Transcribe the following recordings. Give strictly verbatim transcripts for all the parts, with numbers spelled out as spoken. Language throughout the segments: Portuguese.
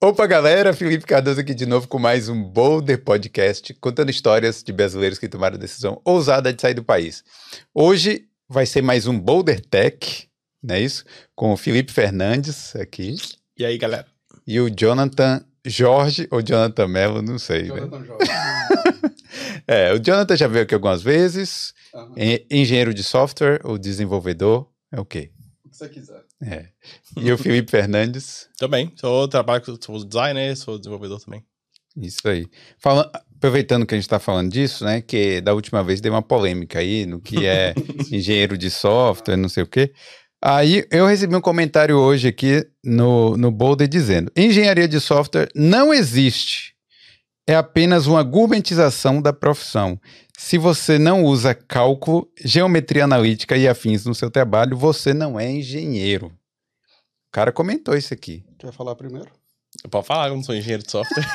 Opa, galera, Felipe Cardoso aqui de novo com mais um Boulder Podcast, contando histórias de brasileiros que tomaram a decisão ousada de sair do país. Hoje vai ser mais um Boulder Tech, não é isso? Com o Felipe Fernandes aqui. E aí, galera? E o Jonathan Jorge, ou Jonathan Mello, não sei. Jonathan né? Jorge. É, o Jonathan já veio aqui algumas vezes, Uhum. é engenheiro de software ou desenvolvedor, é o quê? O que você quiser. É. E o Felipe Fernandes, Também. Sou, trabalho, com- sou designer, sou desenvolvedor também. isso aí. Fala, aproveitando que a gente está falando disso, né, que da última vez deu uma polêmica aí no que é engenheiro de software, não sei o quê. Aí eu recebi um comentário hoje aqui no, no Boulder dizendo: engenharia de software não existe. É apenas uma gourmetização da profissão. Se você não usa cálculo, geometria analítica e afins no seu trabalho, você não é engenheiro. O cara comentou isso aqui. Quer falar primeiro? Eu posso falar que eu não sou engenheiro de software.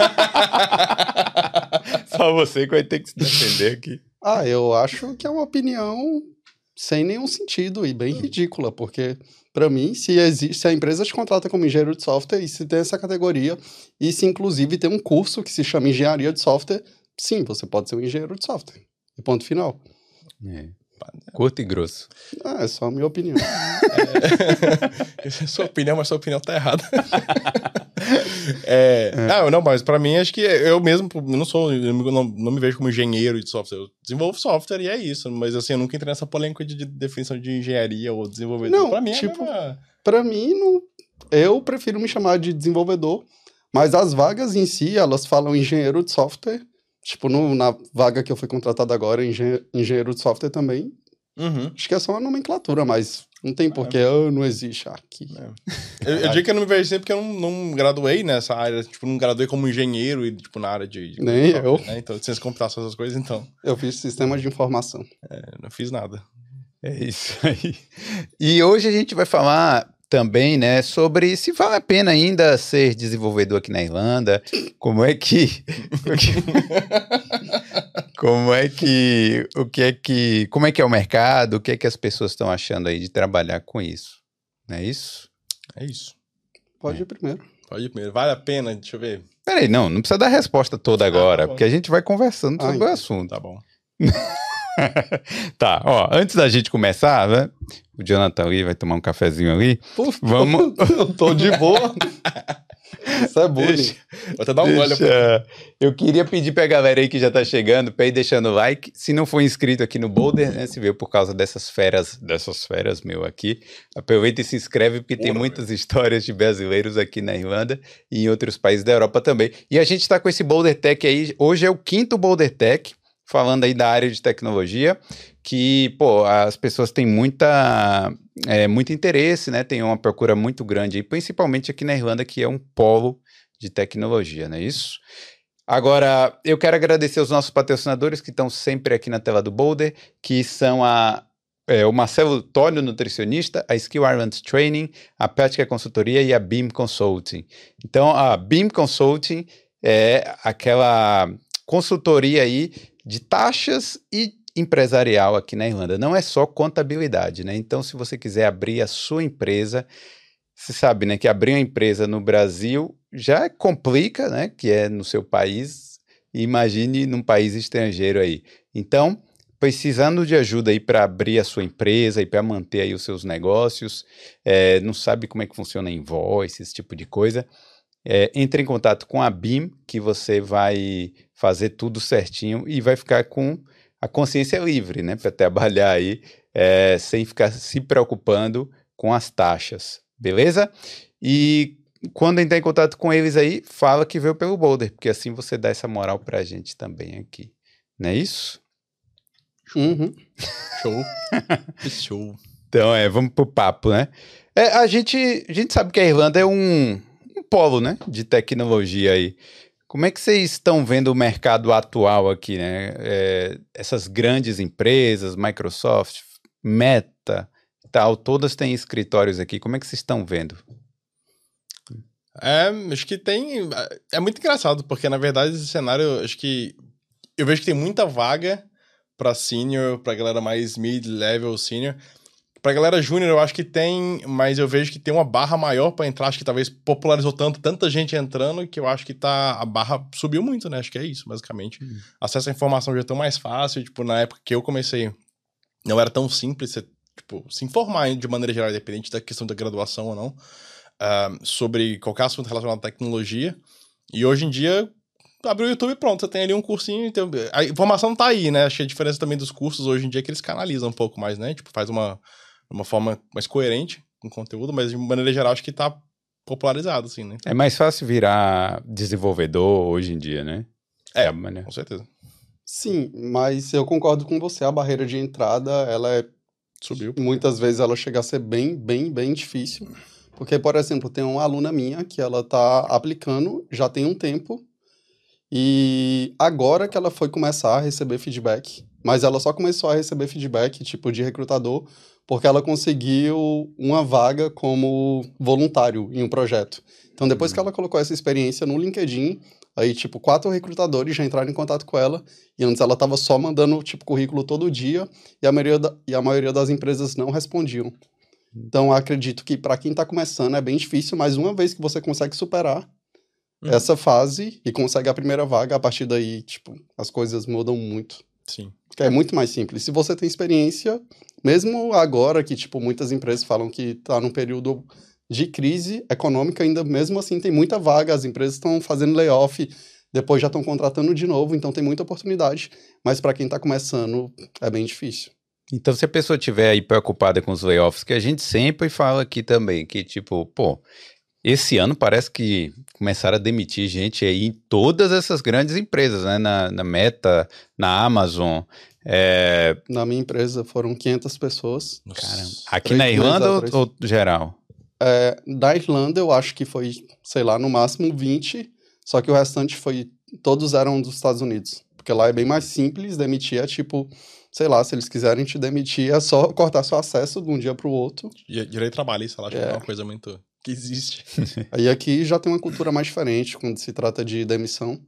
Só você que vai ter que se defender aqui. Ah, eu acho que é uma opinião sem nenhum sentido e bem ridícula, porque, pra mim, se, existe, se a empresa te contrata como engenheiro de software e se tem essa categoria, e se inclusive tem um curso que se chama engenharia de software, sim, você pode ser um engenheiro de software. E ponto final. É. Curto e grosso. Ah, é só a minha opinião. É, sua opinião, mas sua opinião tá errada. é, Não, não, mas pra mim, acho que eu mesmo eu não sou, eu não, não me vejo como engenheiro de software. Eu desenvolvo software e é isso. Mas assim, eu nunca entrei nessa polêmica de, de definição de engenharia ou desenvolvedor. Não, pra mim tipo, é a mesma... Pra mim, não, eu prefiro me chamar de desenvolvedor, mas as vagas em si, elas falam engenheiro de software. Tipo, no, na vaga que eu fui contratado agora, engen engenheiro de software também. Uhum. Acho que é só uma nomenclatura, mas não tem porquê, ah, não existe aqui. Eu, eu digo que eu não me vejo sempre porque eu não, não graduei nessa área, tipo, não graduei como engenheiro e, tipo, na área de... de Nem software, eu. Né? Então, ciência de computação, essas coisas, então, Eu fiz sistema de informação. eu não fiz nada. É isso aí. E hoje a gente vai falar também, né, sobre se vale a pena ainda ser desenvolvedor aqui na Irlanda, como é que... como é que... o que é que... como é que é o mercado, o que é que as pessoas estão achando aí de trabalhar com isso, não é isso? É isso. Pode É. ir primeiro. Pode ir primeiro. Vale a pena? Deixa eu ver. Peraí, não, não precisa dar a resposta toda agora, tá bom. porque a gente vai conversando Ah, sobre o então. assunto. Tá bom. Tá, ó, antes da gente começar, né, o Jonathan ali vai tomar um cafezinho ali, vamos... Eu tô de boa. Isso é bullying. Deixa- Vou até dar um olho. Deixa- Eu queria pedir pra galera aí que já tá chegando pra ir deixando o like. Se não for inscrito aqui no Boulder, né? Se veio por causa dessas feras, dessas feras meu aqui, aproveita e se inscreve, porque tem Porra, muitas histórias de brasileiros aqui na Irlanda e em outros países da Europa também. E a gente tá com esse Boulder Tech aí. Hoje é o quinto Boulder Tech, falando aí da área de tecnologia, que, pô, as pessoas têm muita, é, muito interesse, né? Tem uma procura muito grande aí, principalmente aqui na Irlanda, que é um polo de tecnologia, não é isso? Agora, eu quero agradecer os nossos patrocinadores que estão sempre aqui na tela do Boulder, que são a, é, o Marcelo Tónio, nutricionista, a Skill Ireland Training, a Prática Consultoria e a Beam Consulting. Então, a Beam Consulting é aquela consultoria aí de taxas e empresarial aqui na Irlanda. Não é só contabilidade, né? Então, se você quiser abrir a sua empresa, você sabe, né, que abrir uma empresa no Brasil já complica, né, que é no seu país, e imagine num país estrangeiro aí. Então, precisando de ajuda aí para abrir a sua empresa e para manter aí os seus negócios, é, não sabe como é que funciona invoice, esse tipo de coisa, é, entre em contato com a Beam, que você vai fazer tudo certinho e vai ficar com a consciência livre, né, para trabalhar aí é, sem ficar se preocupando com as taxas, beleza? E quando entrar em contato com eles aí, fala que veio pelo Boulder, porque assim você dá essa moral pra gente também aqui, não é isso? Uhum. Show. Show. Então, é, vamos pro papo, né? É, a gente, a gente sabe que a Irlanda é um, um polo, né, de tecnologia aí. Como é que vocês estão vendo o mercado atual aqui, né? É, essas grandes empresas, Microsoft, Meta, tal, todas têm escritórios aqui. Como é que vocês estão vendo? É, acho que tem... É muito engraçado, porque, na verdade, esse cenário, acho que... Eu vejo que tem muita vaga pra senior, pra galera mais mid-level senior, Pra galera júnior, eu acho que tem, mas eu vejo que tem uma barra maior pra entrar. Acho que talvez popularizou tanto, tanta gente entrando, que eu acho que tá, a barra subiu muito, né? Acho que é isso, basicamente. Hum. Acesso à informação já é tão mais fácil. Tipo, na época que eu comecei, não era tão simples você, tipo, se informar de maneira geral, independente da questão da graduação ou não, uh, sobre qualquer assunto relacionado à tecnologia. E hoje em dia, abre o YouTube e pronto, você tem ali um cursinho. Então, a informação tá aí, né? Acho que a diferença também dos cursos hoje em dia é que eles canalizam um pouco mais, né? Tipo, faz uma... uma forma mais coerente com o conteúdo, mas de maneira geral acho que tá popularizado, assim, né? É mais fácil virar desenvolvedor hoje em dia, né? É, é maneira... com certeza. Sim, mas eu concordo com você, a barreira de entrada, ela é... Subiu. Muitas vezes ela chega a ser bem, bem, bem difícil, porque, por exemplo, tem uma aluna minha que ela tá aplicando já tem um tempo, e agora que ela foi começar a receber feedback, mas ela só começou a receber feedback, tipo, de recrutador, porque ela conseguiu uma vaga como voluntário em um projeto. Então, depois uhum. que ela colocou essa experiência no LinkedIn, aí, tipo, quatro recrutadores já entraram em contato com ela, e antes ela estava só mandando, tipo, currículo todo dia, e a maioria, da, e a maioria das empresas não respondiam. Então, acredito que para quem está começando é bem difícil, mas uma vez que você consegue superar uhum. essa fase e consegue a primeira vaga, a partir daí, tipo, as coisas mudam muito. Sim. Porque é muito mais simples. Se você tem experiência, mesmo agora que, tipo, muitas empresas falam que está num período de crise econômica, ainda mesmo assim tem muita vaga, as empresas estão fazendo layoff, depois já estão contratando de novo, então tem muita oportunidade, mas para quem está começando é bem difícil. Então, se a pessoa estiver aí preocupada com os layoffs, que a gente sempre fala aqui também, que tipo, pô, esse ano parece que começaram a demitir gente aí em todas essas grandes empresas, né? Na, na Meta, na Amazon. É... Na minha empresa foram quinhentas pessoas. Caramba. Aqui na Irlanda ou, ou geral? É, da Irlanda eu acho que foi, sei lá, no máximo vinte, só que o restante foi, todos eram dos Estados Unidos. Porque lá é bem mais simples, demitir é tipo, sei lá, se eles quiserem te demitir é só cortar seu acesso de um dia pro outro. Direito trabalhista, acho é. que é uma coisa muito... que existe. Aí aqui já tem uma cultura mais diferente quando se trata de demissão.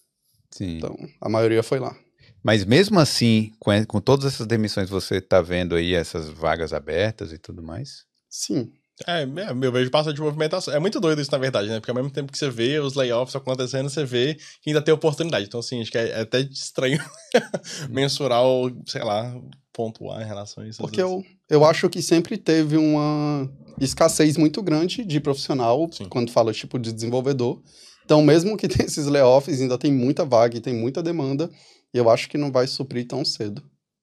Sim. Então, a maioria foi lá. Mas mesmo assim, com, com todas essas demissões, você tá vendo aí essas vagas abertas e tudo mais? Sim. É, eu vejo bastante de movimentação. É muito doido isso, na verdade, né? Porque ao mesmo tempo que você vê os layoffs acontecendo, você vê que ainda tem oportunidade. Então, assim, acho que é, é até estranho mensurar ou, sei lá, pontuar em relação a isso. Porque eu, eu acho que sempre teve uma escassez muito grande de profissional, Sim. quando fala tipo de desenvolvedor. Então, mesmo que tenha esses layoffs, ainda tem muita vaga e tem muita demanda, e eu acho que não vai suprir tão cedo.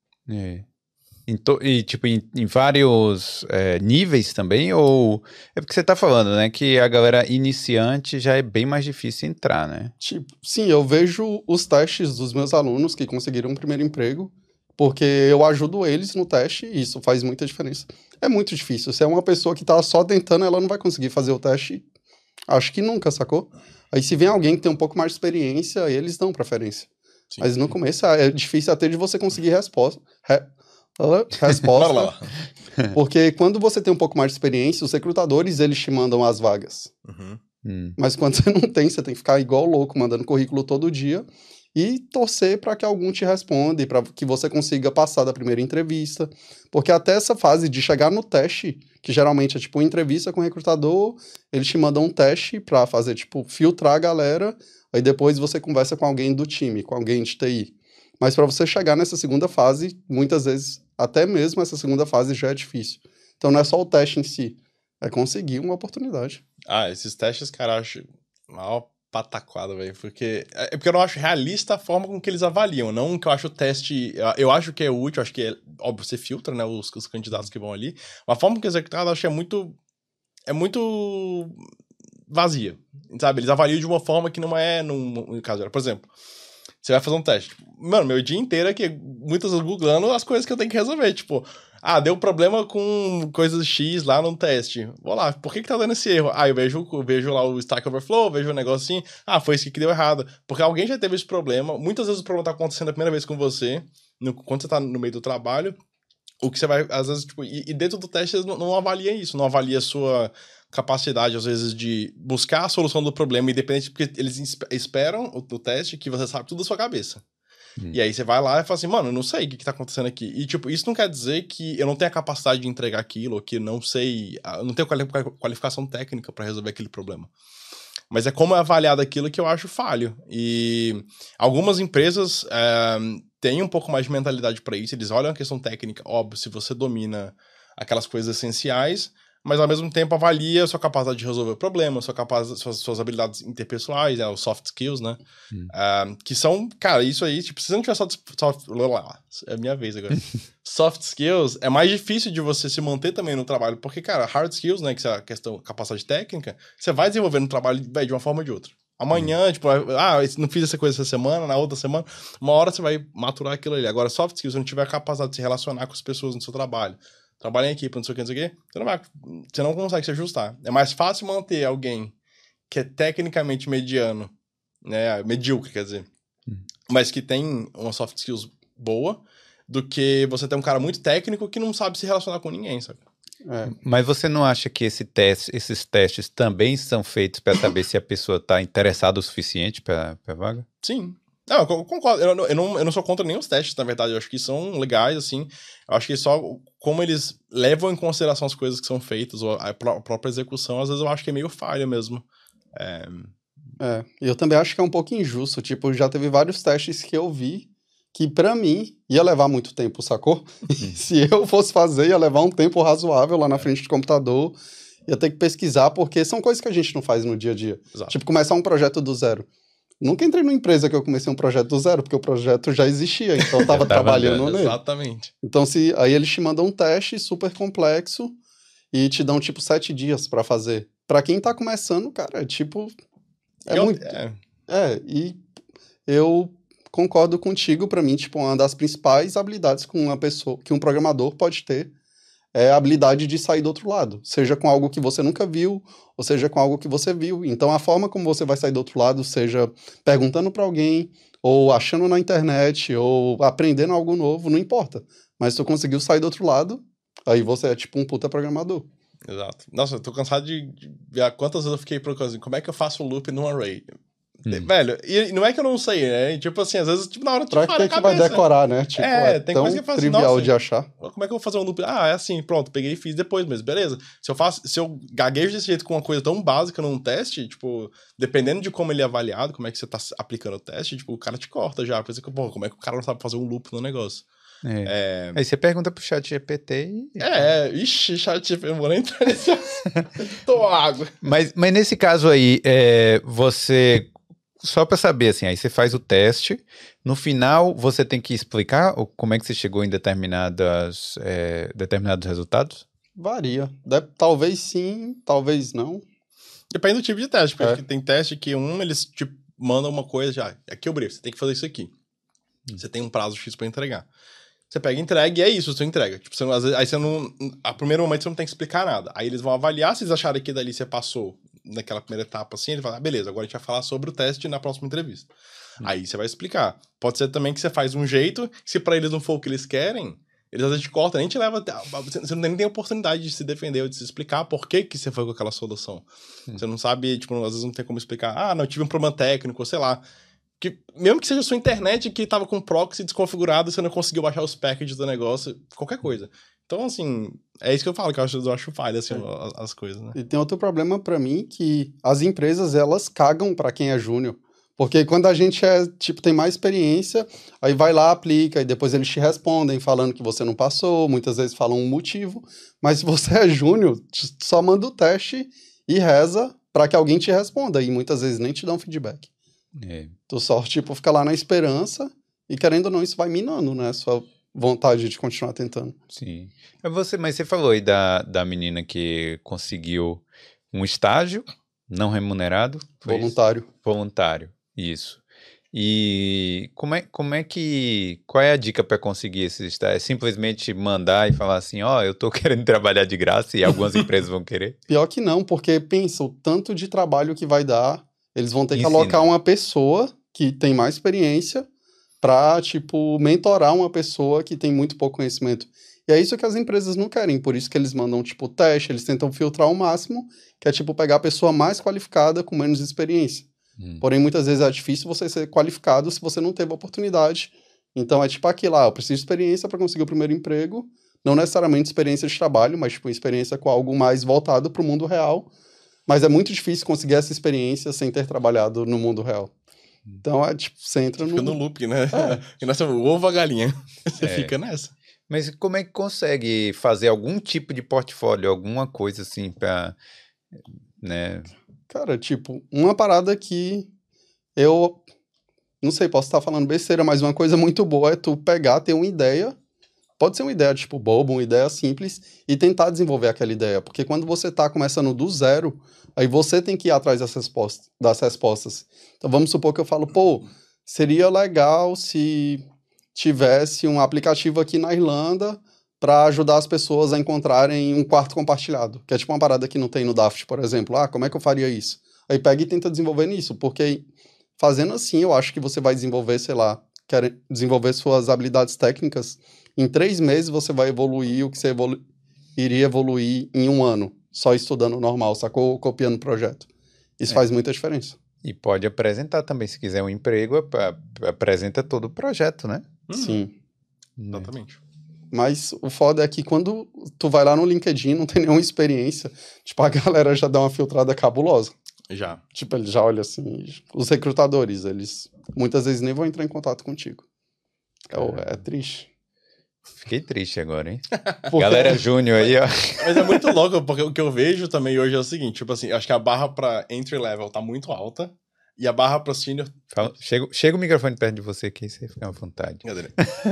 É. To, e, tipo, em, em vários é, níveis também, ou... É porque você tá falando, né, que a galera iniciante já é bem mais difícil entrar, né? Tipo, sim, eu vejo os testes dos meus alunos que conseguiram um primeiro emprego, porque eu ajudo eles no teste e isso faz muita diferença. É muito difícil. Se é uma pessoa que tá só tentando, ela não vai conseguir fazer o teste, acho que nunca, sacou? Aí se vem alguém que tem um pouco mais de experiência, eles dão preferência. Sim. Mas no começo é difícil até de você conseguir resposta. Re... Resposta. Porque quando você tem um pouco mais de experiência, os recrutadores, eles te mandam as vagas. Uhum. Hum. Mas quando você não tem, você tem que ficar igual louco, mandando currículo todo dia e torcer para que algum te responda e para que você consiga passar da primeira entrevista. Porque até essa fase de chegar no teste, que geralmente é tipo uma entrevista com o recrutador, eles te mandam um teste para fazer, tipo, filtrar a galera, aí depois você conversa com alguém do time, com alguém de T I. Mas para você chegar nessa segunda fase, muitas vezes, até mesmo essa segunda fase já é difícil. Então não é só o teste em si, é conseguir uma oportunidade. Ah, esses testes, cara, eu acho uma pataquada, velho, porque... É porque eu não acho realista a forma com que eles avaliam, não que eu acho o teste... Eu, eu acho que é útil, acho que é... Óbvio, você filtra, né, os, os candidatos que vão ali. A forma que é executado, eu acho que é muito... É muito vazia, sabe? Eles avaliam de uma forma que não é, no, no caso, por exemplo... Você vai fazer um teste. Mano, meu dia inteiro aqui, muitas vezes googlando as coisas que eu tenho que resolver. Tipo, ah, deu problema com coisas X lá no teste. Vou lá, por que que tá dando esse erro? Ah, eu vejo, eu vejo lá o Stack Overflow, vejo um negocinho. Ah, foi isso que deu errado. Porque alguém já teve esse problema. Muitas vezes o problema tá acontecendo a primeira vez com você, no, quando você tá no meio do trabalho. O que você vai, às vezes, tipo... E, e dentro do teste, eles não, não avalia isso. Não avalia a sua capacidade, às vezes, de buscar a solução do problema, independente, porque eles esperam o, o teste que você sabe tudo da sua cabeça. Hum. E aí você vai lá e fala assim, mano, eu não sei o que, que tá acontecendo aqui. E, tipo, isso não quer dizer que eu não tenho a capacidade de entregar aquilo, ou que não sei, eu não tenho qualificação técnica para resolver aquele problema. Mas é como é avaliado aquilo que eu acho falho. E algumas empresas é, têm um pouco mais de mentalidade para isso, eles olham a questão técnica, óbvio, se você domina aquelas coisas essenciais, mas ao mesmo tempo avalia a sua capacidade de resolver o problema, sua capacidade, suas, suas habilidades interpessoais, né, os soft skills, né? Hum. Uh, que são, cara, isso aí, tipo, se você não tiver soft, soft lá, é a minha vez agora. Soft skills é mais difícil de você se manter também no trabalho, porque, cara, hard skills, né, que é a questão, capacidade técnica, você vai desenvolver no trabalho, véio, de uma forma ou de outra. Amanhã, hum. tipo, ah, não fiz essa coisa essa semana, na outra semana, uma hora você vai maturar aquilo ali. Agora, soft skills, se não tiver a capacidade de se relacionar com as pessoas no seu trabalho, trabalha em equipe, não sei o que, não sei o que, você não vai, você não consegue se ajustar. É mais fácil manter alguém que é tecnicamente mediano, né, medíocre, quer dizer, hum. mas que tem uma soft skills boa, do que você ter um cara muito técnico que não sabe se relacionar com ninguém, sabe? É. Mas você não acha que esse teste, esses testes também são feitos para saber se a pessoa está interessada o suficiente para a vaga? Sim. Não, eu concordo. Eu não, eu, não, eu não sou contra nenhum testes, na verdade. Eu acho que são legais, assim. Eu acho que só como eles levam em consideração as coisas que são feitas, ou a própria execução, às vezes eu acho que é meio falha mesmo. É... É, eu também acho que é um pouco injusto. Tipo, já teve vários testes que eu vi que, pra mim, ia levar muito tempo, sacou? Se eu fosse fazer, ia levar um tempo razoável lá na frente do computador. Ia ter que pesquisar, porque são coisas que a gente não faz no dia a dia. Exato. Tipo, começar um projeto do zero. Nunca entrei numa empresa que eu comecei um projeto do zero, porque o projeto já existia, então eu tava trabalhando nele. Exatamente. Então, se, aí eles te mandam um teste super complexo e te dão, tipo, sete dias pra fazer. Pra quem tá começando, cara, é tipo... É eu, muito... É. é, e eu concordo contigo, pra mim, tipo, uma das principais habilidades que uma pessoa, que um programador pode ter é a habilidade de sair do outro lado, seja com algo que você nunca viu, ou seja com algo que você viu. Então, a forma como você vai sair do outro lado, seja perguntando para alguém, ou achando na internet, ou aprendendo algo novo, não importa. Mas se tu conseguiu sair do outro lado, aí você é tipo um puta programador. Exato. Nossa, eu tô cansado de ver quantas vezes eu fiquei procurando, como é que eu faço um loop num array? Hum. Velho, e não é que eu não sei, né? Tipo assim, às vezes, tipo, na hora de pra que que vai decorar, né? Tipo, é, é tem tão coisa que faz trivial nossa, de achar. Como é que eu vou fazer um loop? Ah, é assim, pronto, peguei e fiz depois, mas beleza. Se eu faço, se eu gaguejo desse jeito com uma coisa tão básica num teste, tipo, dependendo de como ele é avaliado, como é que você tá aplicando o teste, tipo, o cara te corta já. Por isso que, pô, como é que o cara não sabe fazer um loop no negócio? É. É... Aí você pergunta pro chat G P T e... É, ixi, chat G P T, eu vou nem entrar nesse... Tô água. Mas, mas nesse caso aí, é, você... Só para saber, assim, aí você faz o teste, no final você tem que explicar como é que você chegou em determinadas, é, determinados resultados? Varia. Deve, talvez sim, talvez não. Depende do tipo de teste, porque é. tem teste que um, eles te mandam uma coisa já, aqui é o brief, você tem que fazer isso aqui. Hum. Você tem um prazo X para entregar. Você pega e entrega e é isso, você entrega. Tipo, você, às vezes, aí você não... A primeiro momento você não tem que explicar nada. Aí eles vão avaliar se eles acharem que dali você passou naquela primeira etapa assim, ele fala, ah, beleza, agora a gente vai falar sobre o teste na próxima entrevista. Hum. Aí você vai explicar. Pode ser também que você faz um jeito, se pra eles não for o que eles querem, eles às vezes te cortam, nem te leva... Você nem tem oportunidade de se defender ou de se explicar por que que você foi com aquela solução. Hum. Você não sabe, tipo, às vezes não tem como explicar, ah, não, tive um problema técnico, ou sei lá. Que, mesmo que seja a sua internet que tava com proxy desconfigurado e você não conseguiu baixar os packages do negócio, qualquer coisa. Então, assim, é isso que eu falo, que eu acho, eu acho falha, assim, é. as, as coisas, né? E tem outro problema pra mim, que as empresas, elas cagam pra quem é júnior. Porque quando a gente é, tipo, tem mais experiência, aí vai lá, aplica, e depois eles te respondem falando que você não passou, muitas vezes falam um motivo, mas se você é júnior, só manda o teste e reza pra que alguém te responda, e muitas vezes nem te dão feedback. É. Tu só, tipo, fica lá na esperança, e querendo ou não, isso vai minando, né, sua vontade de continuar tentando. Sim. Você, mas você falou aí da, da menina que conseguiu um estágio não remunerado? Voluntário. Isso? Voluntário, isso. E como é, como é que... Qual é a dica para conseguir esse estágio? É simplesmente mandar e falar assim, ó, oh, eu tô querendo trabalhar de graça e algumas empresas vão querer? Pior que não, porque pensa, o tanto de trabalho que vai dar, eles vão ter que Ensina. alocar uma pessoa que tem mais experiência para, tipo, mentorar uma pessoa que tem muito pouco conhecimento. E é isso que as empresas não querem, por isso que eles mandam, tipo, teste, eles tentam filtrar ao máximo, que é, tipo, pegar a pessoa mais qualificada com menos experiência. Hum. Porém, muitas vezes é difícil você ser qualificado se você não teve a oportunidade Então é tipo aquilo lá, eu preciso de experiência para conseguir o primeiro emprego, não necessariamente experiência de trabalho, mas tipo experiência com algo mais voltado para o mundo real. Mas é muito difícil conseguir essa experiência sem ter trabalhado no mundo real. Então, é tipo, você entra Você no... fica no loop, né? É. E nós temos o ovo a galinha. Você É. fica nessa. Mas como é que consegue fazer algum tipo de portfólio, alguma coisa assim pra, né? Cara, tipo, uma parada que eu... Não sei, posso estar falando besteira, mas uma coisa muito boa é tu pegar, ter uma ideia. Pode ser uma ideia, tipo, boba, uma ideia simples, e tentar desenvolver aquela ideia. Porque quando você tá começando do zero, aí você tem que ir atrás das respostas. Das respostas. Então, vamos supor que eu falo, pô, seria legal se tivesse um aplicativo aqui na Irlanda para ajudar as pessoas a encontrarem um quarto compartilhado. Que é tipo uma parada que não tem no Daft, por exemplo. Ah, como é que eu faria isso? Aí pega e tenta desenvolver nisso, porque fazendo assim, eu acho que você vai desenvolver, sei lá, quer desenvolver suas habilidades técnicas. Em três meses você vai evoluir o que você evolu- iria evoluir em um ano, só estudando normal, sacou? Copiando o projeto. Isso É. faz muita diferença. E pode apresentar também, se quiser um emprego, ap- ap- apresenta todo o projeto, né? Hum, Sim. Exatamente. Mas o foda é que quando tu vai lá no LinkedIn, não tem nenhuma experiência, tipo, a galera já dá uma filtrada cabulosa. Já. Tipo, ele já olha assim, os recrutadores, eles muitas vezes nem vão entrar em contato contigo. É, o- é triste. Fiquei triste agora, hein? Porque- Galera júnior aí, ó. Mas é muito louco, porque o que eu vejo também hoje é o seguinte, tipo assim, eu acho que a barra pra entry level tá muito alta, e a barra pra senior... Fala- chega, chega o microfone perto de você aqui, você fica à vontade. Brincadeira.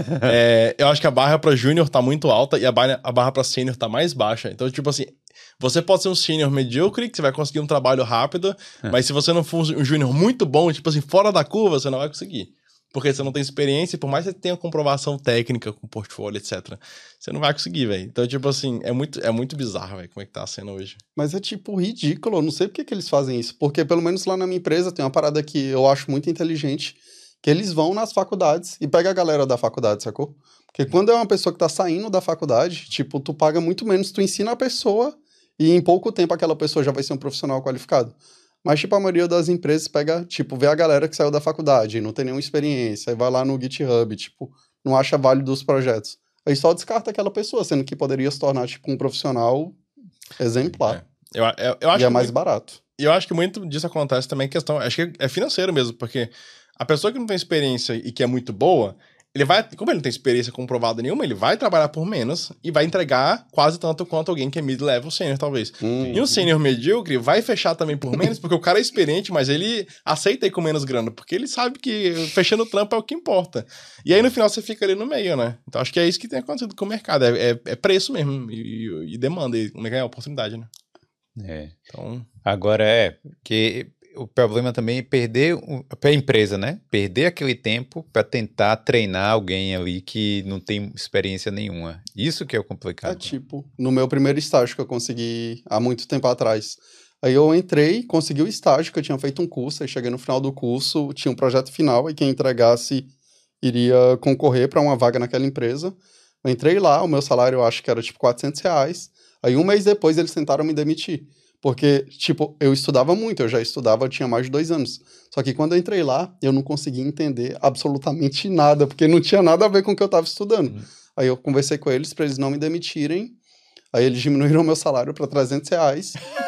É, eu acho que a barra pra júnior tá muito alta e a barra, a barra pra sênior tá mais baixa. Então, tipo assim, você pode ser um sênior medíocre, que você vai conseguir um trabalho rápido, É. mas se você não for um júnior muito bom, tipo assim, fora da curva, você não vai conseguir. Porque você não tem experiência, e por mais que você tenha comprovação técnica com portfólio, etcétera, você não vai conseguir, velho. Então, tipo assim, é muito, é muito bizarro, velho, como é que tá sendo hoje. Mas é tipo ridículo, eu não sei por que, que eles fazem isso. Porque pelo menos lá na minha empresa tem uma parada que eu acho muito inteligente, que eles vão nas faculdades e pega a galera da faculdade, sacou? Porque quando é uma pessoa que tá saindo da faculdade, tipo, tu paga muito menos, tu ensina a pessoa e em pouco tempo aquela pessoa já vai ser um profissional qualificado. Mas, tipo, a maioria das empresas pega, tipo, vê a galera que saiu da faculdade, não tem nenhuma experiência, aí vai lá no GitHub, tipo, não acha válido os projetos. Aí só descarta aquela pessoa, sendo que poderia se tornar, tipo, um profissional exemplar. É. Eu, eu, eu acho E é que mais muito- barato. E eu acho que muito disso acontece também em questão, acho que é financeiro mesmo, porque a pessoa que não tem experiência e que é muito boa, ele vai, como ele não tem experiência comprovada nenhuma, ele vai trabalhar por menos e vai entregar quase tanto quanto alguém que é mid-level sênior, talvez. Hum. E um sênior medíocre vai fechar também por menos, porque o cara é experiente, mas ele aceita ir com menos grana, porque ele sabe que fechando o trampo é o que importa. E aí no final você fica ali no meio, né? Então acho que é isso que tem acontecido com o mercado, é, é, é preço mesmo, e, e demanda, e como é que é? Oportunidade, né? É. Então... Agora é, que o problema também é perder, para a empresa, né? Perder aquele tempo para tentar treinar alguém ali que não tem experiência nenhuma. Isso que é o É complicado. tipo, no meu primeiro estágio que eu consegui há muito tempo atrás. Aí eu entrei, consegui o estágio, que eu tinha feito um curso, aí cheguei no final do curso, tinha um projeto final, e quem entregasse iria concorrer para uma vaga naquela empresa. Eu entrei lá, o meu salário eu acho que era tipo quatrocentos reais. Aí um mês depois eles tentaram me demitir. Porque, tipo, eu estudava muito, eu já estudava, tinha mais de dois anos. Só que quando eu entrei lá, eu não conseguia entender absolutamente nada, porque não tinha nada a ver com o que eu estava estudando. Hum. Aí eu conversei com eles para eles não me demitirem. Aí eles diminuíram meu salário para trezentos reais.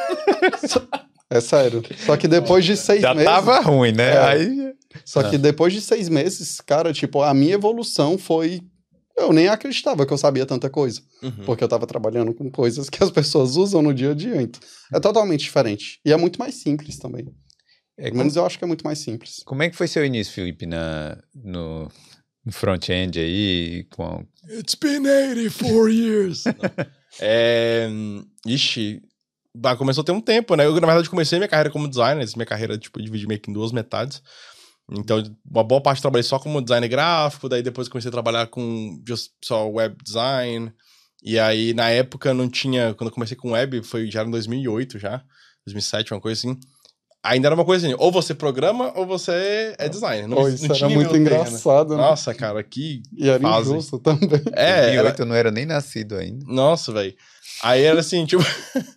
É sério. Só que depois de seis Já meses... tava ruim, né? É. Aí... Só que depois de seis meses, cara, tipo, a minha evolução foi... Eu nem acreditava que eu sabia tanta coisa. Uhum. Porque eu tava trabalhando com coisas que as pessoas usam no dia a dia. Então, é totalmente diferente. E é muito mais simples também. É, Pelo como, menos eu acho que é muito mais simples. como é que foi seu início, Felipe, na, no, no front-end aí? Com... It's been eighty-four years. é, ixi, bah, começou a ter um tempo, né? Eu, na verdade, comecei minha carreira como designer. Minha carreira, tipo, dividi meio que em duas metades. Então, uma boa parte eu trabalhei só como designer gráfico, daí depois comecei a trabalhar com just, só web design. E aí, na época, não tinha... Quando eu comecei com web, foi já em dois mil e oito, já. dois mil e sete, uma coisa assim. Ainda era uma coisa assim, ou você programa ou você é designer. Não, Pô, não isso era tinha muito meio termo, engraçado, né? né? Nossa, cara, que E era fase. injusto também. É, dois mil e oito era... eu não era nem nascido ainda. Nossa, velho. Aí era assim, tipo...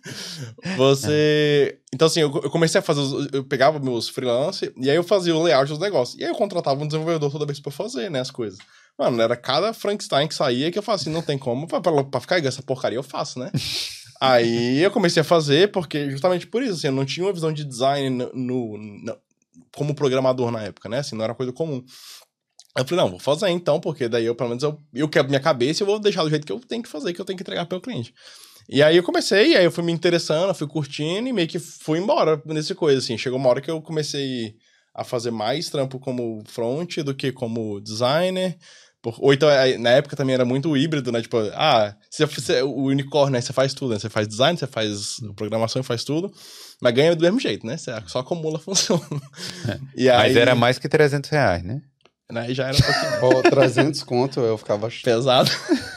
você... Então, assim, eu eu comecei a fazer... os- Eu pegava meus freelance e aí eu fazia o layout dos negócios. E aí eu contratava um desenvolvedor toda vez pra fazer, né, as coisas. Mano, era cada Frankenstein que saía que eu falava assim, não tem como, pra, pra, pra ficar igual essa porcaria eu faço, né? Aí eu comecei a fazer, porque justamente por isso, assim, eu não tinha uma visão de design no, no, no, como programador na época, né? Assim, não era coisa comum. Eu falei, não, vou fazer então, porque daí eu, pelo menos, eu, eu quebro minha cabeça e eu vou deixar do jeito que eu tenho que fazer, que eu tenho que entregar pro meu cliente. E aí eu comecei, aí eu fui me interessando, fui curtindo e meio que fui embora nessa coisa, assim. Chegou uma hora que eu comecei a fazer mais trampo como front do que como designer. Por, ou então, na época também era muito híbrido, né? Tipo, ah, você, você, o unicórnio, né? Você faz tudo, né? Você faz design, você faz programação e faz tudo, mas ganha do mesmo jeito, né? Você só acumula a função. E aí, mas era mais que trezentos reais, né? Aí já era um pouquinho. Pô, trezentos conto, eu ficava... Pesado.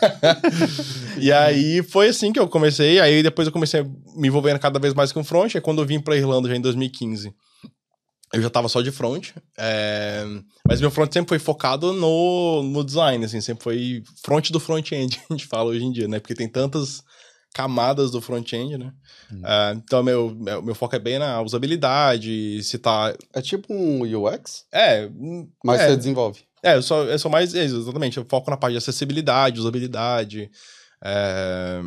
E aí foi assim que eu comecei, aí depois eu comecei a me envolvendo cada vez mais com front, aí quando eu vim pra Irlanda já em dois mil e quinze... eu já tava só de front, é... mas meu front sempre foi focado no, no design, assim, sempre foi front do front-end, a gente fala hoje em dia, né? Porque tem tantas camadas do front-end, né? Hum. É, então, meu, meu, meu foco é bem na usabilidade, se tá... É tipo um U X? É. Mas é, você desenvolve. É, eu sou, eu sou mais... Exatamente, eu foco na parte de acessibilidade, usabilidade, é...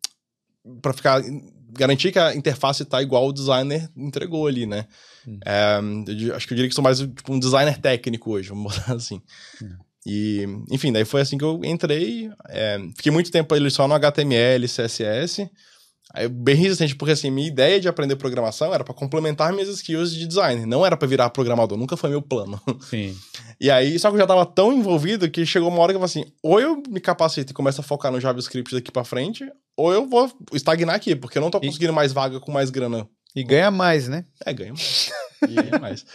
pra ficar... garantir que a interface tá igual o designer entregou ali, né? Hum. É, eu, acho que eu diria que sou mais tipo, um designer técnico hoje, vamos botar assim. Hum. E, enfim, daí foi assim que eu entrei. É, fiquei muito tempo ali só no H T M L, C S S. Aí, bem resistente, porque assim, minha ideia de aprender programação era para complementar minhas skills de design. Não era para virar programador, nunca foi meu plano. Sim. E aí, só que eu já tava tão envolvido que chegou uma hora que eu falei assim, ou eu me capacito e começo a focar no JavaScript daqui pra frente, ou eu vou estagnar aqui, porque eu não tô conseguindo e... mais vaga com mais grana. E ganha mais, né? É, ganha mais. E ganha mais.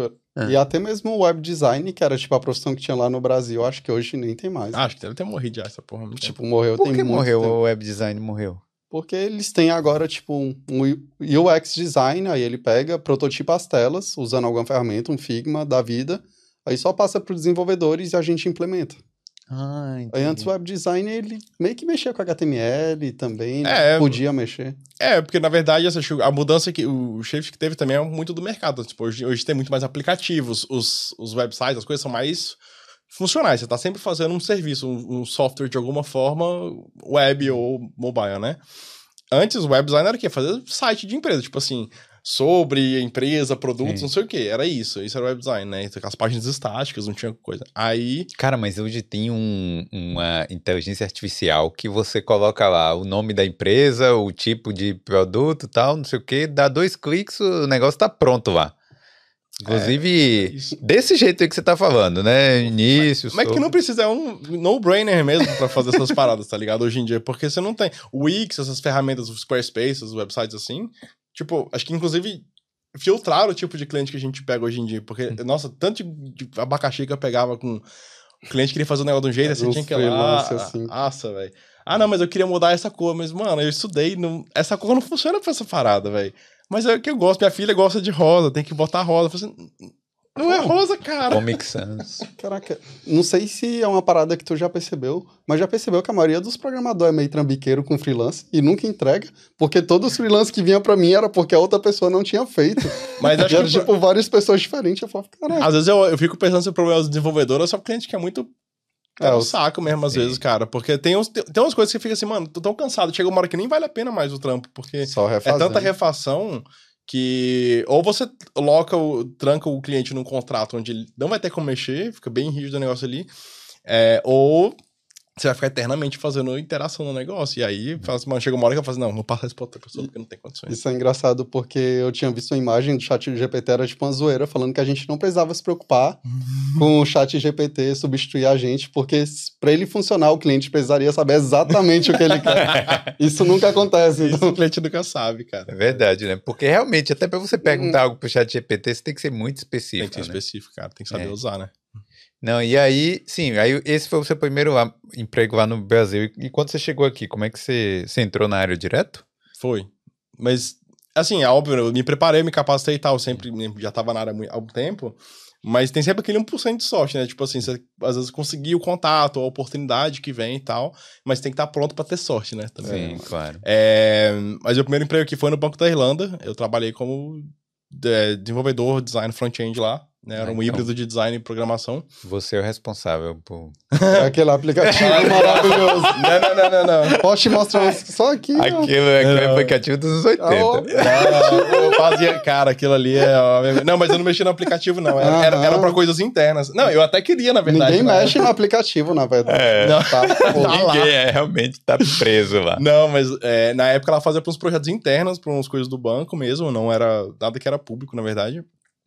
E até mesmo o web design, que era tipo a profissão que tinha lá no Brasil, acho que hoje nem tem mais. Ah, acho que deve ter morrido já essa porra. Tipo, morreu Por tem que muito morreu tempo. o web design? Morreu? Porque eles têm agora, tipo, um U X design, aí ele pega, prototipa as telas, usando alguma ferramenta, um Figma da vida, aí só passa para os desenvolvedores e a gente implementa. Ah, entendi. Aí antes o web design, ele meio que mexia com H T M L também, é, podia mexer. É, porque na verdade essa, a mudança que o shift que teve também é muito do mercado. Tipo, hoje, hoje tem muito mais aplicativos, os, os websites, as coisas são mais funcionais. Você tá sempre fazendo um serviço, um, um software de alguma forma, web ou mobile, né? Antes o web design era o quê? Fazer site de empresa, tipo assim, sobre empresa, produtos, Sim. não sei o quê. Era isso, isso era web design, né? As páginas estáticas, não tinha coisa. Aí... Cara, mas hoje tem um, uma inteligência artificial que você coloca lá o nome da empresa, o tipo de produto e tal, não sei o quê, dá dois cliques, o negócio tá pronto lá. Inclusive, é, desse jeito aí que você tá falando, né? Início, Mas, mas que não precisa, é um no-brainer mesmo pra fazer essas paradas, tá ligado? Hoje em dia, porque você não tem o Wix, essas ferramentas, o Squarespace, os websites assim, tipo, acho que inclusive filtraram o tipo de cliente que a gente pega hoje em dia, porque, nossa, tanto de, de abacaxi que eu pegava com o cliente queria fazer um negócio de um jeito, é, você tinha que ir lá, assim. Nossa, velho. Ah, não, mas eu queria mudar essa cor, mas, mano, eu estudei, não, essa cor não funciona pra essa parada, velho. Mas é o que eu gosto, minha filha gosta de rosa, tem que botar rosa. Eu falei assim, não é rosa, cara. Comic Sans. Caraca, não sei se é uma parada que tu já percebeu, mas já percebeu que a maioria dos programadores é meio trambiqueiro com freelance e nunca entrega, porque todos os freelance que vinham pra mim era porque a outra pessoa não tinha feito. Mas acho e era, que... tipo, várias pessoas diferentes. Eu falava, caraca. Às vezes eu, eu fico pensando se o problema do desenvolvedor é só o cliente que é muito... É um saco mesmo, às Sim. vezes, cara. Porque tem, uns, tem, tem umas coisas que fica assim, mano, tô tão cansado. Chega uma hora que nem vale a pena mais o trampo, porque Só é tanta refação que ou você loca o, tranca o cliente num contrato onde ele não vai ter como mexer, fica bem rígido o negócio ali, é, ou você vai ficar eternamente fazendo interação no negócio. E aí, fala assim, mano, chega uma hora que eu falo assim, não, vou passar isso pra outra pessoa porque não tem condições. Isso é engraçado porque eu tinha visto uma imagem do chat G P T, era tipo uma zoeira, falando que a gente não precisava se preocupar com o chat G P T substituir a gente, porque pra ele funcionar, o cliente precisaria saber exatamente o que ele quer. Isso nunca acontece. Isso então... o cliente nunca sabe, cara. É verdade, né? Porque realmente, até pra você perguntar hum. algo pro chat G P T, você tem que ser muito específico. Tem que ser né? específico, cara. Tem que saber é. usar, né? Não, e aí, sim, aí esse foi o seu primeiro lá, emprego lá no Brasil. E quando você chegou aqui, como é que você, você entrou na área direto? Foi. Mas, assim, é óbvio, eu me preparei, me capacitei e tal, eu sempre já tava na área há algum tempo, mas tem sempre aquele um por cento de sorte, né? Tipo assim, você às vezes conseguir o contato, a oportunidade que vem e tal, mas tem que estar pronto pra ter sorte, né? Sim, Também. claro. É, mas o primeiro emprego aqui foi no Banco da Irlanda, eu trabalhei como de, desenvolvedor, design front-end lá, né? Era Ah, um então. híbrido de design e programação. Você é o responsável por... É aquele aplicativo maravilhoso. Não, não, não, não, não. Posso te mostrar só aqui, ó. Aquilo é aquele Não. aplicativo dos anos Ah, oitenta. óbvio. Não, eu fazia, cara, aquilo ali é... Não, mas eu não mexia no aplicativo, não. Era, era, era pra coisas internas. Não, eu até queria, na verdade. Ninguém né? mexe no aplicativo, na verdade. É. Não. Tá, pô. Tá lá. Ninguém é, realmente tá preso lá. Não, mas é, na época ela fazia para uns projetos internos, para umas coisas do banco mesmo, não era nada que era público, na verdade.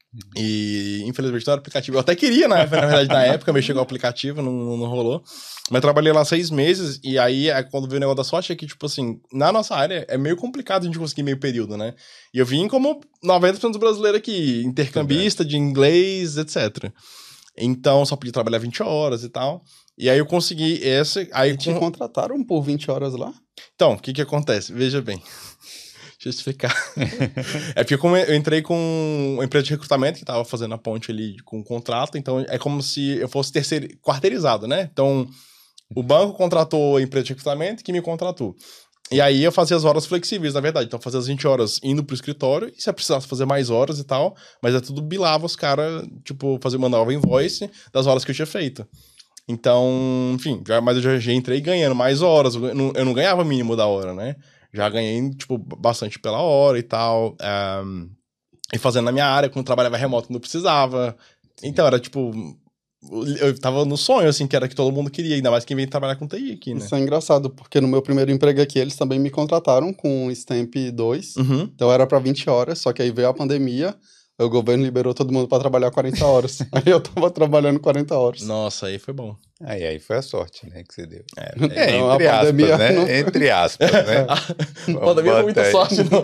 E infelizmente não era aplicativo. Eu até queria, na, na verdade, na época, mexer com o aplicativo, não, não, não rolou. Mas trabalhei lá seis meses, e aí, é, quando veio o negócio da sorte, é que, tipo assim, na nossa área é meio complicado a gente conseguir meio período, né? E eu vim como noventa por cento dos brasileiros aqui, intercambista de inglês, etcétera. Então, só podia trabalhar vinte horas e tal. E aí eu consegui esse... Aí E te com... contrataram por vinte horas lá? Então, o que que acontece? Veja bem. Deixa eu explicar. É porque como eu entrei com uma empresa de recrutamento que tava fazendo a ponte ali com o contrato, então é como se eu fosse terceiro, quarteirizado, né? Então, o banco contratou a empresa de recrutamento que me contratou. E aí eu fazia as horas flexíveis, na verdade. Então, eu fazia as vinte horas indo pro escritório, e se eu precisasse fazer mais horas e tal, mas é tudo bilava os caras, tipo, fazer, mandava invoice das horas que eu tinha feito. Então, enfim, já, mas eu já, já entrei ganhando mais horas, eu não, eu não ganhava mínimo da hora, né? Já ganhei, tipo, bastante pela hora e tal. Um, e fazendo na minha área, quando trabalhava remoto, não precisava. Então, era tipo... Eu tava no sonho, assim, que era que todo mundo queria. Ainda mais quem vem trabalhar com T I aqui, né? Isso é engraçado, porque no meu primeiro emprego aqui, eles também me contrataram com o Stamp dois. Uhum. Então era pra vinte horas, só que aí veio a pandemia, aí o governo liberou todo mundo pra trabalhar quarenta horas. Aí eu tava trabalhando quarenta horas. Nossa, aí foi bom. Aí, aí foi a sorte, né, que você deu. É, É, Não, a entre aspas, pandemia né? não- Entre aspas, né? A pandemia foi muita botar aí. sorte, não.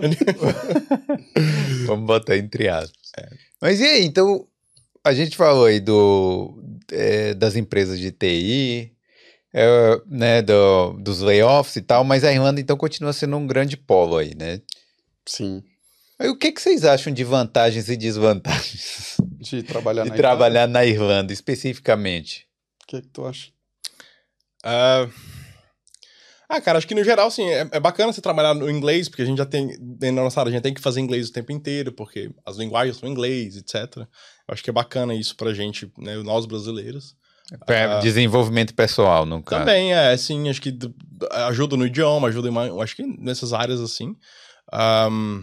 Vamos botar entre aspas. Mas e aí, então, a gente falou aí do, é, das empresas de T I, é, né, do, dos layoffs e tal, mas a Irlanda, então, continua sendo um grande polo aí, né? Sim, Aí, o que, que vocês acham de vantagens e desvantagens de trabalhar de na trabalhar na Irlanda, especificamente? O que, que tu acha? Ah, ah, cara, acho que no geral, assim, é, é bacana você trabalhar no inglês, porque a gente já tem, dentro da nossa área, a gente tem que fazer inglês o tempo inteiro, porque as linguagens são em inglês, etcétera. Eu acho que é bacana isso pra gente, né, nós brasileiros. Pra Ah, desenvolvimento pessoal, no caso. Também, é, sim, acho que d- ajuda no idioma, ajuda em, ma- eu acho que nessas áreas, assim. Ahm,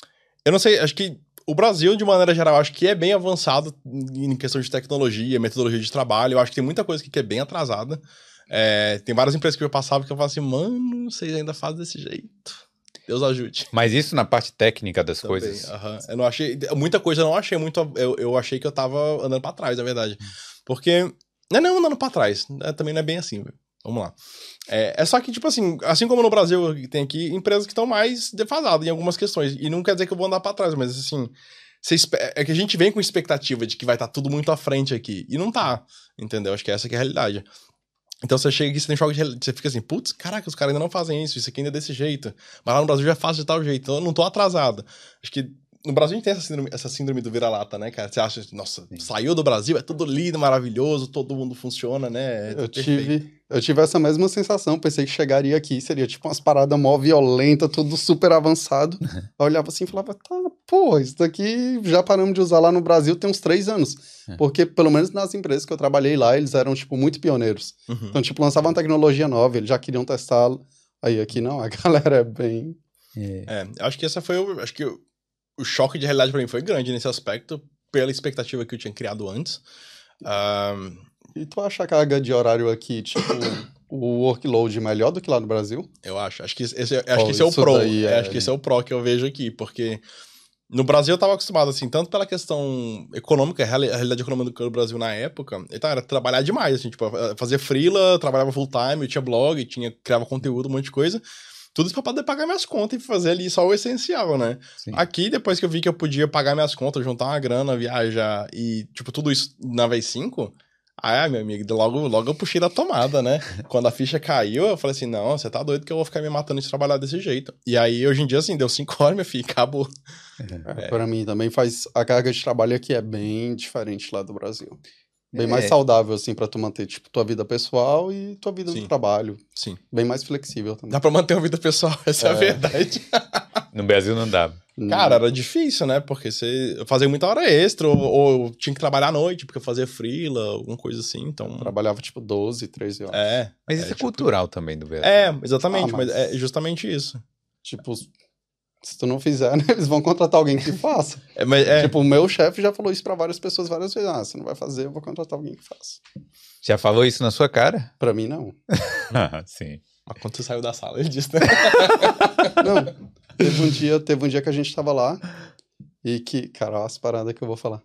eu não sei, acho que o Brasil, de maneira geral, acho que é bem avançado em questão de tecnologia, metodologia de trabalho, eu acho que tem muita coisa aqui que é bem atrasada. É, tem várias empresas que eu passava que eu falo assim, mano, vocês ainda fazem desse jeito. Deus ajude. Mas isso na parte técnica das Também, coisas. aham. Eu não achei. Muita coisa eu não achei muito. Eu, eu achei que eu tava andando pra trás, na verdade. Porque. Não é não andando pra trás. Né? Também não é bem assim, velho. Vamos lá. É, é só que, tipo assim, assim como no Brasil tem aqui empresas que estão mais defasadas em algumas questões. E não quer dizer que eu vou andar pra trás, mas assim. Você espe- é que a gente vem com expectativa de que vai estar tudo muito à frente aqui. E não tá. Entendeu? Acho que essa que é a realidade. Então você chega aqui, você tem choque de realidade, você fica assim, putz, caraca, os caras ainda não fazem isso, isso aqui ainda é desse jeito. Mas lá no Brasil já faz de tal jeito, então eu não tô atrasado. Acho que no Brasil a gente tem essa síndrome, essa síndrome do vira-lata, né, cara? Você acha, nossa, Sim. saiu do Brasil, é tudo lindo, maravilhoso, todo mundo funciona, né? É tudo Eu perfeito. tive, eu tive essa mesma sensação, pensei que chegaria aqui, seria tipo umas paradas mó violenta, tudo super avançado. Eu olhava assim e falava, tá, pô, isso daqui já paramos de usar lá no Brasil tem uns três anos. Porque, pelo menos nas empresas que eu trabalhei lá, eles eram, tipo, muito pioneiros. Uhum. Então, tipo, lançavam uma tecnologia nova, eles já queriam testar. Aí aqui não, a galera é bem... É. É, eu acho que essa foi o. Acho que o, o choque de realidade pra mim foi grande nesse aspecto, pela expectativa que eu tinha criado antes. Ahn, E tu acha a carga de horário aqui, tipo, o workload melhor do que lá no Brasil? eu acho. Acho que esse, acho Oh, que esse é o isso pro. daí É, é- acho que esse é o pro que eu vejo aqui, porque no Brasil eu tava acostumado, assim, tanto pela questão econômica, a reali- a realidade econômica do Brasil na época, então era trabalhar demais, assim, tipo, fazer freela, trabalhava full time, eu tinha blog, tinha, criava conteúdo, um monte de coisa. Tudo isso pra poder pagar minhas contas e fazer ali só o essencial, né? Sim. Aqui, depois que eu vi que eu podia pagar minhas contas, juntar uma grana, viajar e, tipo, tudo isso na vez cinco, aí, meu amigo, logo, logo eu puxei da tomada, né? Quando a ficha caiu, eu falei assim, não, você tá doido que eu vou ficar me matando de trabalhar desse jeito. E aí, hoje em dia, assim, deu cinco horas, meu filho, acabou. É, Pra mim também faz... A carga de trabalho aqui é bem diferente lá do Brasil. Bem mais É. saudável, assim, pra tu manter, tipo, tua vida pessoal e tua vida Sim. no trabalho. Sim. Bem mais flexível também. Dá pra manter uma vida pessoal, essa é, a É. verdade. No Brasil não dá. Cara, era difícil, né? Porque você fazia muita hora extra, ou, ou tinha que trabalhar à noite, porque eu fazia freela, alguma coisa assim, então... Eu trabalhava, tipo, doze, treze horas. É. Mas isso é, é tipo... cultural também do Brasil. É, exatamente, Ah, mas... mas é justamente isso. Tipo, se tu não fizer, né, eles vão contratar alguém que faça. É, mas é... Tipo, o meu chefe já falou isso pra várias pessoas várias vezes. Ah, você não vai fazer, eu vou contratar alguém que faça. Já falou isso na sua cara? Pra mim, não. Sim. Mas quando você saiu da sala, ele disse, né? Não, teve um dia, teve um dia que a gente tava lá e que... Cara, olha as paradas que eu vou falar.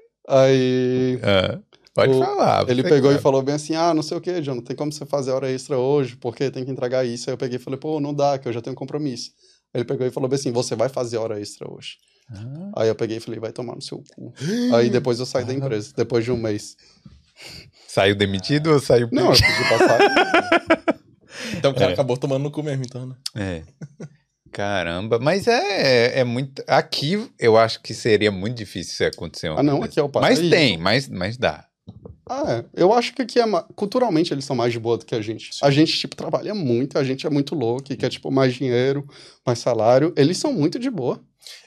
Aí... Ah, pode o, falar. Ele você pegou sabe. e falou bem assim, ah, não sei o que, John, não tem como você fazer hora extra hoje, porque tem que entregar isso. Aí eu peguei e falei, pô, não dá, que eu já tenho compromisso. Aí ele pegou e falou bem assim, você vai fazer hora extra hoje. Ah. Aí eu peguei e falei, vai tomar no seu cu. Aí depois eu saí da empresa, depois de um mês. Saiu demitido ou saiu... Não, eu pedi pra sair. Então o cara É. acabou tomando no cu mesmo, então, né? É. Caramba, mas é, é muito... Aqui eu acho que seria muito difícil isso acontecer. uma Ah, não, coisa aqui é o assim. Mas paraíso. tem, mas, mas dá. Ah, é. Eu acho que aqui é ma... culturalmente eles são mais de boa do que a gente. A gente, tipo, trabalha muito, a gente é muito louco e quer, tipo, mais dinheiro, mais salário. Eles são muito de boa.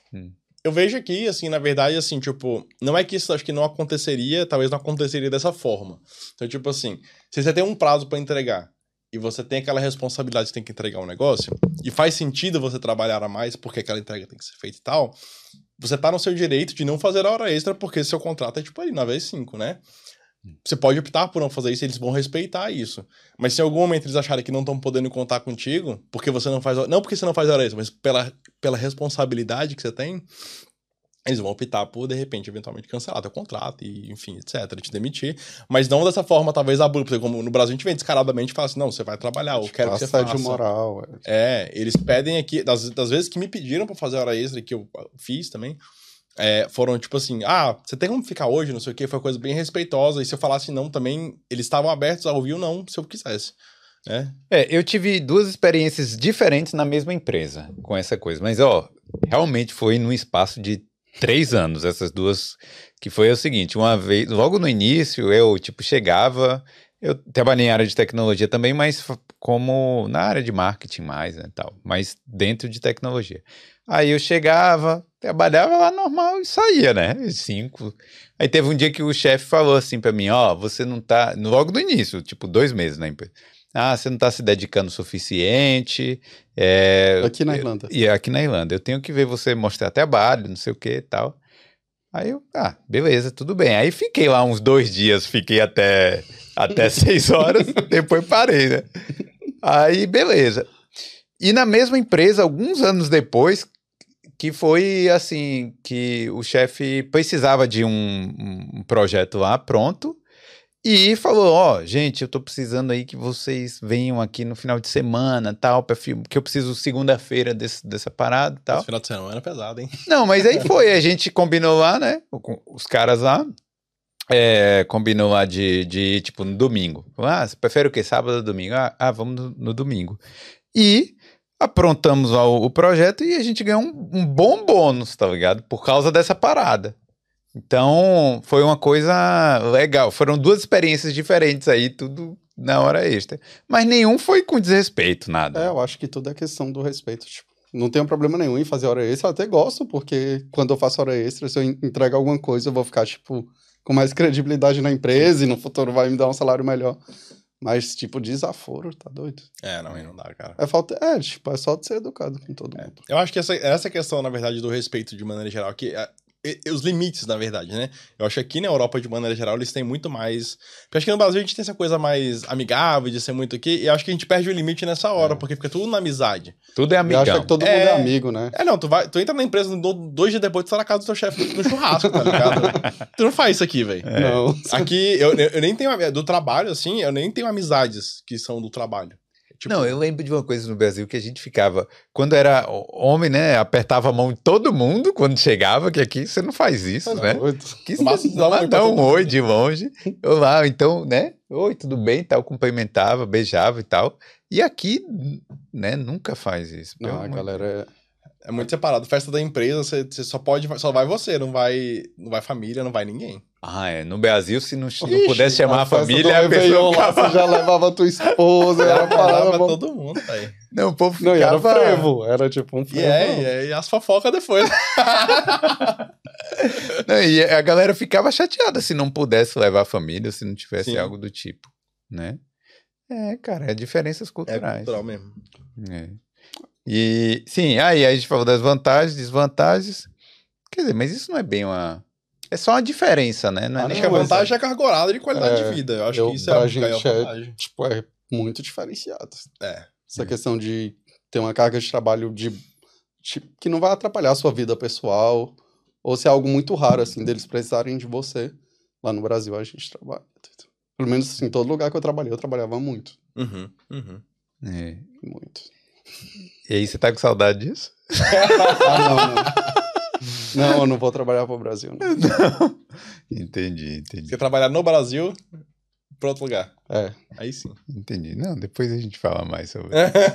Eu vejo aqui, assim, na verdade, assim, tipo, não é que isso acho que não aconteceria, talvez não aconteceria dessa forma. Então, tipo assim, se você tem um prazo pra entregar e você tem aquela responsabilidade de ter que entregar um negócio, e faz sentido você trabalhar a mais porque aquela entrega tem que ser feita e tal, você tá no seu direito de não fazer a hora extra porque seu contrato é, tipo, ali, na vez cinco, né? Você pode optar por não fazer isso, eles vão respeitar isso. Mas se em algum momento eles acharem que não estão podendo contar contigo, porque você não faz... Não porque você não faz hora extra, mas pela, pela responsabilidade que você tem, eles vão optar por, de repente, eventualmente cancelar teu contrato e, enfim, etcétera, te demitir. Mas não dessa forma, talvez, abrupta. Como no Brasil a gente vem descaradamente e fala assim, não, você vai trabalhar, eu quero que você faça. Assédio moral. É, eles pedem aqui... Das, das vezes que me pediram pra fazer hora extra, que eu fiz também... É, foram tipo assim, ah, você tem como ficar hoje, não sei o que, foi uma coisa bem respeitosa, e se eu falasse não também, eles estavam abertos a ouvir o não, se eu quisesse, né? É, eu tive duas experiências diferentes na mesma empresa com essa coisa, mas ó, realmente foi num espaço de três anos, essas duas, que foi o seguinte, uma vez, logo no início, eu tipo chegava, eu trabalhei em área de tecnologia também, mas como na área de marketing mais, né, tal, mas dentro de tecnologia. Aí eu chegava, trabalhava lá normal e saía, né? Cinco. Aí teve um dia que o chefe falou assim pra mim, ó, você não tá... Logo no início, tipo, dois meses na empresa. Ah, você não tá se dedicando o suficiente. É... Aqui na Irlanda. E aqui na Irlanda. Eu tenho que ver você mostrar trabalho, não sei o que e tal. Aí eu, ah, beleza, tudo bem. Aí fiquei lá uns dois dias, fiquei até, até seis horas, depois parei, né? Aí, beleza. E na mesma empresa, alguns anos depois, que foi assim, que o chefe precisava de um, um projeto lá pronto e falou, ó, oh, gente, eu tô precisando aí que vocês venham aqui no final de semana, tal, pra filme, que eu preciso segunda-feira desse, dessa parada e tal. Esse final de semana era pesado, hein? Não, mas aí foi, a gente combinou lá, né, com os caras lá, é, combinou lá de, de ir, tipo, no domingo. Ah, você prefere o quê? Sábado ou domingo? Ah, ah vamos no, no domingo. E aprontamos o, o projeto e a gente ganhou um, um bom bônus, tá ligado? Por causa dessa parada. Então, foi uma coisa legal. Foram duas experiências diferentes aí, tudo na hora extra. Mas nenhum foi com desrespeito, nada. É, eu acho que tudo é questão do respeito, tipo. Não tenho problema nenhum em fazer hora extra, eu até gosto, porque quando eu faço hora extra, se eu entrego alguma coisa, eu vou ficar, tipo, com mais credibilidade na empresa e no futuro vai me dar um salário melhor. Mas, tipo, desaforo, tá doido? É, não, aí não dá, cara. É falta, é, tipo, é só de ser educado com todo É. mundo. Eu acho que essa, essa questão, na verdade, do respeito de maneira geral, que é, e, e os limites, na verdade, né? Eu acho que aqui na Europa, de maneira geral, eles têm muito mais... Porque acho que no Brasil a gente tem essa coisa mais amigável, de ser muito aqui, e acho que a gente perde o limite nessa hora, é. porque fica tudo na amizade. Tudo é amigão. Eu acho que todo é... mundo é amigo, né? É, não, tu, vai, tu entra na empresa dois dias depois, tu tá na casa do teu chefe no churrasco, tá ligado? Tu não faz isso aqui, velho. É. Não. Aqui, eu, eu nem tenho... Do trabalho, assim, eu nem tenho amizades que são do trabalho. Tipo... Não, eu lembro de uma coisa no Brasil que a gente ficava, quando era homem, né, apertava a mão de todo mundo quando chegava, que aqui você não faz isso, Não, né? não, Que você dá, dá um oi de longe, olá, então, né, oi, tudo bem, tal, cumprimentava, beijava e tal, e aqui, né, nunca faz isso. Não, a galera É muito separado. Festa da empresa, você, você só pode, só vai você, não vai, não vai família, não vai ninguém. Ah, é. No Brasil, se não, Ixi, não pudesse chamar a família, a Réveillon pessoa lá, ficava... você já levava tua esposa, Já era parada, parava bom. todo mundo, velho. Não, o povo Não, e era ficava... frevo, era tipo um E frevo. é, e é, e as fofocas depois. Não, e a galera ficava chateada se não pudesse levar a família, se não tivesse Sim. algo do tipo, né? É, cara, é diferenças É culturais. cultural mesmo. É. E, sim, aí a gente falou das vantagens, desvantagens. Quer dizer, mas isso não é bem uma... É só uma diferença, né? Não é Ah, nem Acho que a mas vantagem é a carga horária de qualidade É, de vida. Eu acho eu- que isso é pra a, gente é a é- vantagem. Tipo, é muito diferenciado. É. Essa questão de ter uma carga de trabalho de, tipo, que não vai atrapalhar a sua vida pessoal, ou se é algo muito raro, assim, deles precisarem de você. Lá no Brasil a gente trabalha. Pelo menos, assim, todo lugar que eu trabalhei, eu trabalhava muito. Uhum, uhum. É. Muito. E aí, você tá com saudade disso? Ah, não, não. Não, eu não vou trabalhar pro Brasil, não. Entendi, entendi. Você trabalhar no Brasil, pra outro lugar. É. Aí sim. Entendi. Não, depois a gente fala mais sobre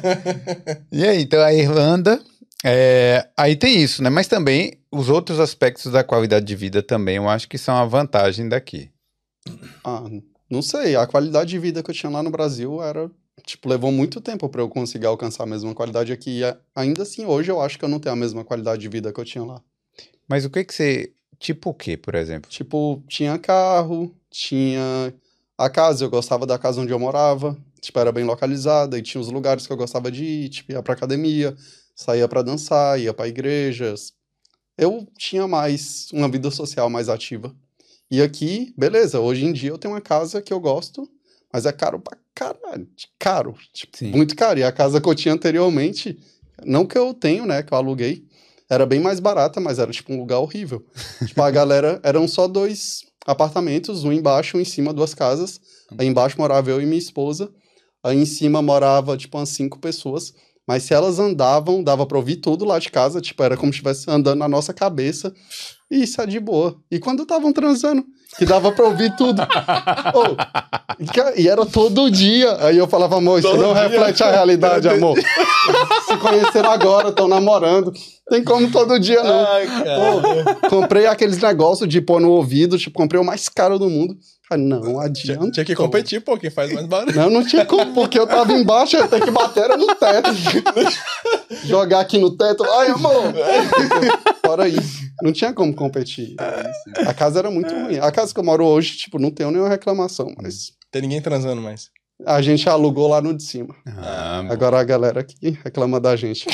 E aí, então a Irlanda, é, aí tem isso, né? Mas também os outros aspectos da qualidade de vida também eu acho que são a vantagem daqui. Ah, não sei. A qualidade de vida que eu tinha lá no Brasil era... Tipo, levou muito tempo pra eu conseguir alcançar a mesma qualidade aqui. E ainda assim, hoje eu acho que eu não tenho a mesma qualidade de vida que eu tinha lá. Mas o que que você... Tipo o quê, por exemplo? Tipo, tinha carro, tinha a casa, eu gostava da casa onde eu morava, tipo, era bem localizada, e tinha os lugares que eu gostava de ir, tipo, ia pra academia, saía pra dançar, ia pra igrejas. Eu tinha mais, uma vida social mais ativa. E aqui, beleza, hoje em dia eu tenho uma casa que eu gosto, mas é caro pra caralho, caro, tipo, Sim. muito caro. E a casa que eu tinha anteriormente, não que eu tenho, né, que eu aluguei, era bem mais barata, mas era tipo um lugar horrível. Tipo, a galera, eram só dois apartamentos, um embaixo, um em cima, duas casas. Aí embaixo morava eu e minha esposa. Aí em cima morava, tipo, umas cinco pessoas. Mas se elas andavam, dava pra ouvir tudo lá de casa. Tipo, era como se estivesse andando na nossa cabeça. E isso é de boa. E quando estavam transando, que dava pra ouvir tudo. Oh, e, e era todo dia. Aí eu falava, amor, isso Todo não dia. reflete a realidade, amor. Se conheceram agora, estão namorando. Tem como todo dia, não. Ai, cara. Pô, comprei aqueles negócios de pôr no ouvido, tipo, comprei o mais caro do mundo. Ah, não Tinha, adianta. tinha que competir, pô, quem faz mais barulho. Não, não tinha como, porque eu tava embaixo, eu ia ter que bater era no teto. Jogar aqui no teto. Ai, amor! Fora isso. Não tinha como competir. A casa era muito ruim. A casa que eu moro hoje, tipo, não tenho nenhuma reclamação, mas Tem ninguém transando mais. a gente alugou lá no de cima. Ah, Agora a galera aqui reclama da gente.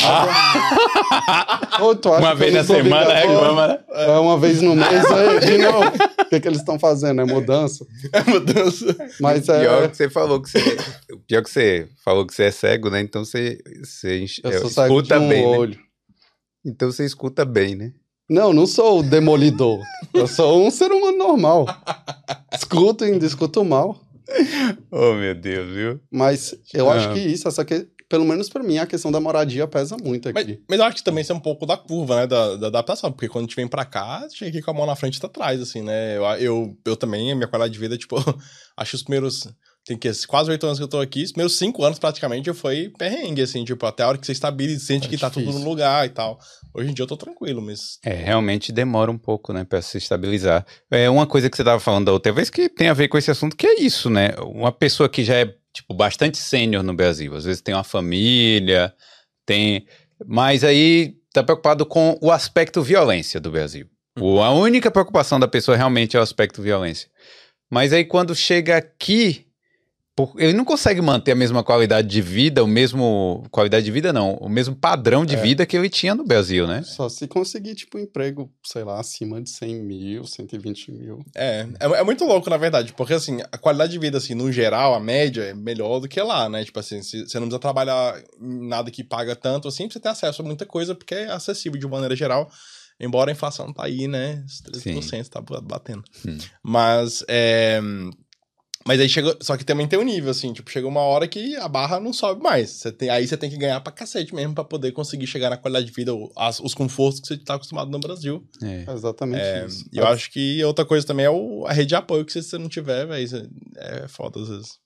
Ô, tu acha uma que vez eu na não sou semana obrigatório? reclama, né? É uma vez no mês aí, de novo. O que, que eles estão fazendo? É mudança. É mudança. Mas Pior é. que você falou que você... Pior que você falou que você é cego, né? Então você, você enx- Eu é, sou cego de escuta um bem, né? olho. Então você escuta bem, né? Não, não sou o demolidor. Eu sou um ser humano normal. Escuto e ainda escuto mal. Oh, meu Deus, viu? Mas eu Ah. acho que isso, essa que, pelo menos pra mim, a questão da moradia pesa muito Mas, aqui. mas eu acho que também isso é um pouco da curva, né? Da, da adaptação. Porque quando a gente vem pra cá, tinha que ir com a mão na frente e tá atrás, assim, né? Eu, eu, eu também, a minha qualidade de vida, tipo, acho que os primeiros. Tem que quase oito anos que eu tô aqui, os meus cinco anos praticamente eu fui perrengue, assim, tipo, até a hora que você estabiliza, sente É que tá tudo difícil. no lugar e tal. Hoje em dia eu tô tranquilo, mas. É, realmente demora um pouco, né, pra se estabilizar. É uma coisa que você tava falando da outra vez que tem a ver com esse assunto, que é isso, né? Uma pessoa que já é, tipo, bastante sênior no Brasil, às vezes tem uma família, tem... Mas aí tá preocupado com o aspecto violência do Brasil. O- a única preocupação da pessoa realmente é o aspecto violência. Mas aí quando chega aqui... Por- ele não consegue manter a mesma qualidade de vida, o mesmo... Qualidade de vida não, o mesmo padrão de É. vida que ele tinha no Brasil, né? Só se conseguir, tipo, um emprego, sei lá, acima de cem mil, cento e vinte mil. É, é, é muito louco, na verdade, porque, assim, a qualidade de vida, assim, no geral, a média é melhor do que lá, né? Tipo assim, se, você não precisa trabalhar em nada que paga tanto, assim, você tem acesso a muita coisa, porque é acessível de maneira geral, embora a inflação tá aí, né? Os treze por cento tá batendo. Hum. Mas, é... Mas aí chegou. Só que também tem um nível, assim, tipo, chega uma hora que a barra não sobe mais. Você tem, aí você tem que ganhar pra cacete mesmo pra poder conseguir chegar na qualidade de vida, o- as- os confortos que você tá acostumado no Brasil. É. É exatamente É, isso. e eu acho que outra coisa também é o, a rede de apoio, que se você não tiver, velho, é foda às vezes.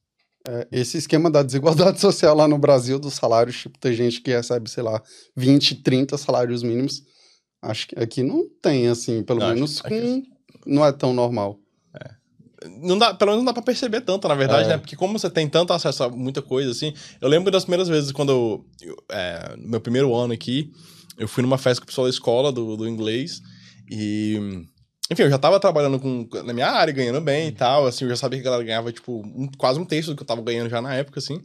É, esse esquema da desigualdade social lá no Brasil, dos salários, tipo, tem gente que recebe, sei lá, vinte, trinta salários mínimos. Acho que aqui não tem, assim, pelo Não, menos acho- com... acho não é tão normal. Não dá, pelo menos não dá pra perceber tanto, na verdade, É. né? Porque como você tem tanto acesso a muita coisa, assim... Eu lembro das primeiras vezes quando eu... eu, é, no meu primeiro ano aqui, eu fui numa festa com o pessoal da escola, do, do inglês, e... Enfim, eu já tava trabalhando com, na minha área, ganhando bem e tal, assim, eu já sabia que a galera ganhava, tipo, um, quase um terço do que eu tava ganhando já na época, assim.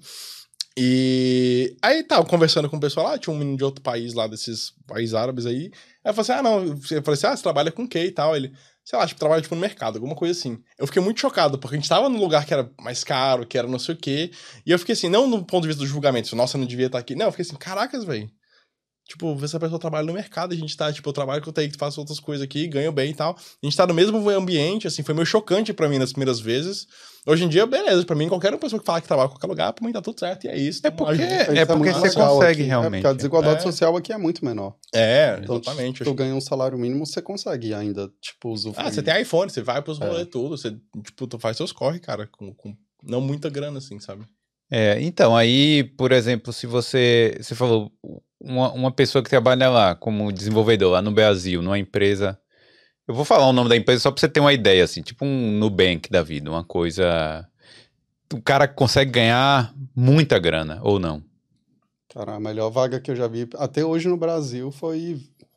E aí tava conversando com o pessoal lá, tinha um menino de outro país lá, desses países árabes aí. Aí eu falei assim, ah, não, eu falei assim, ah, você trabalha com o quê e tal? Ele, sei lá, tipo, trabalha tipo no mercado, alguma coisa assim. Eu fiquei muito chocado, porque a gente tava num lugar que era mais caro, que era não sei o quê, e eu fiquei assim, não no ponto de vista do julgamento, nossa, eu não devia estar aqui. Não, eu fiquei assim, caracas, velho. Tipo, essa pessoa trabalha no mercado, a gente tá, tipo, eu trabalho com o T I, faço outras coisas aqui, ganho bem e tal. A gente tá no mesmo ambiente, assim, foi meio chocante pra mim nas primeiras vezes. Hoje em dia, beleza, pra mim, qualquer pessoa que fala que trabalha em qualquer lugar, pra mim tá tudo certo, e é isso. É tamo lá porque, junto. é Isso porque muito você legal consegue aqui. realmente. É porque a desigualdade É. social aqui é muito menor. É, Então, exatamente. se tu ganha um salário mínimo, você consegue ainda, tipo, usufruir. Ah, você tem iPhone, você vai pros É. rolês tudo, você, tipo, tu faz seus corre, cara, com, com não muita grana, assim, sabe? É, então, aí, por exemplo, se você, você falou, uma, uma pessoa que trabalha lá como desenvolvedor, lá no Brasil, numa empresa, eu vou falar o nome da empresa só pra você ter uma ideia, assim, tipo um Nubank da vida, uma coisa, o cara consegue ganhar muita grana, ou não? Cara, a melhor vaga que eu já vi até hoje no Brasil foi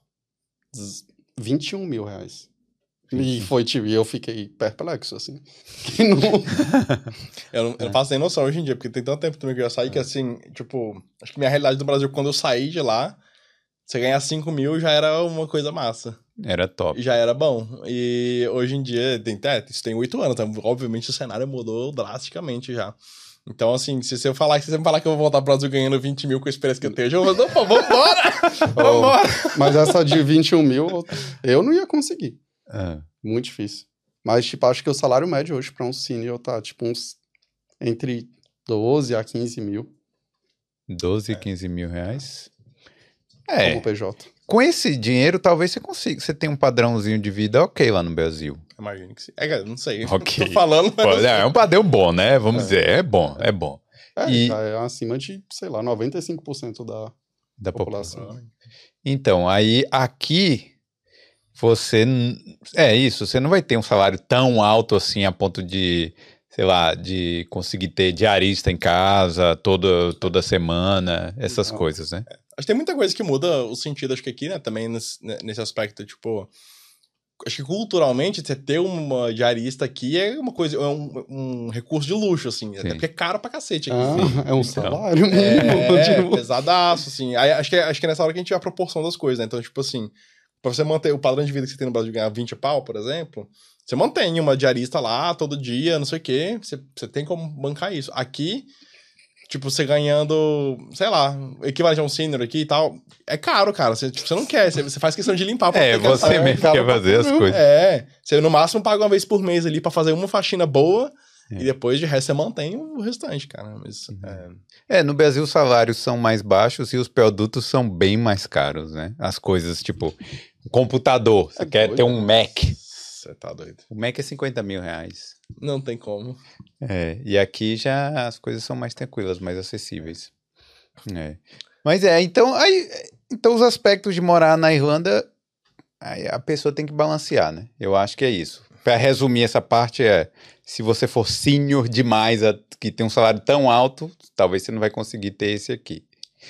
z- vinte e um mil reais. E foi, tipo, e eu fiquei perplexo, assim. Que não... Eu não, eu não faço nem noção hoje em dia, porque tem tanto tempo também que eu já saí que, assim, tipo, acho que minha realidade do Brasil, quando eu saí de lá, você ganhar cinco mil já era uma coisa massa. Era top. Já era bom. E hoje em dia, tem, é, isso tem oito anos, então, obviamente o cenário mudou drasticamente já. Então, assim, se você falar, se você me falar que eu vou voltar pro Brasil ganhando vinte mil com a experiência que eu tenho, eu vou falar, pô, vambora! Vambora! Mas essa de vinte e um mil, eu não ia conseguir. Ah, Muito difícil. Mas, tipo, acho que o salário médio hoje pra um senior tá, tipo, uns entre doze a quinze mil doze, quinze mil reais. como É, P J. com esse dinheiro talvez você consiga, você tem um padrãozinho de vida ok lá no Brasil. Imagino que sim. É, cara, não sei. Ok. Tô falando, mas Pô, não sei. é um padrão bom, né? Vamos dizer, é bom, é bom. É, E- já é acima de, sei lá, noventa e cinco por cento da Da população. população. Então, aí aqui você n- é isso, você não vai ter um salário tão alto assim a ponto de, sei lá, de conseguir ter diarista em casa toda toda semana, essas Não. coisas, né? Acho que tem muita coisa que muda o sentido, acho que aqui, né, também nesse, nesse aspecto, tipo... Acho que culturalmente, você ter uma diarista aqui é uma coisa, é um, um recurso de luxo, assim. Sim. Até porque é caro pra cacete aqui. Ah, é um Então, salário mínimo. É, tipo, pesadaço, assim. Aí, acho, que, é- acho que é nessa hora que a gente vê a proporção das coisas, né? Então, tipo assim, pra você manter o padrão de vida que você tem no Brasil de ganhar vinte pau, por exemplo, você mantém uma diarista lá todo dia, não sei o quê, você, você tem como bancar isso. Aqui, tipo, você ganhando, sei lá, equivalente a um sênior aqui e tal, é caro, cara. Você, tipo, você não quer, você, você faz questão de limpar. pra É, poder gastar. você mesmo cara quer pra fazer as caramba. coisas. É, você no máximo paga uma vez por mês ali pra fazer uma faxina boa É. e depois de resto você mantém o restante, cara. Mas, é, É, no Brasil os salários são mais baixos e os produtos são bem mais caros, né? As coisas, tipo, um computador, você É quer doido, ter um Mac. você tá doido. O Mac é cinquenta mil reais. Não tem como. É, e aqui já as coisas são mais tranquilas, mais acessíveis. É. Mas é, então, aí, então os aspectos de morar na Irlanda, aí a pessoa tem que balancear, né? Eu acho que é isso. Para resumir essa parte é, se você for senior demais, a- que tem um salário tão alto, talvez você não vai conseguir ter esse aqui.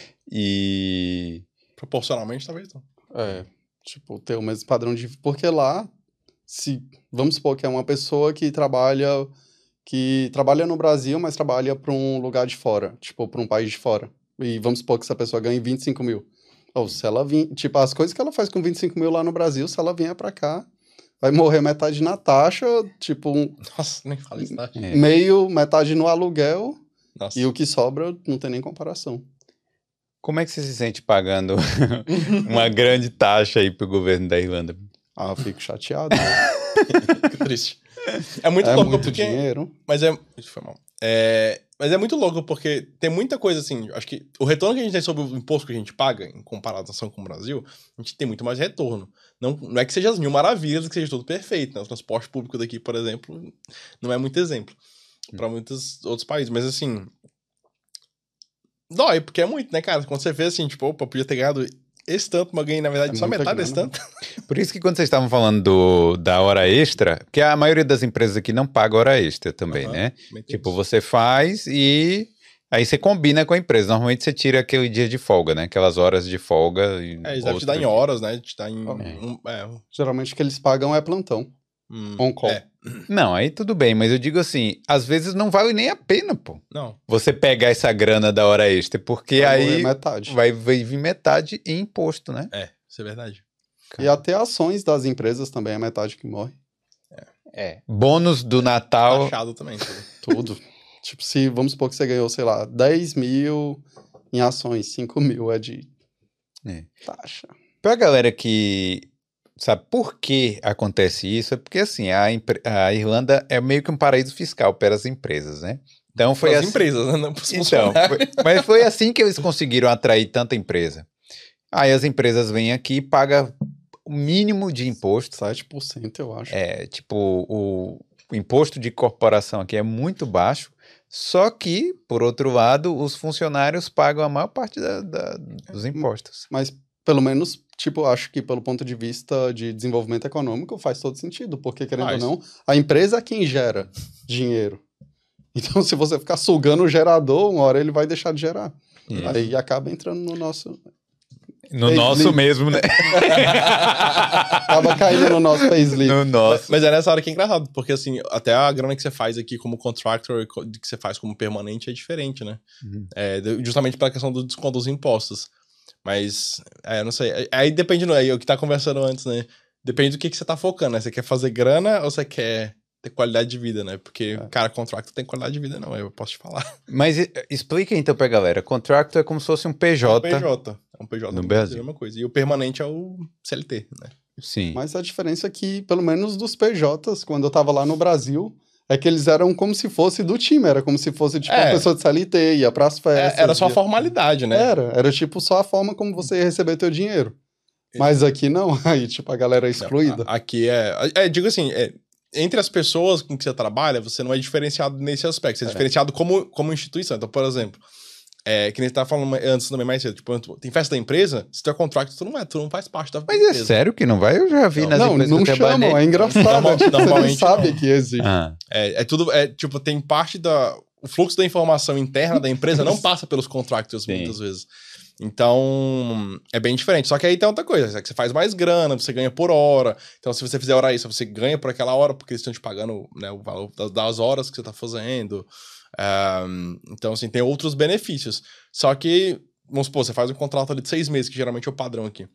E Proporcionalmente, talvez não. É, tipo, ter o mesmo padrão de... Porque lá, se... Vamos supor que é uma pessoa que trabalha... Que trabalha no Brasil, mas trabalha para um lugar de fora. Tipo, para um país de fora. E vamos supor que essa pessoa ganhe vinte e cinco mil. Ou se ela vir... Tipo, as coisas que ela faz com vinte e cinco mil lá no Brasil, se ela vier para cá, vai morrer metade na taxa, tipo, um Nossa, nem fala isso, tá? É. meio, metade no aluguel, Nossa. e o que sobra não tem nem comparação. como é que você se sente pagando uma grande taxa aí pro governo da Irlanda? Ah, eu fico chateado. Que triste. É muito é louco muito porque... dinheiro. Mas é... Isso foi mal. É... Mas é muito louco porque tem muita coisa assim... Acho que o retorno que a gente tem sobre o imposto que a gente paga, em comparação com o Brasil, a gente tem muito mais retorno. Não, não é que seja as mil maravilhas, que seja tudo perfeito, né? O transporte público daqui, por exemplo, não é muito exemplo. pra muitos outros países. Mas assim, dói, porque é muito, né, cara? Quando você vê assim, tipo, opa, podia ter ganhado esse tanto, mas ganhei, na verdade, É só muita metade desse grana. tanto. Por isso que quando vocês estavam falando do, da hora extra, porque a maioria das empresas aqui não paga hora extra também, Aham, né? também tem Tipo, isso. você faz e aí você combina com a empresa. Normalmente você tira aquele dia de folga, né? Aquelas horas de folga. E É, eles devem te dar em outro dia. horas, né? Te dar em. É. Um, é, Geralmente o que eles pagam é plantão. hum, On call. é, Não, aí tudo bem, mas eu digo assim, às vezes não vale nem a pena, pô. não. Você pegar essa grana da hora extra, porque Vai aí morrer metade. vai, vai vir metade em imposto, né? É, isso é verdade. E até ações das empresas também é metade que morre. É. Bônus do Natal. Taxado também. Tudo. Tudo. Tipo, se vamos supor que você ganhou, sei lá, dez mil em ações, cinco mil é de É. taxa. Pra galera que sabe por que acontece isso, é porque assim, a, impre- a Irlanda é meio que um paraíso fiscal para as empresas, né? Então foi Para as assim. empresas, né? Não para os Então, funcionários. foi- mas foi assim que eles conseguiram atrair tanta empresa. Aí as empresas vêm aqui e pagam o mínimo de imposto. sete por cento, eu acho. É, tipo, o, o imposto de corporação aqui é muito baixo, só que, por outro lado, os funcionários pagam a maior parte da- da- dos impostos. Mas, pelo menos, tipo, eu acho que pelo ponto de vista de desenvolvimento econômico faz todo sentido. Porque, querendo Faz. ou não, a empresa é quem gera dinheiro. Então, se você ficar sugando o gerador, uma hora ele vai deixar de gerar. Isso. Aí acaba entrando no nosso... No Payslip. nosso mesmo, né? Acaba caindo no nosso payslip. No nosso. Mas é nessa hora que é engraçado, porque assim, até a grana que você faz aqui como contractor e co- que você faz como permanente é diferente, né? Uhum. É, de- justamente pela questão do desconto dos impostos. Mas, é, não sei. Aí- Aí depende, não é? O que tá conversando antes, né? Depende do que, que você tá focando, né? Você quer fazer grana ou você quer ter qualidade de vida, né? Porque, É. cara, contractor tem qualidade de vida, não, eu posso te falar. Mas e- explica então pra galera. Contractor é como se fosse um P J. É um P J. É um P J No no Brasil. Brasil, é a mesma coisa. E o permanente é o C L T, né? Sim. Mas a diferença é que, pelo menos dos P Js, quando eu tava lá no Brasil, é que eles eram como se fosse do time. Era como se fosse, tipo, É. uma pessoa de C L T, ia pras É, festas. era só a ia... formalidade, né? Era, era tipo só a forma como você ia receber teu dinheiro. Mas aqui não, aí tipo a galera é excluída. Não, a- aqui é, é. Digo assim, é, entre as pessoas com que você trabalha, você não é diferenciado nesse aspecto. Você é, É. diferenciado como, como instituição. Então, por exemplo, é, que nem você tava falando antes também mais cedo. Tipo, tem festa da empresa, se tu é contrato, tu não é, tu não faz parte da Mas é empresa. sério que não vai? Eu já vi Não. nas Não, empresas não que eu trabalhei. chamam, é engraçado. Normal- é, tipo, você nem normalmente sabe não. que existe. Ah, É, é tudo, é tipo, tem parte da... O fluxo da informação interna da empresa não passa pelos contractors Sim. muitas vezes. Então, é bem diferente. Só que aí tem outra coisa, é que você faz mais grana, você ganha por hora. Então, se você fizer hora extra, você ganha por aquela hora, porque eles estão te pagando, né, o valor das- das horas que você tá fazendo. Ah, então, assim, tem outros benefícios. Só que, vamos supor, você faz um contrato ali de seis meses, que geralmente é o padrão aqui.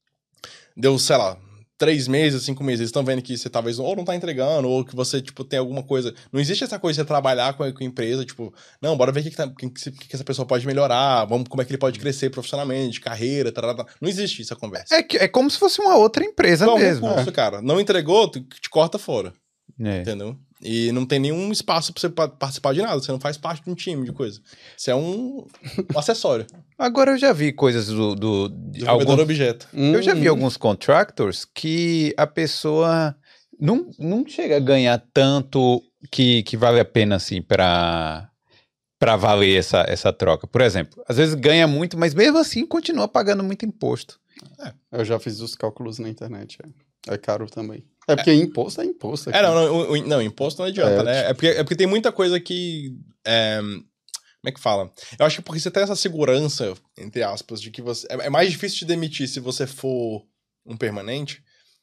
Deu, sei lá, três meses, cinco meses, eles estão vendo que você talvez ou não tá entregando, ou que você, tipo, tem alguma coisa... Não existe essa coisa de você trabalhar com a, com a empresa, tipo, não, bora ver o que, que, tá, que, que, que essa pessoa pode melhorar, vamos, como é que ele pode crescer profissionalmente, carreira, tarará. Não existe essa conversa. é, que- é como se fosse uma outra empresa Não, mesmo. recurso, cara. Não entregou, tu te corta fora, É. entendeu? E não tem nenhum espaço pra você pa- participar de nada, você não faz parte de um time de coisa. Você é um, um acessório, Agora eu já vi coisas do. do de desenvolvedor alguns- objeto. Eu já vi Hum, alguns contractors que a pessoa não, não chega a ganhar tanto que, que vale a pena, assim, para para valer essa, essa troca. Por exemplo, às vezes ganha muito, mas mesmo assim continua pagando muito imposto. Eu já fiz os cálculos na internet. É, é caro também. É porque imposto é imposto. Aqui. É, não, não, o- o- não, imposto não adianta, É, né? tipo- É porque, é porque tem muita coisa que. é, como é que fala? Eu acho que porque você tem essa segurança, entre aspas, de que você. É, é mais difícil de demitir se você for um permanente.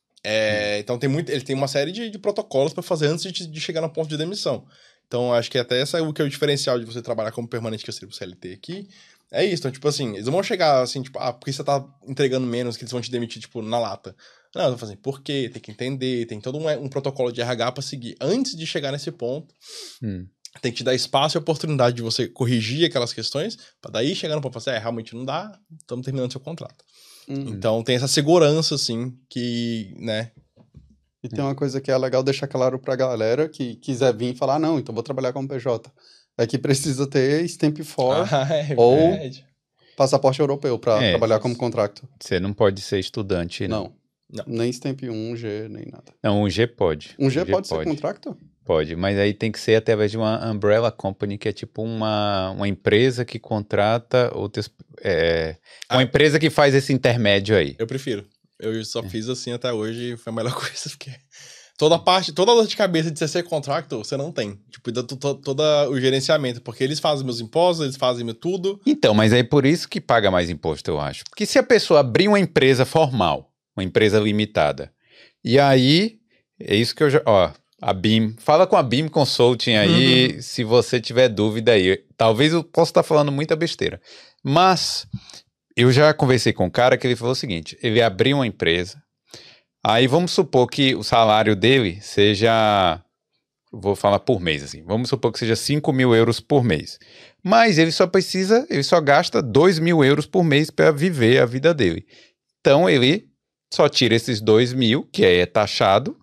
É, então tem muito. Ele tem uma série de, de protocolos pra fazer antes de, de chegar no ponto de demissão. Então acho que até essa é o que é o diferencial de você trabalhar como permanente, que seria o C L T aqui. É isso, então, tipo assim, eles não vão chegar assim, tipo, ah, porque você tá entregando menos que eles vão te demitir, tipo, na lata. Não, eles vão fazer por quê? Tem que entender, tem todo um, um protocolo de R H pra seguir. Antes de chegar nesse ponto, Hum. tem que te dar espaço e oportunidade de você corrigir aquelas questões, pra daí chegar no ponto e falar assim, é, realmente não dá, estamos terminando seu contrato. Hum. Então tem essa segurança, assim, que, né, E tem uma coisa que é legal deixar claro pra galera que quiser vir e falar, ah, não, então vou trabalhar como P J. É que precisa ter Stamp quatro, ah, é ou- verdade. passaporte europeu pra É. trabalhar como contractor. Você não pode ser estudante, não. Não. Não. Nem Stamp um, G, nem nada. Não, um G pode. Um G, pode, ser contractor? Pode, mas aí tem que ser através de uma umbrella company, que é tipo uma, uma empresa que contrata outras... É, uma Ah. empresa que faz esse intermédio aí. Eu prefiro. Eu só fiz assim até hoje e foi a melhor coisa, porque toda a parte, toda a dor de cabeça de você ser contractor, você não tem. Tipo, todo, todo, todo o gerenciamento, porque eles fazem meus impostos, eles fazem meu tudo. Então, mas é por isso que paga mais imposto, eu acho. Porque se a pessoa abrir uma empresa formal, uma empresa limitada, e aí, é isso que eu já... Ó, a B I M, fala com a B I M Consulting aí, uhum. Se você tiver dúvida aí. Talvez eu possa estar falando muita besteira. Mas eu já conversei com um cara que ele falou o seguinte, ele abriu uma empresa, aí vamos supor que o salário dele seja, vou falar por mês assim, vamos supor que seja cinco mil euros por mês. Mas ele só precisa, ele só gasta dois mil euros por mês para viver a vida dele. Então ele só tira esses dois mil, que é taxado,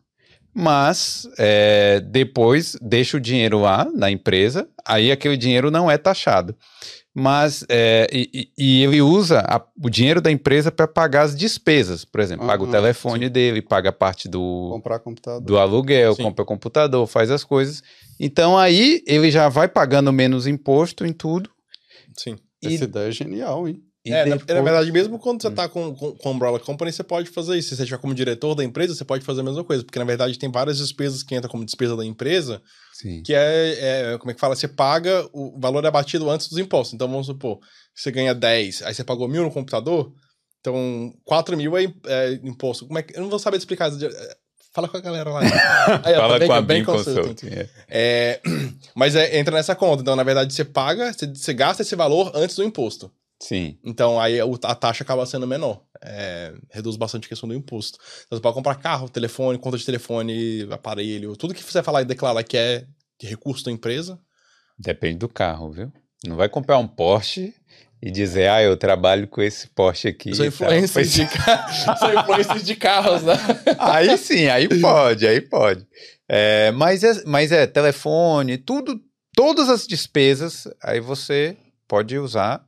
mas é, depois deixa o dinheiro lá na empresa, aí aquele dinheiro não é taxado. Mas é, e, e ele usa a, o dinheiro da empresa para pagar as despesas, por exemplo, paga uhum, o telefone sim. dele, paga a parte do, comprar computador. do aluguel, sim. compra computador, faz as coisas. Então aí ele já vai pagando menos imposto em tudo. Sim. E... Essa ideia é genial, hein? É, depois... na, na verdade, mesmo quando você tá com, com, com Umbrella Company, você pode fazer isso. Se você estiver como diretor da empresa, você pode fazer a mesma coisa. Porque, na verdade, tem várias despesas que entram como despesa da empresa, sim. que é, é, como é que fala? Você paga, o valor é abatido antes dos impostos. Então, vamos supor, você ganha dez, aí você pagou mil no computador, então quatro mil é, é imposto. Como é que... Eu não vou saber explicar. Fala com a galera lá. Aí, Fala bem, com a bem B I M Consulting. É. É, mas é, entra nessa conta. Então, na verdade, você paga, você, você gasta esse valor antes do imposto. Sim. Então, aí a taxa acaba sendo menor. É, reduz bastante a questão do imposto. Então, você pode comprar carro, telefone, conta de telefone, aparelho, tudo que você falar e declarar que é de recurso da empresa. Depende do carro, viu? Não vai comprar um Porsche e dizer, ah, eu trabalho com esse Porsche aqui. Sou influencer de, ca... Sou influencer de carros, né? Aí sim, aí pode, aí pode. É, mas, é, mas é telefone, tudo, todas as despesas, aí você pode usar.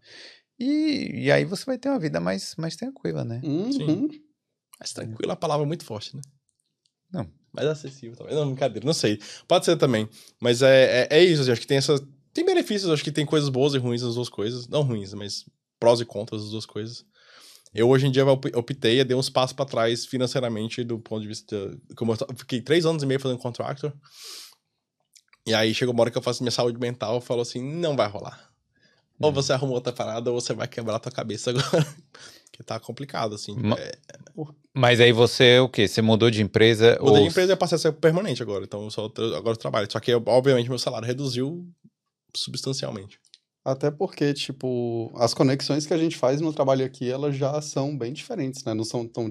E, e aí você vai ter uma vida mais, mais tranquila, né? Uhum. Sim. Mas tranquila é uma palavra muito forte, né? Não. Mais acessível também. Não, brincadeira, não sei. Pode ser também. Mas é, é, é isso, assim, acho que tem essa... Tem benefícios, acho que tem coisas boas e ruins das duas coisas. Não ruins, mas prós e contras das duas coisas. Eu, hoje em dia, optei e dei uns passos pra trás financeiramente do ponto de vista... Como eu fiquei três anos e meio fazendo contractor. E aí chegou uma hora que eu faço minha saúde mental e falo assim, não vai rolar. Ou você arruma outra parada, ou você vai quebrar a tua cabeça agora. Porque tá complicado, assim. Ma é... Mas aí você, o quê? Você mudou de empresa? Mudei ou... de empresa e passei a ser permanente agora. Então, eu só, agora eu trabalho. Só que, obviamente, meu salário reduziu substancialmente. Até porque, tipo, as conexões que a gente faz no trabalho aqui, elas já são bem diferentes, né? Não são tão...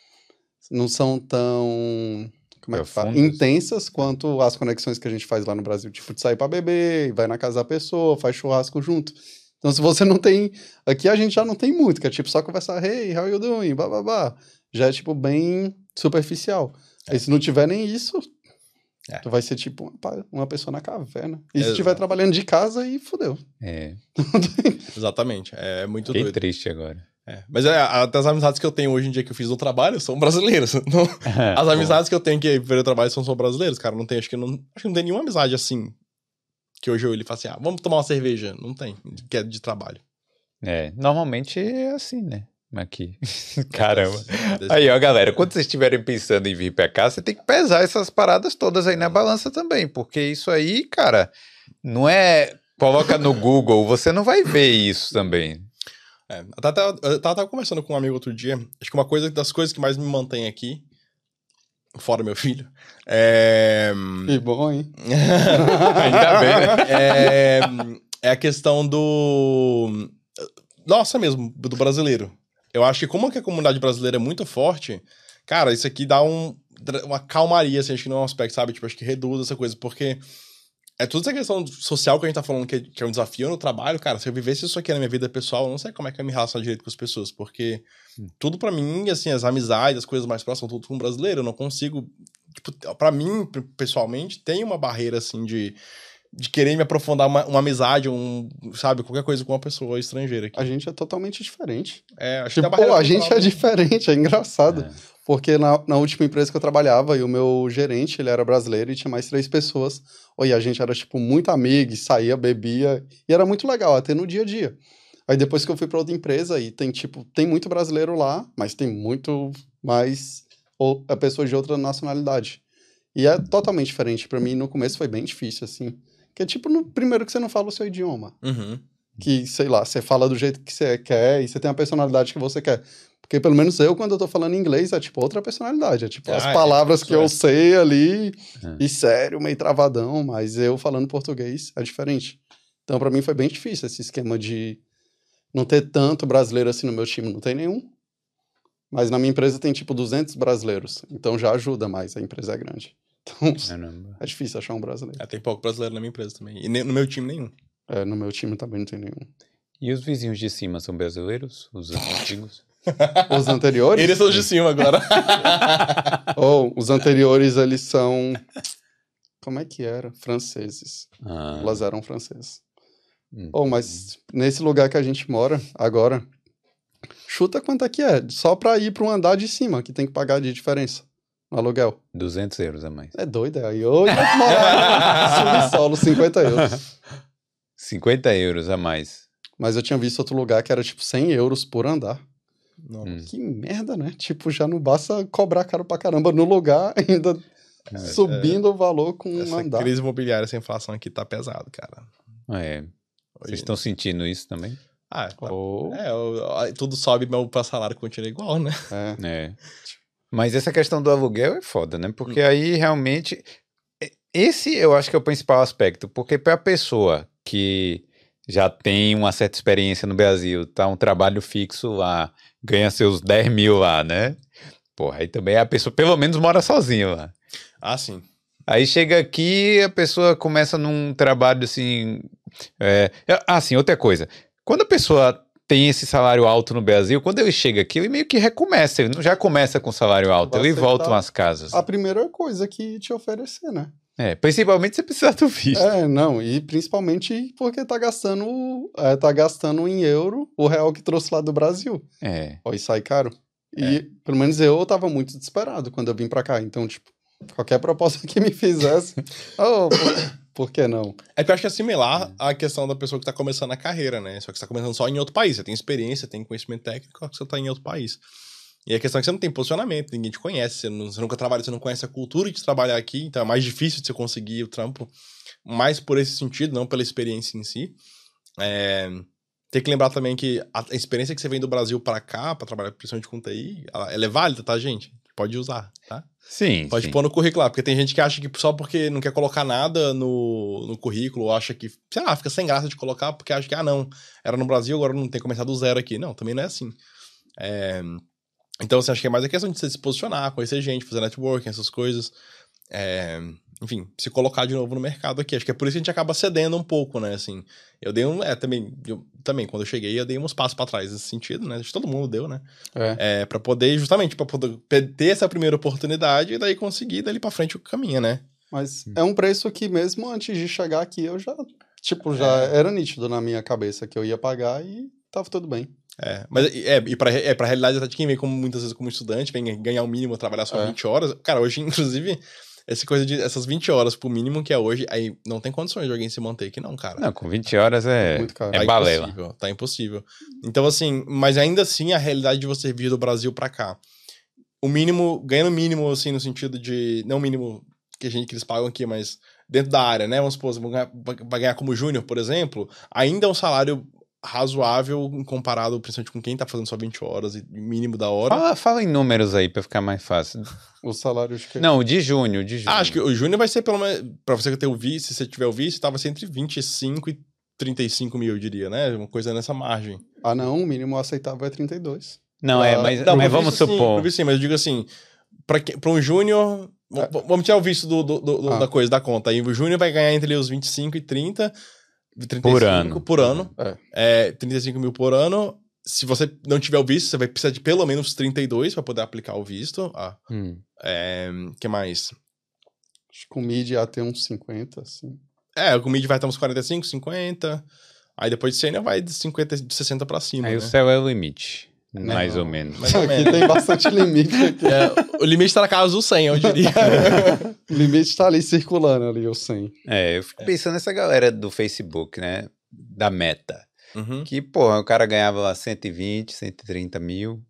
Não são tão... Como é que fala? Intensas quanto as conexões que a gente faz lá no Brasil. Tipo, de sair pra beber, vai na casa da pessoa, faz churrasco junto. Então, se você não tem... Aqui a gente já não tem muito, que é tipo só conversar, hey, how you doing? Bah, bah, bah. Já é, tipo, bem superficial. É. E se não tiver nem isso, é. tu vai ser, tipo, uma, uma pessoa na caverna. E Exato. Se estiver trabalhando de casa, aí fodeu. É. Exatamente. É muito Fiquei doido. triste agora. É. Mas é, até as amizades que eu tenho hoje em dia que eu fiz no trabalho são brasileiras. Não, as amizades que eu tenho que ver no trabalho são só brasileiras, cara. Não tem, acho que não, acho que não tem nenhuma amizade assim... Que hoje eu ele fala assim, ah, vamos tomar uma cerveja. Não tem, que é de trabalho. É, normalmente é assim, né? Aqui. Caramba. Aí, ó, galera, quando vocês estiverem pensando em vir pra cá, você tem que pesar essas paradas todas aí na balança também, porque isso aí, cara, não é... Coloca no Google, você não vai ver isso também. É, eu tava, eu tava conversando com um amigo outro dia, acho que uma coisa das coisas que mais me mantém aqui, fora meu filho, é... Que bom, hein? Ainda bem, né? É, é a questão do... Nossa mesmo, do brasileiro. Eu acho que como que a comunidade brasileira é muito forte, cara, isso aqui dá um, uma calmaria, assim, acho que não é um aspecto, sabe? Tipo, acho que reduz essa coisa, porque é toda essa questão social que a gente tá falando que é, que é um desafio no trabalho, cara, se eu vivesse isso aqui na minha vida pessoal, eu não sei como é que eu me relacionar direito com as pessoas, porque hum. tudo pra mim, assim, as amizades, as coisas mais próximas, tudo com brasileiro, eu não consigo... Tipo, pra mim, pessoalmente, tem uma barreira, assim, de... de querer me aprofundar uma, uma amizade, um, sabe, qualquer coisa com uma pessoa estrangeira aqui. A gente é totalmente diferente. É, acho Tipo, que tem pô, uma a gente é cultural, né? diferente, é engraçado. É. Porque na, na última empresa que eu trabalhava, e o meu gerente, ele era brasileiro e tinha mais três pessoas. Oi, a gente era, tipo, muito amigo, e saía, bebia, e era muito legal, até no dia a dia. Aí depois que eu fui pra outra empresa, e tem, tipo, tem muito brasileiro lá, mas tem muito mais ou, é, pessoas de outra nacionalidade. E é totalmente diferente. Pra mim, no começo foi bem difícil, assim. Porque, tipo, no, primeiro que você não fala o seu idioma. Uhum. Que, sei lá, você fala do jeito que você quer e você tem a personalidade que você quer. Porque, pelo menos eu, quando eu tô falando inglês, é, tipo, outra personalidade. É, tipo, Ah, as é, palavras isso que eu é. sei ali, É. e sério, meio travadão, mas eu falando português é diferente. Então, pra mim, foi bem difícil esse esquema de não ter tanto brasileiro assim no meu time. Não tem nenhum. Mas na minha empresa tem, tipo, duzentos brasileiros. Então já ajuda mais, a empresa é grande. Então, Caramba. é difícil achar um brasileiro. É, tem pouco brasileiro na minha empresa também. E ne- no meu time nenhum. É, no meu time também não tem nenhum. E os vizinhos de cima são brasileiros? Os antigos? Os anteriores? Eles são os de cima agora. Ou os anteriores, eles são... Como é que era? Franceses. Ah, Elas eram franceses. hum. Ou, mas nesse lugar que a gente mora agora, chuta quanto é que é. Só pra ir pra um andar de cima, que tem que pagar de diferença no aluguel. duzentos euros a mais. É doido, é. Aí eu ia morar no subsolo, cinquenta euros. cinquenta euros a mais. Mas eu tinha visto outro lugar que era tipo cem euros por andar. Não. Hum. Que merda, né? Tipo, já não basta cobrar caro pra caramba no lugar, ainda É, subindo o valor com um Essa andar. crise imobiliária, essa inflação aqui tá pesado, cara. É. Hoje- Vocês estão sentindo isso também? Ah, tá. Ou- É, o- tudo sobe, mas o salário continua igual, né? É. É. Mas essa questão do aluguel é foda, né? Porque Hum. aí realmente. e- Esse eu acho que é o principal aspecto. Porque para a pessoa que já tem uma certa experiência no Brasil, tá um trabalho fixo lá, ganha seus dez mil lá, né? Porra, aí também a pessoa pelo menos mora sozinha lá. Ah, sim. Aí chega aqui, a pessoa começa num trabalho assim. É... Ah, sim, outra coisa. Quando a pessoa tem esse salário alto no Brasil, quando ele chega aqui, ele meio que recomeça. Ele não já começa com salário alto, Vai ele aceitar volta umas casas. A primeira coisa que te oferecer, né? É, principalmente se precisar do visto. É, não, e principalmente porque tá gastando, é, tá gastando em euro o real que trouxe lá do Brasil. É. Ó, e sai caro. E pelo menos eu tava muito desesperado quando eu vim pra cá. Então, tipo, qualquer proposta que me fizesse, oh, por, por que não? É que eu acho que é similar à questão da pessoa que tá começando a carreira, né? Só que você tá começando só em outro país. Você tem experiência, tem conhecimento técnico, só que você tá em outro país. E a questão é que você não tem posicionamento, ninguém te conhece, você, não, você nunca trabalha, você não conhece a cultura de trabalhar aqui, então é mais difícil de você conseguir o trampo, mais por esse sentido, não pela experiência em si. É, tem que lembrar também que a experiência que você vem do Brasil pra cá, pra trabalhar principalmente com T I, ela, ela é válida, tá, gente? Pode usar, tá? Sim. Pode sim. pôr no currículo lá, porque tem gente que acha que só porque não quer colocar nada no, no currículo, ou acha que, sei lá, fica sem graça de colocar, porque acha que, ah, não, era no Brasil, agora não tem que começar do zero aqui. Não, também não é assim. É, então, assim, acho que é mais a questão de você se posicionar, conhecer gente, fazer networking, essas coisas. É, enfim, se colocar de novo no mercado aqui. Acho que é por isso que a gente acaba cedendo um pouco, né, assim. Eu dei um, é, também, eu, também, quando eu cheguei, eu dei uns passos pra trás nesse sentido, né, acho que todo mundo deu, né. É. É, pra poder, justamente, pra poder ter essa primeira oportunidade e daí conseguir, dali pra frente, o caminho, né. Mas é um preço que mesmo antes de chegar aqui, eu já, tipo, já É. era nítido na minha cabeça que eu ia pagar e tava tudo bem. É, mas é, e pra, é, pra realidade até de quem vem como, muitas vezes como estudante, vem ganhar o mínimo, trabalhar só É. vinte horas. Cara, hoje, inclusive, essa coisa de essas vinte horas pro mínimo que é hoje, aí não tem condições de alguém se manter aqui, não, cara. Não, com vinte horas é, Muito caro. é Tá balela. impossível, tá impossível. Então, assim, mas ainda assim, a realidade de você vir do Brasil pra cá, o mínimo, ganhando o mínimo, assim, no sentido de, não o mínimo que a gente, que eles pagam aqui, mas dentro da área, né, vamos supor, vai ganhar como júnior, por exemplo, ainda é um salário razoável comparado, principalmente com quem tá fazendo só vinte horas e mínimo da hora. Fala, fala em números aí pra ficar mais fácil. Os salários que... Não, de junho, de junho. Ah, acho que o júnior vai ser pelo menos, pra você ter o visto, se você tiver o visto, tava ser entre vinte e cinco e trinta e cinco mil, eu diria, né, uma coisa nessa margem. Ah, não, o mínimo aceitável é trinta e dois. Não, é, Ah, mas, Não, mas pro vamos visto, sim, supor. pro visto, sim, mas eu digo assim, pra, que, pra um júnior, É. v- vamos tirar o visto do, do- do- Ah. da coisa, da conta, aí o júnior vai ganhar entre os vinte e cinco e trinta, trinta e cinco Por ano. por ano, É. é, trinta e cinco mil por ano. Se você não tiver o visto, você vai precisar de pelo menos trinta e dois pra poder aplicar o visto. Ah, Hum. é, que mais? Acho que o mid ia ter uns cinquenta, assim. É, o mid vai estar uns quarenta e cinco, cinquenta. Aí depois de sênior vai de cinquenta, de sessenta pra cima. Aí né? o céu é o limite. Não, mais ou menos. Mais ou Aqui menos. tem bastante limite. Aqui. É, o limite tá na casa do cem, eu diria. O limite tá ali circulando ali, o cem. É, eu fico pensando nessa galera do Facebook, né? Da Meta. Uhum. Que, pô, o cara ganhava lá cento e vinte, cento e trinta mil.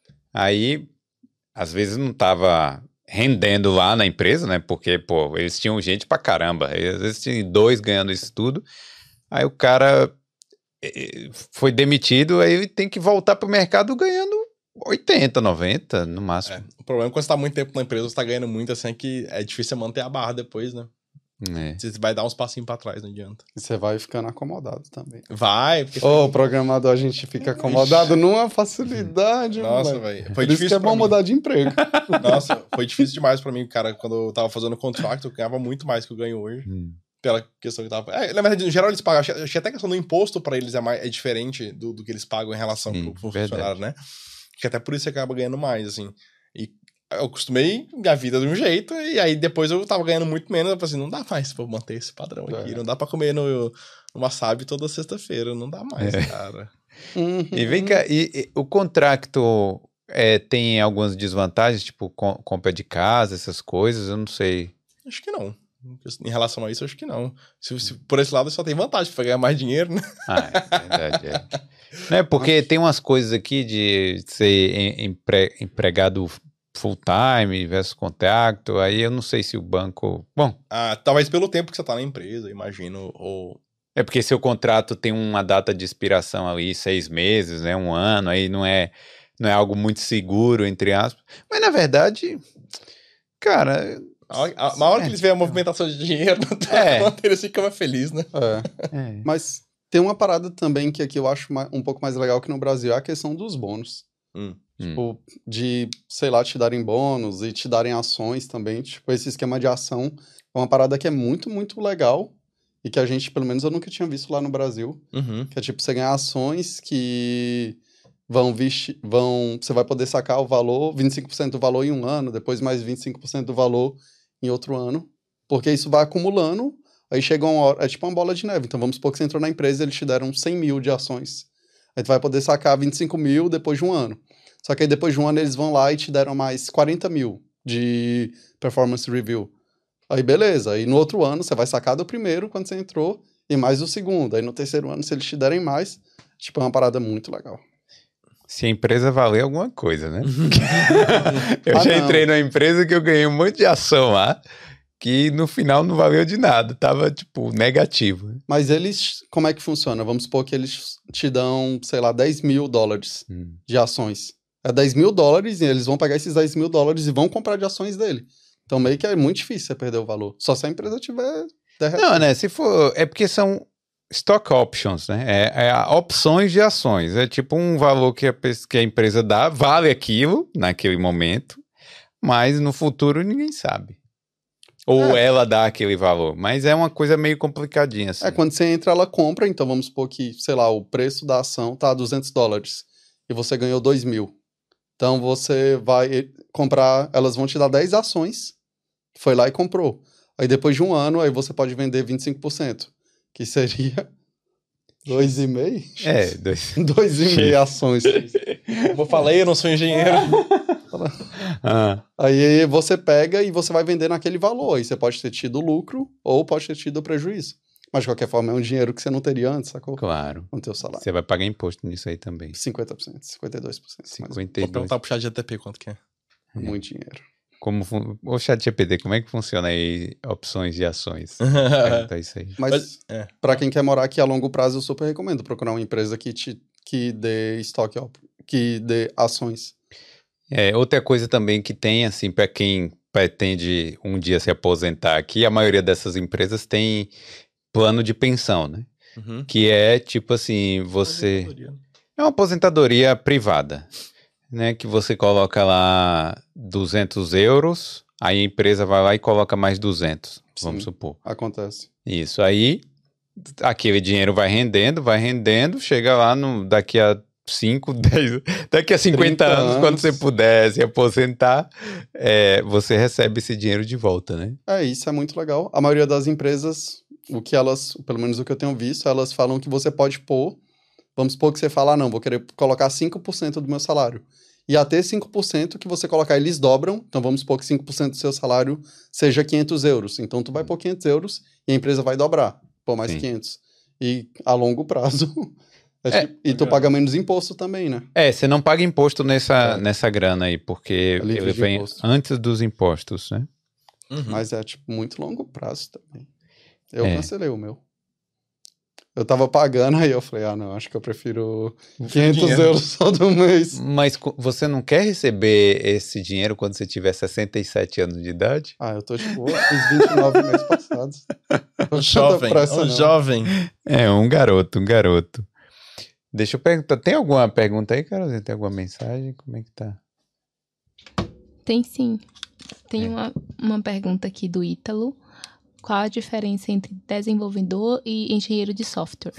Aí, às vezes não tava rendendo lá na empresa, né? Porque, pô, eles tinham gente pra caramba. Aí, às vezes tinha dois ganhando isso tudo. Aí o cara eh, foi demitido, aí ele tem que voltar pro mercado ganhando oitenta, noventa no máximo. É, o problema é que quando você tá muito tempo na empresa, você tá ganhando muito, assim, é que é difícil manter a barra depois, né? É. Você vai dar uns passinhos pra trás, não adianta. E você vai ficando acomodado também. Vai, porque... Ô, programador, a gente fica acomodado numa facilidade, Nossa, moleque. velho. Foi Por isso que difícil é pra bom mim. mudar de emprego. Nossa, foi difícil demais pra mim, cara. Quando eu tava fazendo contrato, eu ganhava muito mais que eu ganho hoje. Hum. Pela questão que tava... É, na verdade, no geral, eles pagam... Acho que até a questão do imposto pra eles é, mais, é diferente do, do que eles pagam em relação Sim, pro, pro verdade. funcionário, né? Acho que até por isso você acaba ganhando mais, assim. E eu acostumei minha vida de um jeito, e aí depois eu tava ganhando muito menos. Eu falei assim, não dá mais pra manter esse padrão aqui. É. Não dá pra comer no, no wasabi toda sexta-feira. Não dá mais, É. cara. Uhum. E vem cá, e, e o contrato é, tem algumas desvantagens, tipo com, compra de casa, essas coisas, eu não sei. Acho que não. Em relação a isso, acho que não. Se, se por esse lado, só tem vantagem pra ganhar mais dinheiro, né? Ah, é verdade, é. Não é porque tem umas coisas aqui de ser em- empre- empregado full time versus contrato, aí eu não sei se o banco... Bom, Ah, talvez pelo tempo que você tá na empresa, eu imagino. Ou... é porque seu contrato tem uma data de expiração ali, seis meses, né, um ano, aí não é, não é algo muito seguro, entre aspas. Mas na verdade, cara... A hora, a, a hora que eles veem a movimentação de dinheiro, É. eles ficam mais felizes, né? É. É. Mas tem uma parada também que aqui eu acho ma- um pouco mais legal que no Brasil, é a questão dos bônus. Hum. Tipo, de, sei lá, te darem bônus e te darem ações também. Tipo, esse esquema de ação é uma parada que é muito, muito legal. E que a gente, pelo menos, eu nunca tinha visto lá no Brasil. Uhum. Que é tipo, você ganhar ações que vão vestir, vão, você vai poder sacar o valor, vinte e cinco por cento do valor em um ano, depois mais vinte e cinco por cento do valor em outro ano. Porque isso vai acumulando, aí chega uma hora, é tipo uma bola de neve. Então vamos supor que você entrou na empresa e eles te deram cem mil de ações. Aí tu vai poder sacar vinte e cinco mil depois de um ano. Só que aí depois de um ano eles vão lá e te deram mais quarenta mil de performance review. Aí beleza, aí no outro ano você vai sacar do primeiro quando você entrou e mais do segundo. Aí no terceiro ano, se eles te derem mais, tipo, é uma parada muito legal. Se a empresa valer alguma coisa, né? Eu Ah, já não. entrei numa empresa que eu ganhei um monte de ação lá, que no final não valeu de nada, tava, tipo, negativo. Mas eles, como é que funciona? Vamos supor que eles te dão, sei lá, dez mil dólares Hum. de ações. É dez mil dólares e eles vão pegar esses dez mil dólares e vão comprar de ações dele. Então meio que é muito difícil você perder o valor. Só se a empresa tiver derretendo. Não, né? Se for. É porque são stock options, né? É, é opções de ações. É tipo um valor que a, pes- que a empresa dá, vale aquilo naquele momento, mas no futuro ninguém sabe. Ou É. ela dá aquele valor. Mas é uma coisa meio complicadinha, assim. É, quando você entra, ela compra. Então vamos supor que, sei lá, o preço da ação tá duzentos dólares e você ganhou dois mil. Então você vai comprar, elas vão te dar dez ações, foi lá e comprou. Aí depois de um ano, aí você pode vender vinte e cinco por cento, que seria dois e meio? É, dois. Dois e meio ações. Como eu falei, eu não sou engenheiro. Ah, Aí você pega e você vai vender naquele valor. Aí você pode ter tido lucro ou pode ter tido prejuízo. Mas de qualquer forma é um dinheiro que você não teria antes, sacou? claro. No teu salário. Você vai pagar imposto nisso aí também. cinquenta por cento, cinquenta e dois por cento. mais Vou cinquenta e dois. perguntar pro chat G T P quanto que é. muito dinheiro. Como fun... Ô, ChatGPT, como é que funciona aí opções de ações? Pergunta isso aí. Mas, Mas, é. pra quem quer morar aqui a longo prazo, eu super recomendo procurar uma empresa que, te, que dê estoque, ó, que dê ações. É, outra coisa também que tem, assim, para quem pretende um dia se aposentar aqui, a maioria dessas empresas tem plano de pensão, né? Uhum. Que é tipo assim, você... Aposentadoria, né? É uma aposentadoria privada, né? Que você coloca lá duzentos euros, aí a empresa vai lá e coloca mais duzentos, vamos Sim. supor. Acontece. Isso, aí aquele dinheiro vai rendendo, vai rendendo, chega lá no, daqui a cinco, dez, daqui a cinquenta trinta anos, quando anos. você puder se aposentar, é, você recebe esse dinheiro de volta, né? É, isso é muito legal. A maioria das empresas o que elas, pelo menos o que eu tenho visto, elas falam que você pode pôr, vamos supor que você fala, ah, não, vou querer colocar cinco por cento do meu salário. E até cinco por cento que você colocar, eles dobram, então vamos supor que cinco por cento do seu salário seja quinhentos euros. Então tu vai pôr quinhentos euros e a empresa vai dobrar, pôr mais Sim. quinhentos. E a longo prazo... É, é, e tu paga menos imposto também, né? É, você não paga imposto nessa, é. nessa grana aí, porque é ele vem imposto. Antes dos impostos, né? Uhum. Mas é, tipo, muito longo prazo também. Eu é. cancelei o meu. Eu tava pagando, aí eu falei, ah, não, acho que eu prefiro quinhentos euros só do mês. Mas você não quer receber esse dinheiro quando você tiver sessenta e sete anos de idade? Ah, eu tô, tipo, fiz vinte e nove meses passados. Um jovem, pressa, um não. jovem. É, um garoto, um garoto. Deixa eu perguntar, tem alguma pergunta aí, Carolzinha? Tem alguma mensagem? Como é que tá? Tem sim. Tem é. uma, uma pergunta aqui do Ítalo. Qual a diferença entre desenvolvedor e engenheiro de software?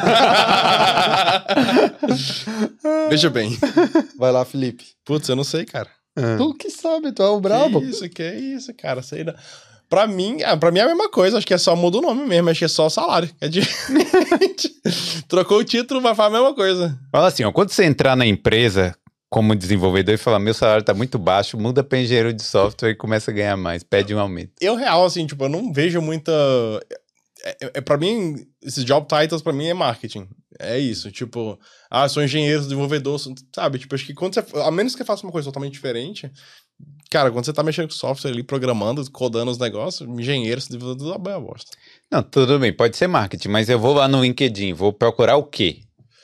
Veja bem. Vai lá, Felipe. Putz, eu não sei, cara. É. Tu que sabe, tu é o brabo. Que isso, que isso, cara. Sei não. Pra mim, pra mim é a mesma coisa. Acho que é só muda o nome mesmo. Acho que é só o salário. É diferente. Trocou o título, vai fazer a mesma coisa. Fala assim, ó. Quando você entrar na empresa como desenvolvedor e falar, meu salário tá muito baixo, muda pra engenheiro de software e começa a ganhar mais. Pede um aumento. Eu, real, assim, tipo, eu não vejo muita... É, é, pra mim, esses job titles pra mim é marketing. É isso, tipo... Ah, sou engenheiro, desenvolvedor, sabe? Tipo, acho que quando você... A menos que você faça uma coisa totalmente diferente... Cara, quando você tá mexendo com software ali, programando, codando os negócios, engenheiro, desenvolvedor, é uma bosta. Não, tudo bem, pode ser marketing, mas eu vou lá no LinkedIn, vou procurar o quê?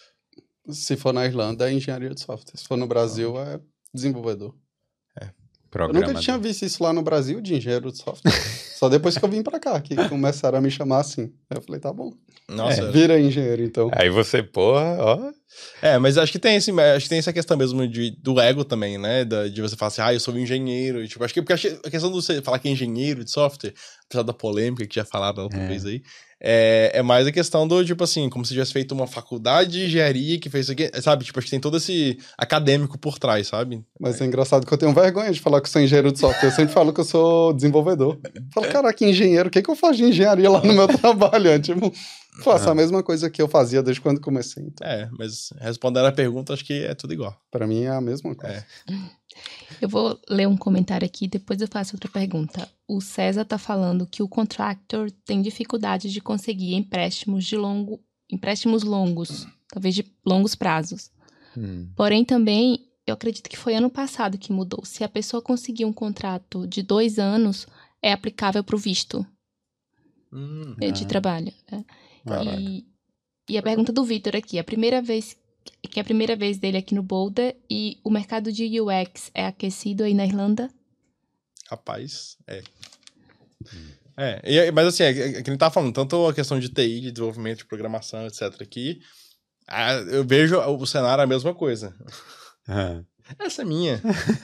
Se for na Irlanda, é engenharia de software. Se for no Brasil, é desenvolvedor. É. Eu nunca tinha visto isso lá no Brasil, de engenheiro de software. Só depois que eu vim pra cá, que começaram a me chamar assim. Aí eu falei, tá bom. Nossa. É, vira engenheiro, então. Aí você, porra, ó... É, mas acho que tem esse, acho que tem essa questão mesmo de, do ego também, né? Da, de você falar assim, ah, eu sou um engenheiro. E, tipo, acho que porque a questão de você falar que é engenheiro de software, apesar da polêmica que já falaram outra é. vez aí, é, é mais a questão do, tipo assim, como se tivesse feito uma faculdade de engenharia que fez isso aqui, sabe? Tipo, acho que tem todo esse acadêmico por trás, sabe? Mas é engraçado que eu tenho vergonha de falar que eu sou engenheiro de software. Eu sempre falo que eu sou desenvolvedor. Eu falo, caraca, engenheiro, o que, que eu faço de engenharia lá no meu trabalho? É, tipo, faço a mesma coisa que eu fazia desde quando comecei. Então. É, mas respondendo a pergunta, acho que é tudo igual. Pra mim é a mesma coisa. É. Eu vou ler um comentário aqui, depois eu faço outra pergunta. O César tá falando que o contractor tem dificuldade de conseguir empréstimos de longo, empréstimos longos, talvez de longos prazos. Hum. Porém, também, eu acredito que foi ano passado que mudou. Se a pessoa conseguir um contrato de dois anos, é aplicável pro visto hum, de ah. trabalho. É. E, e a pergunta do Vitor aqui, a primeira vez que é a primeira vez dele aqui no Boulder, e o mercado de U X é aquecido aí na Irlanda? Rapaz, é. Hum. É, e, mas assim, é, é, que ele tá falando, tanto a questão de T I, de desenvolvimento de programação, etc, aqui, a, eu vejo o cenário a mesma coisa. Ah. Essa é minha.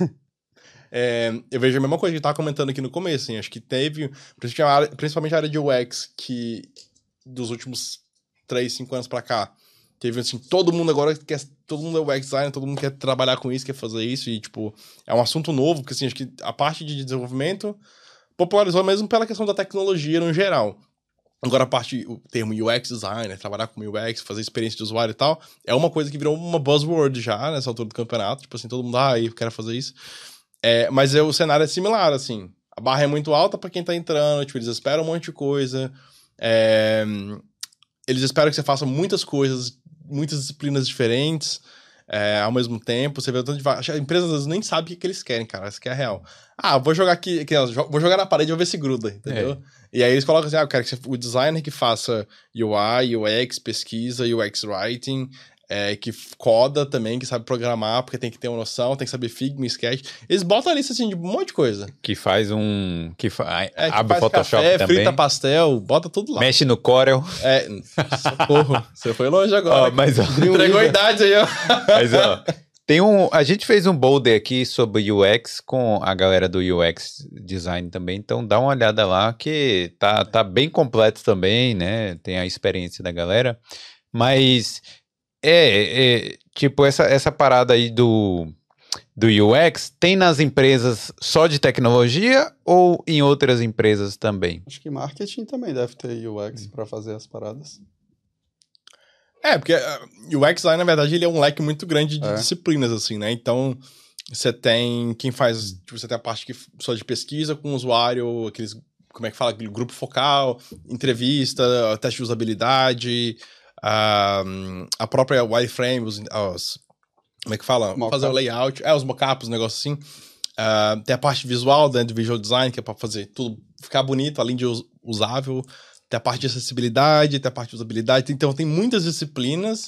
É, eu vejo a mesma coisa que ele tava comentando aqui no começo, assim, acho que teve, principalmente a área de U X, que dos últimos três, cinco anos pra cá, teve, assim, todo mundo agora quer, todo mundo é U X designer, todo mundo quer trabalhar com isso, quer fazer isso, e, tipo, é um assunto novo, porque, assim, acho que a parte de desenvolvimento popularizou mesmo pela questão da tecnologia no geral. Agora, a parte, o termo U X designer, trabalhar com U X, fazer experiência de usuário e tal, é uma coisa que virou uma buzzword já, nessa altura do campeonato, tipo assim, todo mundo, ah, eu quero fazer isso. É, mas é, o cenário é similar, assim, a barra é muito alta pra quem tá entrando, tipo, eles esperam um monte de coisa, é... eles esperam que você faça muitas coisas, muitas disciplinas diferentes, é, ao mesmo tempo. Você vê o tanto de... A empresa às vezes nem sabe o que, que eles querem, cara. Isso que é real. Ah, vou jogar aqui, aqui vou jogar na parede e vou ver se gruda, entendeu? É. E aí eles colocam assim, ah, eu quero que você, o designer que faça U I, U X, pesquisa, U X writing, é, que coda também, que sabe programar, porque tem que ter uma noção, tem que saber Figma, Sketch. Eles botam a lista, assim, de um monte de coisa. Que faz um... Que fa... é, que abre faz Photoshop café, também. Frita pastel, bota tudo lá. Mexe no Corel. É, socorro. Você foi longe agora. Ó, mas, ó, entregou a idade aí, ó. Mas, ó, tem um... A gente fez um boulder aqui sobre U X com a galera do U X Design também, então dá uma olhada lá, que tá, tá bem completo também, né? Tem a experiência da galera. Mas... É, é, tipo, essa, essa parada aí do, do U X tem nas empresas só de tecnologia ou em outras empresas também? Acho que marketing também deve ter U X para fazer as paradas. É, porque uh, o U X design, na verdade, ele é um leque muito grande de é. disciplinas, assim, né? Então, você tem quem faz... Tipo, você tem a parte que, só de pesquisa com o usuário, aqueles... Como é que fala? Aquele grupo focal, entrevista, teste de usabilidade, uh, a própria wireframe, os, os, como é que fala? Mock fazer up. o layout, é, os mockups, um negócio assim. Uh, tem a parte visual, né, do visual design, que é pra fazer tudo ficar bonito, além de us- usável. Tem a parte de acessibilidade, tem a parte de usabilidade. Então, tem muitas disciplinas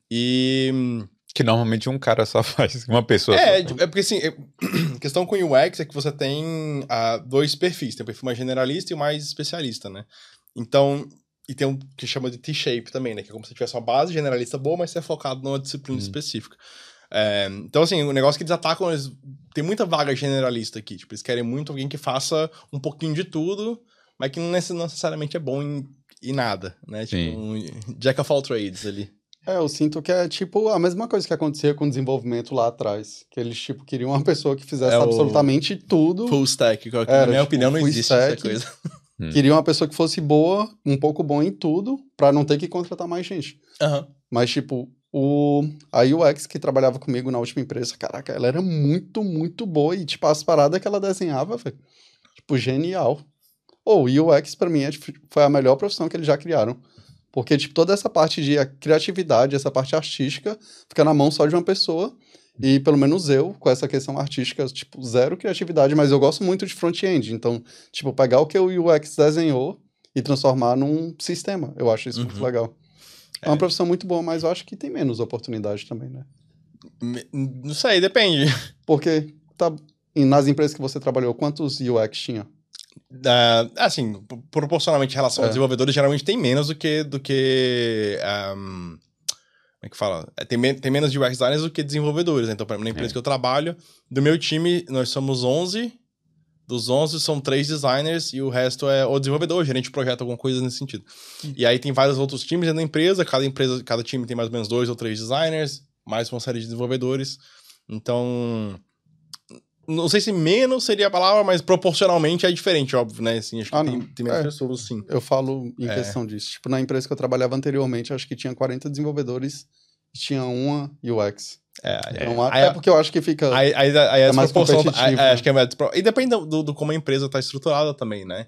e... Que normalmente um cara só faz, uma pessoa É, só. é porque assim, é, a questão com o U X é que você tem uh, dois perfis. Tem o perfil mais generalista e o mais especialista, né? Então, e tem um que chama de T-shape também, né? Que é como se tivesse uma base generalista boa, mas você é focado numa disciplina hum. específica. É, então, assim, o negócio que eles atacam, eles, tem muita vaga generalista aqui. Tipo, eles querem muito alguém que faça um pouquinho de tudo, mas que não necessariamente é bom em, em nada, né? Tipo, Sim. um jack of all trades ali. É, eu sinto que é tipo a mesma coisa que acontecia com o desenvolvimento lá atrás. Que eles, tipo, queriam uma pessoa que fizesse É o absolutamente tudo. Full stack, que Era, na minha tipo, opinião não full existe stack. essa coisa. Hum. Queriam uma pessoa que fosse boa, um pouco boa em tudo, pra não ter que contratar mais gente. Aham. Mas, tipo, o, a U X que trabalhava comigo na última empresa, caraca, ela era muito, muito boa. E, tipo, as paradas que ela desenhava, velho, tipo, genial. Ou o U X, pra mim, é, foi a melhor profissão que eles já criaram. Porque, tipo, toda essa parte de criatividade, essa parte artística, fica na mão só de uma pessoa. E, pelo menos eu, com essa questão artística, tipo, zero criatividade, mas eu gosto muito de front-end. Então, tipo, pegar o que o U X desenhou e transformar num sistema. Eu acho isso Uhum. muito legal. É. é uma profissão muito boa, mas eu acho que tem menos oportunidade também, né? Não sei, depende. Porque, tá, nas empresas que você trabalhou, quantos U X tinha? Uh, assim, proporcionalmente em relação É. aos desenvolvedores, geralmente tem menos do que... Do que um, como é que fala? Tem, me, tem menos U X designers do que desenvolvedores. Né? Então, na empresa é. que eu trabalho, do meu time, nós somos onze. Dos onze, são três designers e o resto é o desenvolvedor, gerente de projeto, alguma coisa nesse sentido. Hum. E aí tem vários outros times dentro da empresa. Cada empresa, cada time tem mais ou menos dois ou três designers, mais uma série de desenvolvedores. Então... Não sei se menos seria a palavra, mas proporcionalmente é diferente, óbvio, né? Assim, acho que ah, tem, não. tem menos é, pessoas, sim. Eu falo em é. questão disso. Tipo, na empresa que eu trabalhava anteriormente, acho que tinha quarenta desenvolvedores e tinha uma U X. É, então, é. até aí, porque eu acho que fica aí, aí, aí é a mais proporção, competitivo. aí, né? Acho que é mais, e depende do, do como a empresa está estruturada também, né?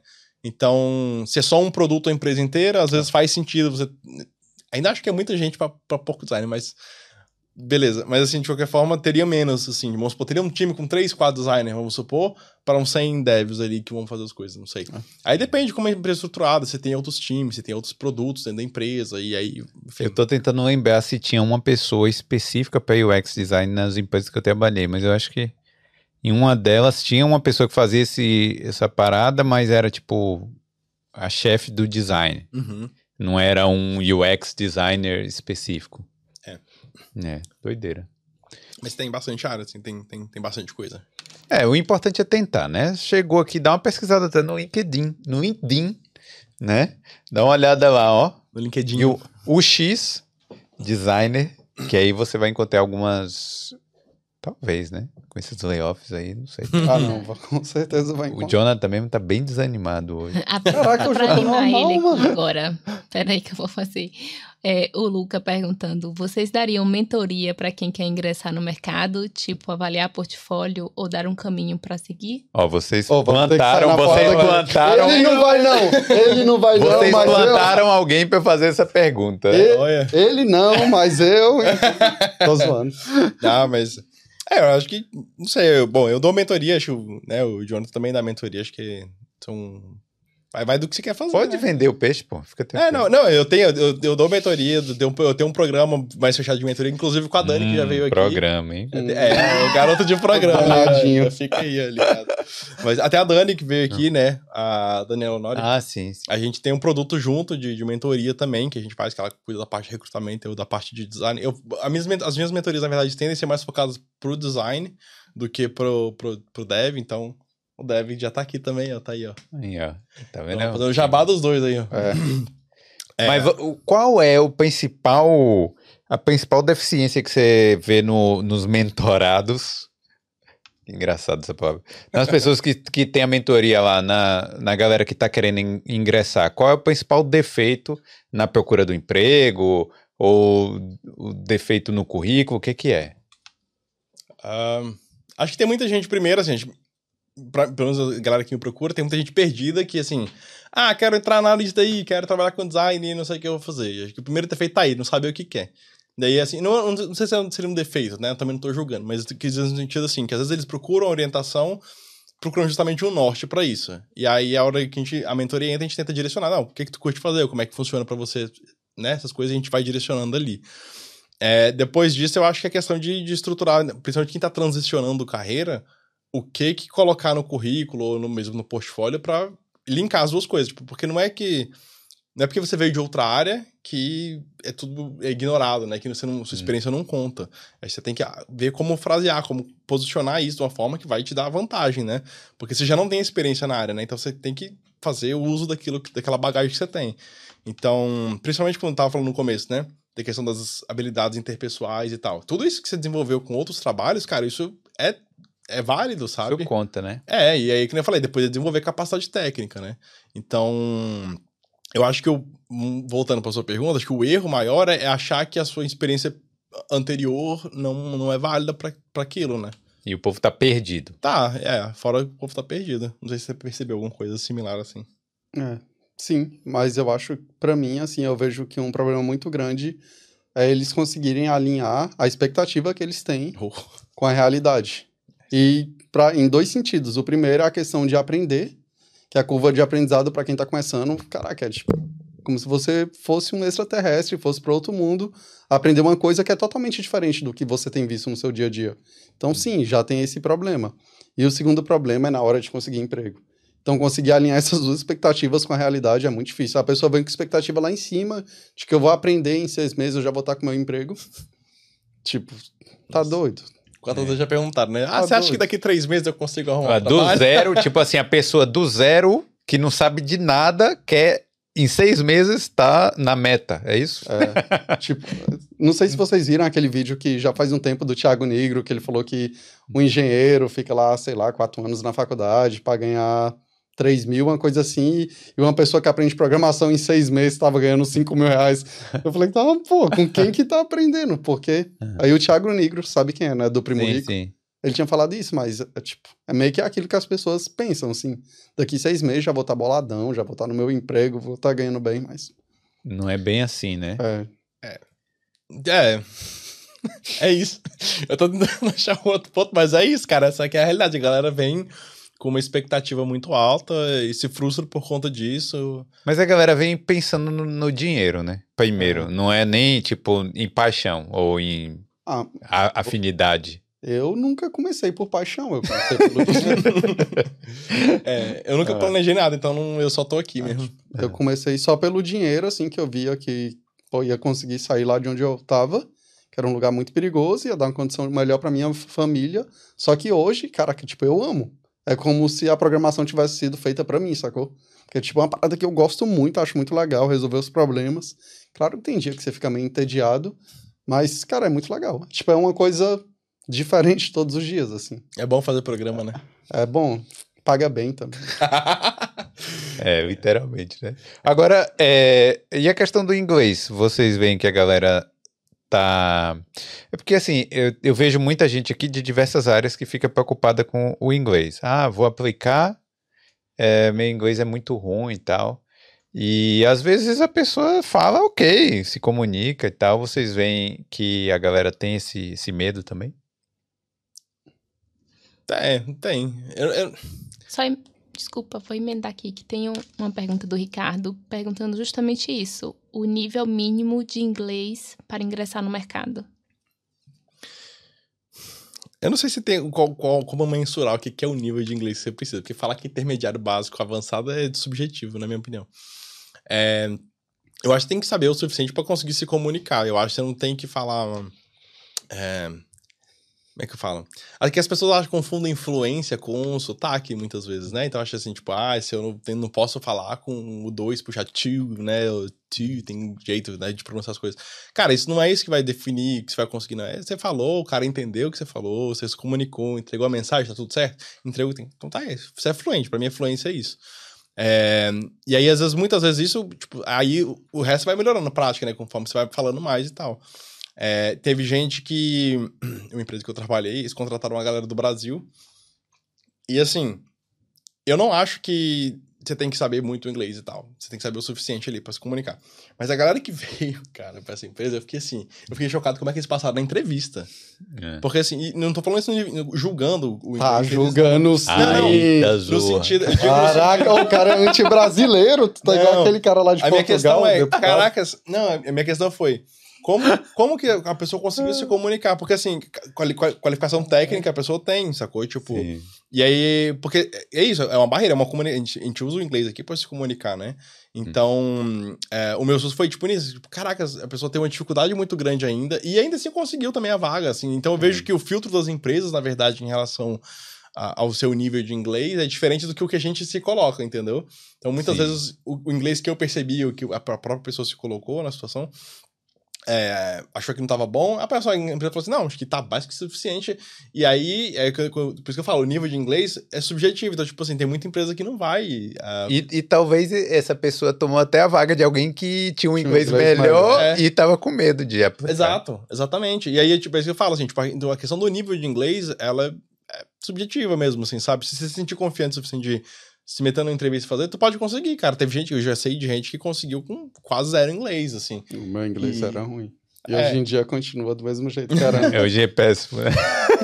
Então, se é só um produto ou a empresa inteira, às vezes faz sentido você... Ainda acho que é muita gente para pouco design, mas... Beleza, mas assim, de qualquer forma, teria menos, assim, vamos supor, teria um time com três, quatro designers, vamos supor, para uns cem devs ali que vão fazer as coisas, não sei. É. Aí depende de como a empresa é estruturada, você tem outros times, você tem outros produtos dentro da empresa, e aí... Enfim. Eu tô tentando lembrar se tinha uma pessoa específica para U X design nas empresas que eu trabalhei, mas eu acho que em uma delas tinha uma pessoa que fazia esse, essa parada, mas era tipo a chefe do design. Uhum. Não era um U X designer específico. É. É, doideira. Mas tem bastante área, assim, tem, tem, tem bastante coisa. É, o importante é tentar, né? Chegou aqui, dá uma pesquisada até no LinkedIn, no LinkedIn, né? Dá uma olhada lá, ó. No LinkedIn. E o, o X, designer, que aí você vai encontrar algumas... Talvez, né? Com esses layoffs aí, não sei. Ah, não, com certeza vai encontrar. O Jonathan mesmo tá bem desanimado hoje. A, Caraca, eu pra já tô animar normal, ele aqui mano. agora. Peraí que eu vou fazer. É, o Luca perguntando, vocês dariam mentoria para quem quer ingressar no mercado? Tipo, avaliar portfólio ou dar um caminho para seguir? Ó, vocês Ô, vamos ter que sair plantaram, na vocês porta aqui. plantaram... Ele não vai não, ele não vai não, Vocês mas plantaram alguém pra fazer essa pergunta. eu... Olha. Ele não, mas eu... Tô zoando. Ah, mas... É, eu acho que... Não sei, eu, bom, eu dou mentoria, acho, né? O Jonathan também dá mentoria, acho que são... Vai, vai do que você quer fazer. Pode né? vender o peixe, pô. Fica tranquilo. É, não, não, eu tenho, eu, eu dou mentoria, eu tenho, eu tenho um programa mais fechado de mentoria, inclusive com a Dani, hum, que já veio aqui. Programa, hein? É, o garoto de programa. Danadinho. Já fica aí, ligado? Mas até a Dani que veio aqui, né? A Daniela Honori. Ah, sim, sim. A gente tem um produto junto de, de mentoria também, que a gente faz, que ela cuida da parte de recrutamento, eu da parte de design. Eu, as, minhas, as minhas mentorias, na verdade, tendem a ser mais focadas pro design do que pro, pro, pro dev, então... O Dev já tá aqui também, ó. Tá aí, ó. Aí, ó. Tá vendo? Então, fazendo o jabá dos dois aí, ó. É. É. Mas o- qual é o principal... A principal deficiência que você vê no, nos mentorados Engraçado essa palavra. Nas pessoas que, que têm a mentoria lá, na, na galera que está querendo in, ingressar, qual é o principal defeito na procura do emprego ou o defeito no currículo? O que que é? Uh, acho que tem muita gente, primeiro, assim, gente, pra, pelo menos a galera que me procura, tem muita gente perdida que, assim, ah, quero entrar na área disso daí, quero trabalhar com design, não sei o que eu vou fazer. Acho que o primeiro defeito tá aí, não saber o que quer. Daí, assim, não, não sei se seria um defeito, né? Eu também não tô julgando, mas eu quis dizer no sentido assim, que às vezes eles procuram orientação, procuram justamente um norte pra isso. E aí, a hora que a, gente, a mentoria entra, a gente tenta direcionar. Não, o que que tu curte fazer? Como é que funciona pra você? Né? Essas coisas a gente vai direcionando ali. É, depois disso, eu acho que é questão de, de estruturar, principalmente quem tá transicionando carreira, o que que colocar no currículo ou no, mesmo no portfólio pra linkar as duas coisas. Tipo, porque não é que... Não é porque você veio de outra área que é tudo ignorado, né? Que você não, sua experiência não conta. Aí você tem que ver como frasear, como posicionar isso de uma forma que vai te dar vantagem, né? Porque você já não tem experiência na área, né? Então você tem que fazer o uso daquilo, daquela bagagem que você tem. Então, principalmente quando eu tava falando no começo, né? Da questão das habilidades interpessoais e tal. Tudo isso que você desenvolveu com outros trabalhos, cara, isso é, é válido, sabe? Isso conta, né? É, e aí, como eu falei, depois de desenvolver capacidade técnica, né? Então... Eu acho que, eu, voltando para sua pergunta, acho que o erro maior é achar que a sua experiência anterior não, não é válida para aquilo, né? E o povo tá perdido. Tá, é, fora o povo tá perdido. Não sei se você percebeu alguma coisa similar assim. É, sim, mas eu acho, para mim, assim, eu vejo que um problema muito grande é eles conseguirem alinhar a expectativa que eles têm Oh. com a realidade. E pra, em dois sentidos. O primeiro é a questão de aprender, que a curva de aprendizado para quem tá começando, caraca, é tipo, como se você fosse um extraterrestre, fosse para outro mundo, aprender uma coisa que é totalmente diferente do que você tem visto no seu dia a dia. Então, sim, já tem esse problema. E o segundo problema é na hora de conseguir emprego. Então, conseguir alinhar essas duas expectativas com a realidade é muito difícil. A pessoa vem com expectativa lá em cima, de que eu vou aprender em seis meses, eu já vou estar com meu emprego. Tipo, tá Nossa. doido. Quantas vezes já perguntaram, né? Ah, Tá você acha doido. que daqui três meses eu consigo arrumar Ah, um do trabalho? zero, tipo assim, a pessoa do zero, que não sabe de nada, quer em seis meses tá na meta, é isso? É, tipo, não sei se vocês viram aquele vídeo que já faz um tempo do Thiago Nigro, que ele falou que o engenheiro fica lá, sei lá, quatro anos na faculdade para ganhar três mil, uma coisa assim, e uma pessoa que aprende programação em seis meses estava ganhando cinco mil reais. Eu falei, tá, pô, com quem que tá aprendendo? Porque aí o Thiago Nigro, sabe quem é, né, do Primo Sim, Rico? sim. Ele tinha falado isso, mas é, tipo, é meio que aquilo que as pessoas pensam, assim. Daqui seis meses já vou estar boladão, já vou estar no meu emprego, vou estar ganhando bem, mas... Não é bem assim, né? É, É. É isso. Eu tô tentando achar outro ponto, mas é isso, cara. Essa aqui é a realidade. A galera vem com uma expectativa muito alta e se frustra por conta disso. Mas a galera vem pensando no, no dinheiro, né? Primeiro, É. não é nem, tipo, em paixão ou em ah, a- afinidade. eu nunca comecei por paixão, eu comecei pelo dinheiro. É, eu nunca Ah. planejei nada, então não, eu só tô aqui mesmo. Eu comecei só pelo dinheiro, assim, que eu via que pô, ia conseguir sair lá de onde eu tava, que era um lugar muito perigoso, ia dar uma condição melhor pra minha família. Só que hoje, cara, que tipo, eu amo. É como se a programação tivesse sido feita pra mim, sacou? Porque tipo, é uma parada que eu gosto muito, acho muito legal resolver os problemas. Claro que tem dia que você fica meio entediado, mas, cara, é muito legal. Tipo, é uma coisa diferente todos os dias, assim. É bom fazer programa, né? É bom, paga bem também. É, literalmente, né? Agora, é, e a questão do inglês? Vocês veem que a galera tá... É porque, assim, eu, eu vejo muita gente aqui de diversas áreas que fica preocupada com o inglês. Ah, vou aplicar, é, meu inglês é muito ruim e tal. E, às vezes, a pessoa fala ok, se comunica e tal. Vocês veem que a galera tem esse, esse medo também? Tem, tem. Eu, eu... Só, em- desculpa, vou emendar aqui que tem um- uma pergunta do Ricardo perguntando justamente isso. O nível mínimo de inglês para ingressar no mercado. eu não sei se tem qual, qual, como mensurar o que que é o nível de inglês que você precisa, porque falar que intermediário básico avançado é subjetivo, na minha opinião. É, eu acho que tem que saber o suficiente para conseguir se comunicar. Eu acho que você não tem que falar... É, Como é que eu falo? Aqui as pessoas acham, confundem influência com sotaque, muitas vezes, né? Então acho assim, tipo, ah, se eu não, tenho, não posso falar com o dois, puxar to, né? O to, tem jeito, né, de pronunciar as coisas. Cara, isso não é isso que vai definir que você vai conseguir, não é? Você falou, o cara entendeu o que você falou, você se comunicou, entregou a mensagem, tá tudo certo? Entregou, então tá, você é fluente. Pra mim, a fluência é isso. É, e aí, às vezes, muitas vezes isso, tipo, aí o, o resto vai melhorando na prática, né? Conforme você vai falando mais e tal. É, teve gente que... Uma empresa que eu trabalhei, eles contrataram uma galera do Brasil. E assim, eu não acho que você tem que saber muito inglês e tal. Você tem que saber o suficiente ali pra se comunicar. Mas a galera que veio, cara, pra essa empresa, eu fiquei assim... Eu fiquei chocado como é que eles passaram na entrevista. É. Porque assim, e não tô falando isso julgando o inglês. Tá julgando sim. Não, não, no sentido... Caraca, o cara é anti-brasileiro. Tu tá não, igual aquele cara lá de a Portugal. Minha questão é... Caracas... Não, a minha questão foi... Como, como que a pessoa conseguiu se comunicar? Porque, assim, quali, qualificação técnica a pessoa tem, sacou? Tipo, sim. E aí, porque é isso, é uma barreira, é uma comunica... a, gente, a gente usa o inglês aqui pra se comunicar, né? Então, hum. é, o meu susto foi, tipo, nisso. Tipo, caraca, a pessoa tem uma dificuldade muito grande ainda, e ainda assim conseguiu também a vaga, assim. Então, eu vejo que o filtro das empresas, na verdade, em relação a, ao seu nível de inglês, é diferente do que o que a gente se coloca, entendeu? Então, muitas sim. vezes, o, o inglês que eu percebi, o que a própria pessoa se colocou na situação... É, achou que não tava bom, a pessoa a empresa falou assim, não, acho que tá mais que suficiente. E aí, é, por isso que eu falo, o nível de inglês é subjetivo. Então, tipo assim, tem muita empresa que não vai. Uh... E, e talvez essa pessoa tomou até a vaga de alguém que tinha um inglês, inglês melhor é. e tava com medo de aplicar. Exato, exatamente. E aí, tipo, é isso que eu falo, assim, tipo, a questão do nível de inglês, ela é subjetiva mesmo, assim, sabe? Se você se sentir confiante o suficiente de se meter numa entrevista e fazer, tu pode conseguir, cara. Teve gente, eu já sei de gente que conseguiu com quase zero inglês, assim. O meu inglês e... era ruim. E é. hoje em dia continua do mesmo jeito, caramba. É, hoje é péssimo, né?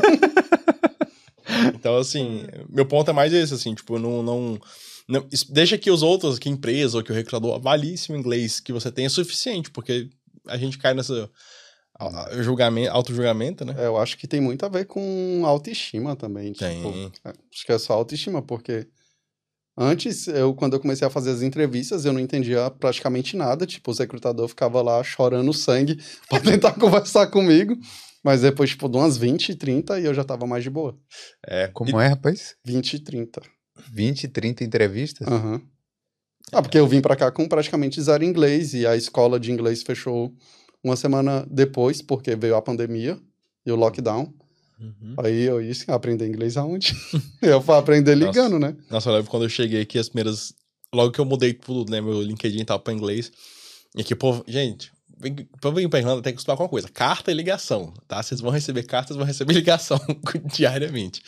Então, assim, meu ponto é mais esse, assim, tipo, não... não, não deixa que os outros, que a empresa ou que o recrutador avalie se o inglês que você tem é suficiente, porque a gente cai nessa julgamento, auto-julgamento, né? É, eu acho que tem muito a ver com autoestima também. Tem. Tipo, acho que é só autoestima, porque... Antes, eu, quando eu comecei a fazer as entrevistas, eu não entendia praticamente nada. Tipo, os recrutadores ficavam lá chorando sangue pra tentar conversar comigo. Mas depois, tipo, de umas vinte, trinta, e eu já tava mais de boa. É. Como e... é, rapaz? vinte, trinta. vinte, trinta entrevistas? Aham. Uhum. Ah, porque eu vim pra cá com praticamente zero inglês, e a escola de inglês fechou uma semana depois, porque veio a pandemia e o lockdown. Uhum. Aí eu disse, aprender inglês aonde? Eu fui aprender ligando, nossa, né? Nossa, eu lembro quando eu cheguei aqui, as primeiras... Logo que eu mudei tudo, né? Meu LinkedIn tava pra inglês. E aqui, pô, gente, pra vir pra Irlanda tem que acostumar com uma coisa. Carta e ligação, tá? Vocês vão receber cartas, vocês vão receber ligação diariamente.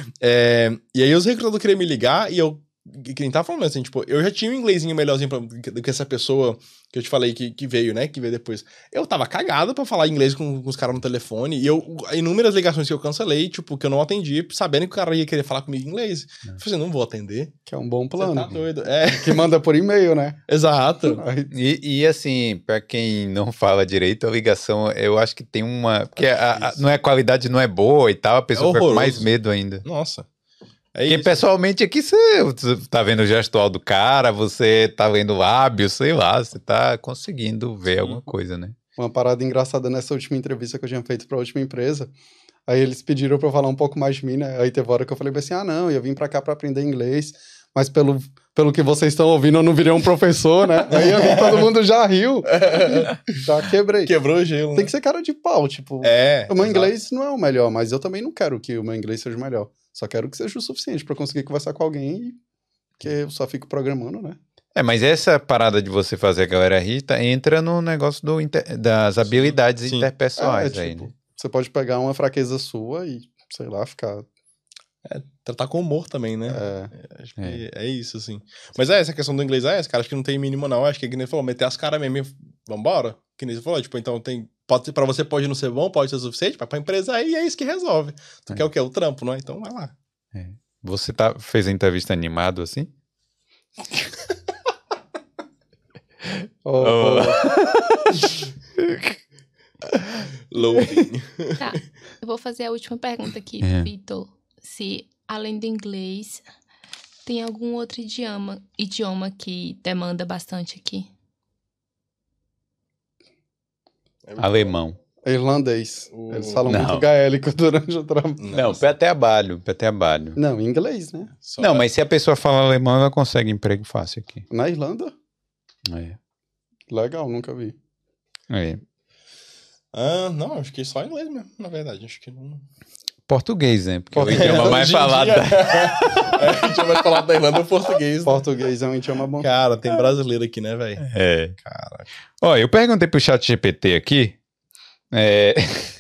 É, e aí os recrutadores queriam me ligar e eu... Que nem tava falando assim, tipo, eu já tinha um inglesinho melhorzinho pra, do que essa pessoa que eu te falei que, que veio, né? Que veio depois. Eu tava cagado pra falar inglês com, com os caras no telefone. E eu, inúmeras ligações que eu cancelei, tipo, que eu não atendi, sabendo que o cara ia querer falar comigo em inglês. É. Eu falei assim, não vou atender. Que é um bom plano. Você tá doido. É. Que manda por e-mail, né? Exato. E, e assim, pra quem não fala direito, a ligação, eu acho que tem uma. Porque a, a, não é, a qualidade não é boa e tal, a pessoa é fica com mais medo ainda. Nossa. É Porque isso. Pessoalmente aqui você tá vendo o gestual do cara, você tá vendo o lábio, sei lá, você tá conseguindo ver Sim. alguma coisa, né? Uma parada engraçada nessa última entrevista que eu tinha feito pra última empresa, aí eles pediram pra eu falar um pouco mais de mim, né? Aí teve hora que eu falei assim, ah não, eu vim pra cá pra aprender inglês, mas pelo, pelo que vocês estão ouvindo eu não virei um professor, né? Aí eu vi, todo mundo já riu, já quebrei. Quebrou o gelo. Tem né? que ser cara de pau, tipo, é, o meu exato. inglês não é o melhor, mas eu também não quero que o meu inglês seja o melhor. Só quero que seja o suficiente pra conseguir conversar com alguém, que eu só fico programando, né? É, mas essa parada de você fazer a galera rir tá, entra no negócio do inter... das habilidades Sim. interpessoais. É, aí, tipo, né? Você pode pegar uma fraqueza sua e, sei lá, ficar... É, tratar com humor também, né? É, acho que é. é isso, assim. Mas é, essa questão do inglês é essa, cara. Acho que não tem mínimo, não. Acho que, que nem falou, meter as caras mesmo e vambora. Que nem você falou, tipo, então tem... Pode, pra você pode não ser bom, pode ser suficiente, mas pra empresa aí é isso que resolve. Tu é. quer o quê? O trampo, não é? Então vai lá. É. Você tá, fez a entrevista animado assim? oh, oh. Loading. Tá, eu vou fazer a última pergunta aqui, é. Vitor. Se, além do inglês, tem algum outro idioma, idioma que demanda bastante aqui? Alemão. Irlandês. O- Eles falam Não. muito gaélico durante o trabalho. Não, pé até abalho, pé até abalho. Não, em inglês, né? Só- Não, mas se a pessoa fala alemão, ela consegue emprego fácil aqui. Na Irlanda? É. Legal, nunca vi. É. Ah, não, acho que só inglês mesmo, na verdade. Acho que não. Português, né? Porque Português. o idioma mais Hoje em falado. dia- é, a gente vai falar da Irlanda é o português. né? Português é um idioma bom. Cara, tem brasileiro aqui, né, velho? É. Cara. Ó, eu perguntei pro chat G P T aqui é,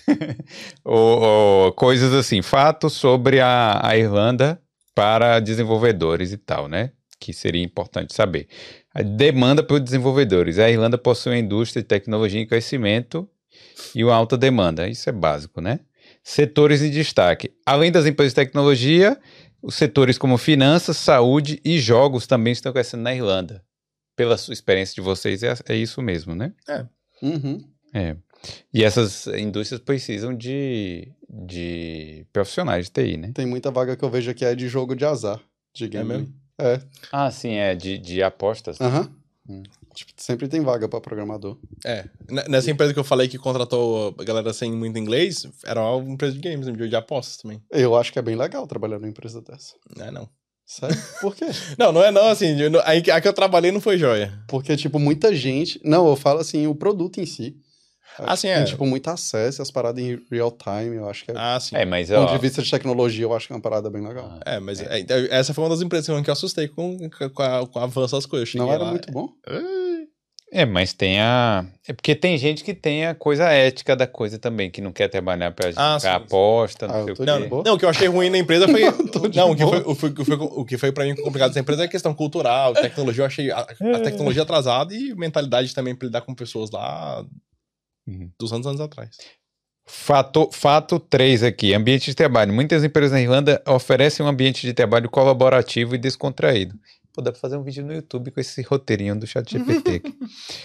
o- o- coisas assim, fatos sobre a, a Irlanda para desenvolvedores e tal, né? Que seria importante saber. A demanda por desenvolvedores. A Irlanda possui uma indústria de tecnologia em crescimento e uma alta demanda. Isso é básico, né? Setores em destaque. Além das empresas de tecnologia, os setores como finanças, saúde e jogos também estão crescendo na Irlanda. Pela sua experiência de vocês, é, é isso mesmo, né? Uhum. É. E essas indústrias precisam de, de profissionais de T I, né? Tem muita vaga que eu vejo aqui é de jogo de azar. De game. mesmo? É. Ah, sim, é de, de apostas. Aham. Hum. Tipo, sempre tem vaga pra programador. É. N- Nessa empresa que eu falei que contratou a galera sem muito inglês, era uma empresa de games, um jogo de apostas também. Eu acho que é bem legal trabalhar numa empresa dessa. Não é, não. Sério? Por quê? Não, não é não, assim. eu não- A que a que eu trabalhei não foi joia. Porque, tipo, muita gente... Não, eu falo assim, o produto em si. Ah, sim, Tem, é. tipo, muito acesso, as paradas em real time, eu acho que é... Ah, sim. É, mas Do ó, ponto de vista de tecnologia, eu acho que é uma parada bem legal. É, mas é, é, essa foi uma das empresas que eu assustei com, com, a, com o avanço das coisas. Eu Não cheguei era lá, muito bom? é, mas tem a. É porque tem gente que tem a coisa ética da coisa também, que não quer trabalhar pra, Ah, pra sim, aposta, não Ah, sei eu o tô quê. de Não, boa. não, o que eu achei ruim na empresa foi. tô de não, o que boa. foi, o, foi, o, foi, o que foi pra mim complicado dessa empresa é a questão cultural, tecnologia. Eu achei a, a tecnologia atrasada e mentalidade também pra lidar com pessoas lá Uhum. duzentos anos atrás. Fato, fato três aqui, ambiente de trabalho. Muitas empresas na Irlanda oferecem um ambiente de trabalho colaborativo e descontraído. Pô, dá pra fazer um vídeo no YouTube com esse roteirinho do chat G P T aqui.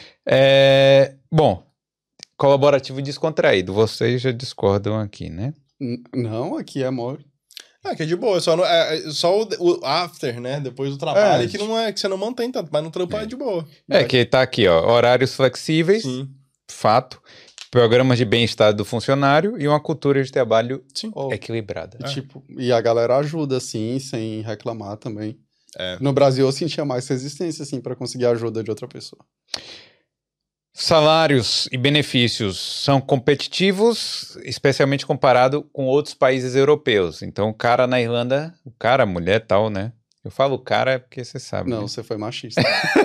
É, bom, colaborativo e descontraído. Vocês já discordam aqui, né? N- Não, aqui é mó... Ah, que é de boa, só, no- é, é só o, o after, né? Depois do trabalho, É, que não é que você não mantém tanto, mas no trampo é, de boa. É que tá aqui, ó, horários flexíveis, Sim, fato, programas de bem-estar do funcionário e uma cultura de trabalho sim. Oh, equilibrada. e, tipo, e a galera ajuda, assim, sem reclamar também. É. No Brasil, eu sentia mais resistência, assim, pra conseguir a ajuda de outra pessoa. Salários e benefícios são competitivos, especialmente comparado com outros países europeus. Então, o cara na Irlanda, o cara, a mulher tal, né? Eu falo cara porque você sabe. Não, né? você foi machista.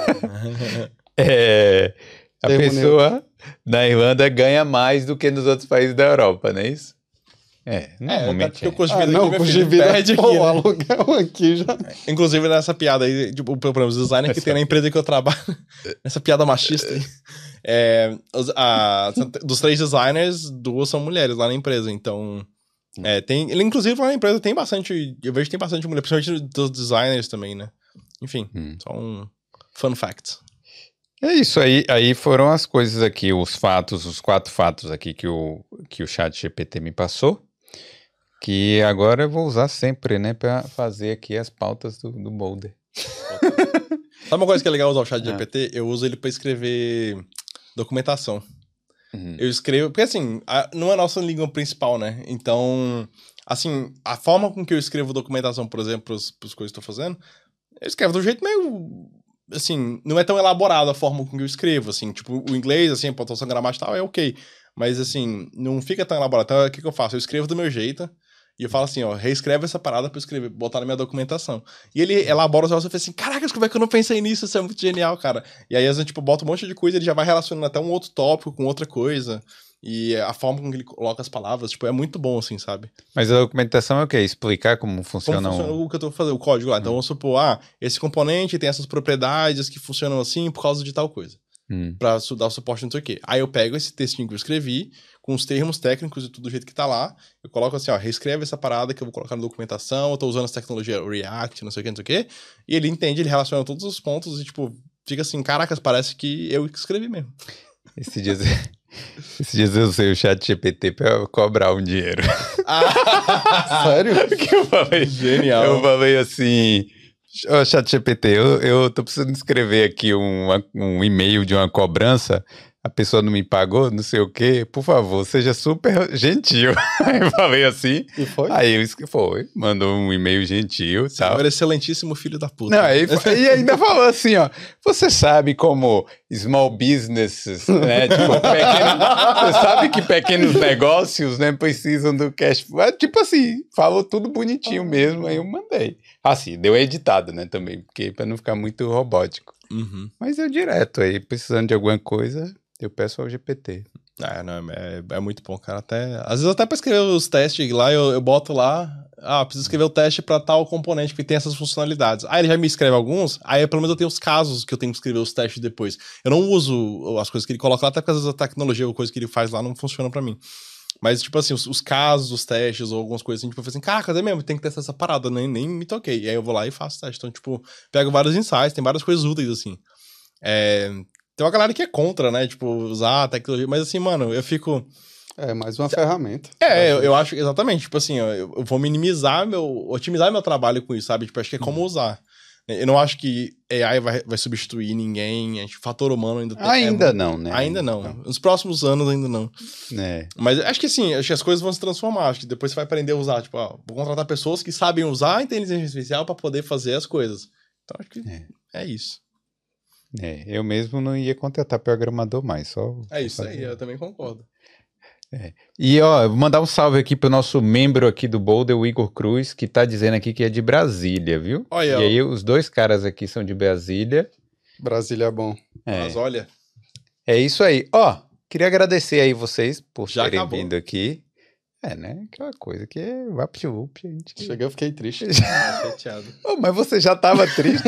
É, a Termo pessoa na Irlanda ganha mais do que nos outros países da Europa, não é isso? É, É, até normalmente porque o é. custo de ah, vida não, aqui, meu custo de filho, vida... perde Pô, aqui, o né? aluguel aqui já... Inclusive, nessa piada aí, tipo, pelo menos, os designers que tem na empresa que eu trabalho, nessa piada machista aí, é, os- a- dos três designers, duas são mulheres lá na empresa, então... É, tem, ele, inclusive, lá na empresa tem bastante... Eu vejo que tem bastante mulher, principalmente dos designers também, né? Enfim, Hum. só um fun fact. É isso aí, aí foram as coisas aqui, os fatos, os quatro fatos aqui que o, que o chat G P T me passou, que agora eu vou usar sempre, né, pra fazer aqui as pautas do, do Boulder. Sabe uma coisa que é legal usar o chat É. G P T? Eu uso ele pra escrever documentação. Uhum. Eu escrevo... Porque, assim, a- não é a nossa língua principal, né? Então, assim, a forma com que eu escrevo documentação, por exemplo, pros, pros coisas que eu tô fazendo, eu escrevo do jeito meio... Assim, não é tão elaborado a forma com que eu escrevo, assim. Tipo, o inglês, assim, a pontuação gramatical é ok. Mas, assim, não fica tão elaborado. Então, o que que eu faço? Eu escrevo do meu jeito e eu falo assim, ó, reescreve essa parada pra eu escrever, botar na minha documentação. E ele elabora os negócios e fala assim, caraca, como é que eu não pensei nisso? Isso é muito genial, cara. E aí, às vezes, tipo, bota um monte de coisa e ele já vai relacionando até um outro tópico com outra coisa. E a forma com que ele coloca as palavras, tipo, é muito bom, assim, sabe? Mas a documentação é o quê? Explicar como Como funciona, funciona o... o que eu tô fazendo, o código lá. Então, vamos supor, ah, esse componente tem essas propriedades que funcionam assim por causa de tal coisa. Hum. Pra su- dar o suporte não sei o quê. Aí eu pego esse textinho que eu escrevi, com os termos técnicos e tudo do jeito que tá lá, eu coloco assim, ó, reescreve essa parada que eu vou colocar na documentação, eu tô usando essa tecnologia React, não sei o que, não sei o quê, e ele entende, ele relaciona todos os pontos e, tipo, fica assim, caracas, parece que eu que escrevi mesmo. Esses dias... Esses dias eu usei o chat G P T pra cobrar um dinheiro. Sério? Que eu falei, Genial. eu falei assim, ô chat G P T, eu, eu tô precisando escrever aqui um, um e-mail de uma cobrança. a pessoa não me pagou, não sei o quê, por favor, seja super gentil. Aí eu falei assim. E foi? Aí ele foi, mandou um e-mail gentil e tal. Agora, excelentíssimo filho da puta. Não, aí, e ainda falou assim, ó, você sabe como small businesses, né, tipo, pequeno, você sabe que pequenos negócios, né, precisam do cash flow, tipo assim, falou tudo bonitinho mesmo, aí eu mandei. Assim, deu editado, né, também, porque pra não ficar muito robótico. Uhum. Mas eu direto aí, precisando de alguma coisa, eu peço ao G P T. É, não, é, é muito bom, cara. Até, às vezes até pra escrever os testes lá, eu, eu boto lá, ah, preciso escrever o teste pra tal componente que tem essas funcionalidades. Aí ele já me escreve alguns, aí pelo menos eu tenho os casos que eu tenho que escrever os testes depois. Eu não uso as coisas que ele coloca lá, até porque às vezes a tecnologia ou coisa que ele faz lá não funciona pra mim. Mas, tipo assim, os, os casos, os testes ou algumas coisas assim, tipo, eu falei assim, cara, cadê mesmo? Tem que testar essa parada, nem, nem me toquei. E aí eu vou lá e faço teste. Então, tipo, pego vários insights, tem várias coisas úteis, assim. É... Tem uma galera que é contra, né? Tipo, usar a tecnologia. Mas assim, mano, eu fico... É mais uma ferramenta. É, eu, eu acho... Exatamente. Tipo assim, ó, eu vou minimizar meu... Otimizar meu trabalho com isso, sabe? Tipo, acho que é como usar. Eu não acho que A I vai, vai substituir ninguém. Acho que o fator humano ainda tem... Ainda é, não, né? Ainda não. não. Nos próximos anos ainda não. É. Mas acho que assim, acho que as coisas vão se transformar. Acho que depois você vai aprender a usar. Tipo, ó, vou contratar pessoas que sabem usar a inteligência artificial pra poder fazer as coisas. Então acho que é, é isso. É, eu mesmo não ia contratar programador mais, só... É isso fazer. aí, eu também concordo. É. E ó, vou mandar um salve aqui pro nosso membro aqui do Boulder, o Igor Cruz, que tá dizendo aqui que é de Brasília, viu? Olha, e aí os dois caras aqui são de Brasília. Brasília é bom. É, Mas olha, é isso aí. Ó, queria agradecer aí vocês por Já terem acabou. vindo aqui. É, né? Aquela coisa que é vapt-vupt, gente. Cheguei, eu fiquei triste. chateado. Oh, mas você já tava triste. Eu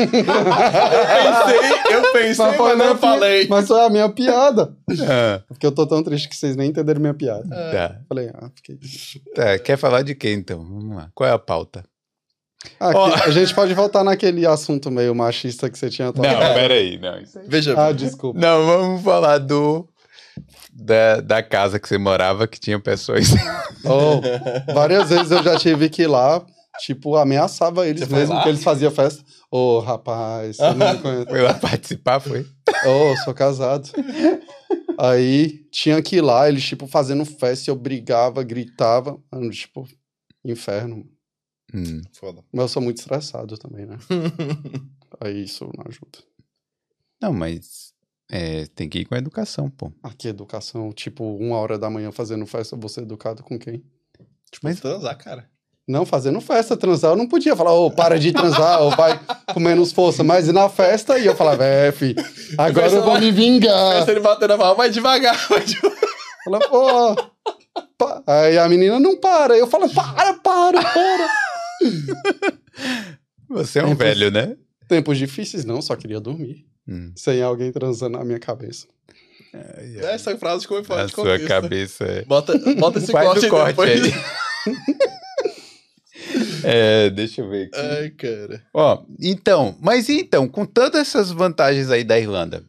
pensei, eu pensei, mas, foi a minha não pi- falei. Mas foi a minha piada. ah, Porque eu tô tão triste que vocês nem entenderam minha piada. tá. Falei, ah, fiquei triste. Tá, quer falar de quê então? Vamos lá. Qual é a pauta? Ah, Ó. que- a gente pode voltar naquele assunto meio machista que você tinha Não, tocado. peraí, não. Isso aí. Veja Ah, bem. desculpa. Não, vamos falar do da, da casa que você morava que tinha pessoas. Oh, várias vezes eu já tive que ir lá, tipo, ameaçava eles Você foi mesmo lá? que eles faziam festa. Ô, rapaz, você não me conhece. Foi lá participar, foi? Ô, sou casado. Aí tinha que ir lá, eles, tipo, fazendo festa, eu brigava, gritava. Mano, tipo, inferno. Hum. Foda. Mas eu sou muito estressado também, né? Aí isso não ajuda. Não, mas é, tem que ir com a educação, pô. Aqui, educação, tipo, uma hora da manhã fazendo festa, eu vou ser educado com quem? Tipo, mas transar, cara. Não, fazendo festa, transar, eu não podia falar, ô, para de transar, ou vai com menos força. Mas ir na festa, aí eu falava, é, fi, agora eu vou me vingar. Mas ele batendo a mão, vai devagar, vai devagar. Fala, pô. pa- Aí a menina não para. Eu falo, para, para, para. Você é um É, velho, né? Tempos difíceis, não, só queria dormir. Hum. Sem alguém transando na minha cabeça. Essa frase ficou fora A de sua contexto. cabeça é... Bota, bota esse Faz corte, o corte aí. aí. depois. É, deixa eu ver aqui. Ai, cara. Ó, então, mas e então, com todas essas vantagens aí da Irlanda,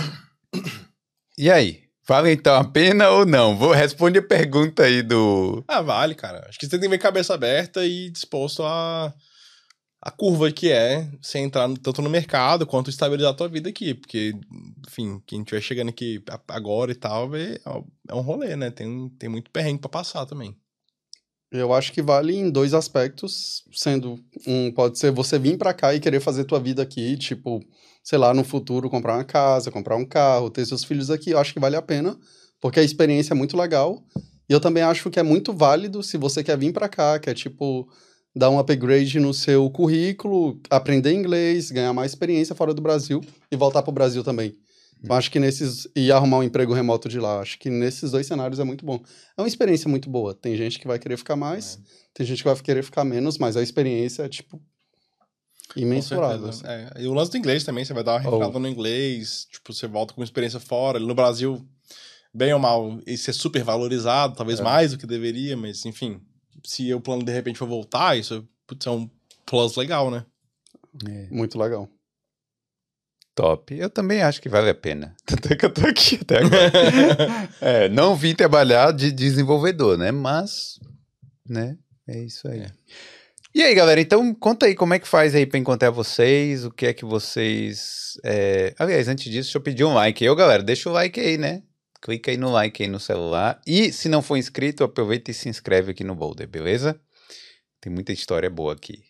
e aí? Vale então a pena ou não? Vou responde a pergunta aí do... Ah, vale, cara. Acho que você tem que ver cabeça aberta e disposto a... a curva que é você entrar no- tanto no mercado quanto estabilizar a tua vida aqui. Porque, enfim, quem estiver chegando aqui a- agora e tal, é, é um rolê, né? Tem, tem muito perrengue pra passar também. Eu acho que vale em dois aspectos, sendo um, pode ser você vir pra cá e querer fazer tua vida aqui, tipo, sei lá, no futuro comprar uma casa, comprar um carro, ter seus filhos aqui, eu acho que vale a pena, porque a experiência é muito legal. E eu também acho que é muito válido se você quer vir pra cá, quer, tipo, dar um upgrade no seu currículo, aprender inglês, ganhar mais experiência fora do Brasil e voltar pro Brasil também. Então, acho que nesses... E arrumar um emprego remoto de lá. Acho que nesses dois cenários é muito bom. É uma experiência muito boa. Tem gente que vai querer ficar mais, tem gente que vai querer ficar menos, mas a experiência é, tipo, Com imensurável. certeza. É. E o lance do inglês também, você vai dar uma refrada Oh. no inglês, tipo, você volta com experiência fora. No Brasil, bem ou mal, isso é super valorizado, talvez É. mais do que deveria, mas enfim, se o plano de repente for voltar, isso putz, é um plus legal, né? É, Muito legal. top. Eu também acho que vale a pena. Tanto é que eu tô aqui até agora. É, não vim trabalhar de desenvolvedor, né? Mas, né? É isso aí. É. E aí, galera, então conta aí como é que faz aí pra encontrar vocês, o que é que vocês... é, Aliás, antes disso, deixa eu pedir um like aí. Ô, galera, deixa o like aí, né? clica aí no like aí no celular. E se não for inscrito, aproveita e se inscreve aqui no Boulder, beleza? Tem muita história boa aqui.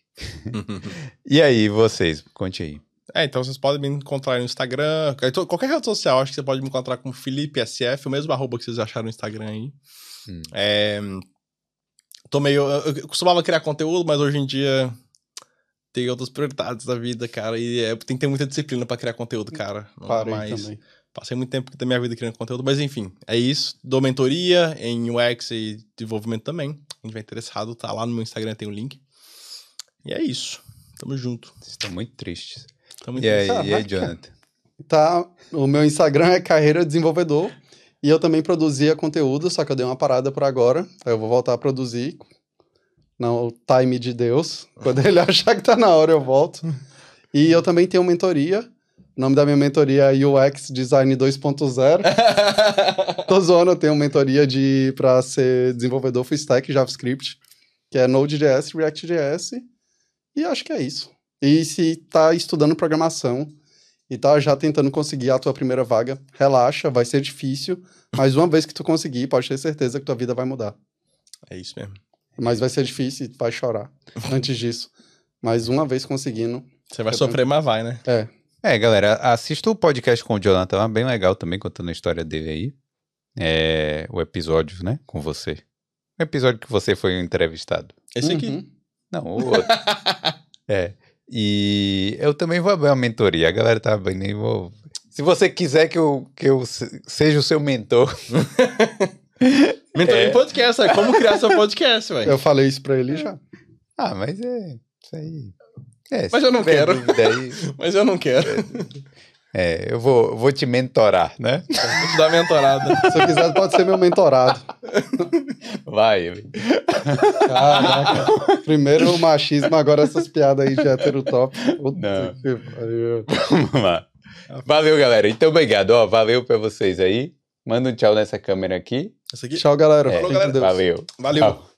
E aí, vocês? Conte aí. É, então vocês podem me encontrar no Instagram, qualquer rede social, acho que você pode me encontrar com Felipe S F, o mesmo arroba que vocês acharam no Instagram aí. Hum. É, tô meio... Eu costumava criar conteúdo, mas hoje em dia tem outras prioridades da vida, cara, e é, tem que ter muita disciplina pra criar conteúdo, cara. Não Parei mais. também. Passei muito tempo da minha vida criando conteúdo, mas enfim, é isso. Dou mentoria em U X e desenvolvimento também. Quem tiver interessado, tá lá no meu Instagram, tem o link. E é isso. Tamo junto. Vocês estão muito tristes. Tamo e, aí, ah, e aí, Jonathan? Tá, o meu Instagram é Carreira Desenvolvedor. E eu também produzia conteúdo, só que eu dei uma parada por agora. Aí eu vou voltar a produzir. No time de Deus. Quando ele achar que tá na hora, eu volto. E eu também tenho mentoria. O nome da minha mentoria é U X Design dois ponto zero. Tô zoando, eu tenho mentoria de, pra ser desenvolvedor full stack JavaScript, que é Node.js, React.js. E acho que é isso. E se tá estudando programação e tá já tentando conseguir a tua primeira vaga, relaxa, vai ser difícil, mas uma vez que tu conseguir, pode ter certeza que tua vida vai mudar. É isso mesmo. Mas vai ser difícil e vai chorar antes disso. Mas uma vez conseguindo... Você vai sofrer, mas vai, né? É. É, galera, assista o podcast com o Jonathan, é bem legal também, contando a história dele aí. É, o episódio, né, com você. O episódio que você foi entrevistado. Esse aqui. Uhum. Não, o outro. É. E eu também vou abrir uma mentoria. A galera tá bem, nem vou. Se você quiser que eu, que eu seja o seu mentor. Mentoria é. em podcast, é como criar seu podcast, velho. Eu falei isso pra ele já. Ah, mas é. Isso aí. É, mas eu não quero. Aí, mas eu não quero. É, eu vou, vou te mentorar, né? Vou te dar mentorada. Se eu quiser, pode ser meu mentorado. Vai. Caraca. Primeiro o machismo, agora essas piadas aí de hétero top. Não. Vamos lá. Valeu, galera. Então, obrigado. Ó, valeu pra vocês aí. Manda um tchau nessa câmera aqui. Essa aqui? Tchau, galera. É, Falou, galera. Valeu. Valeu. Tchau.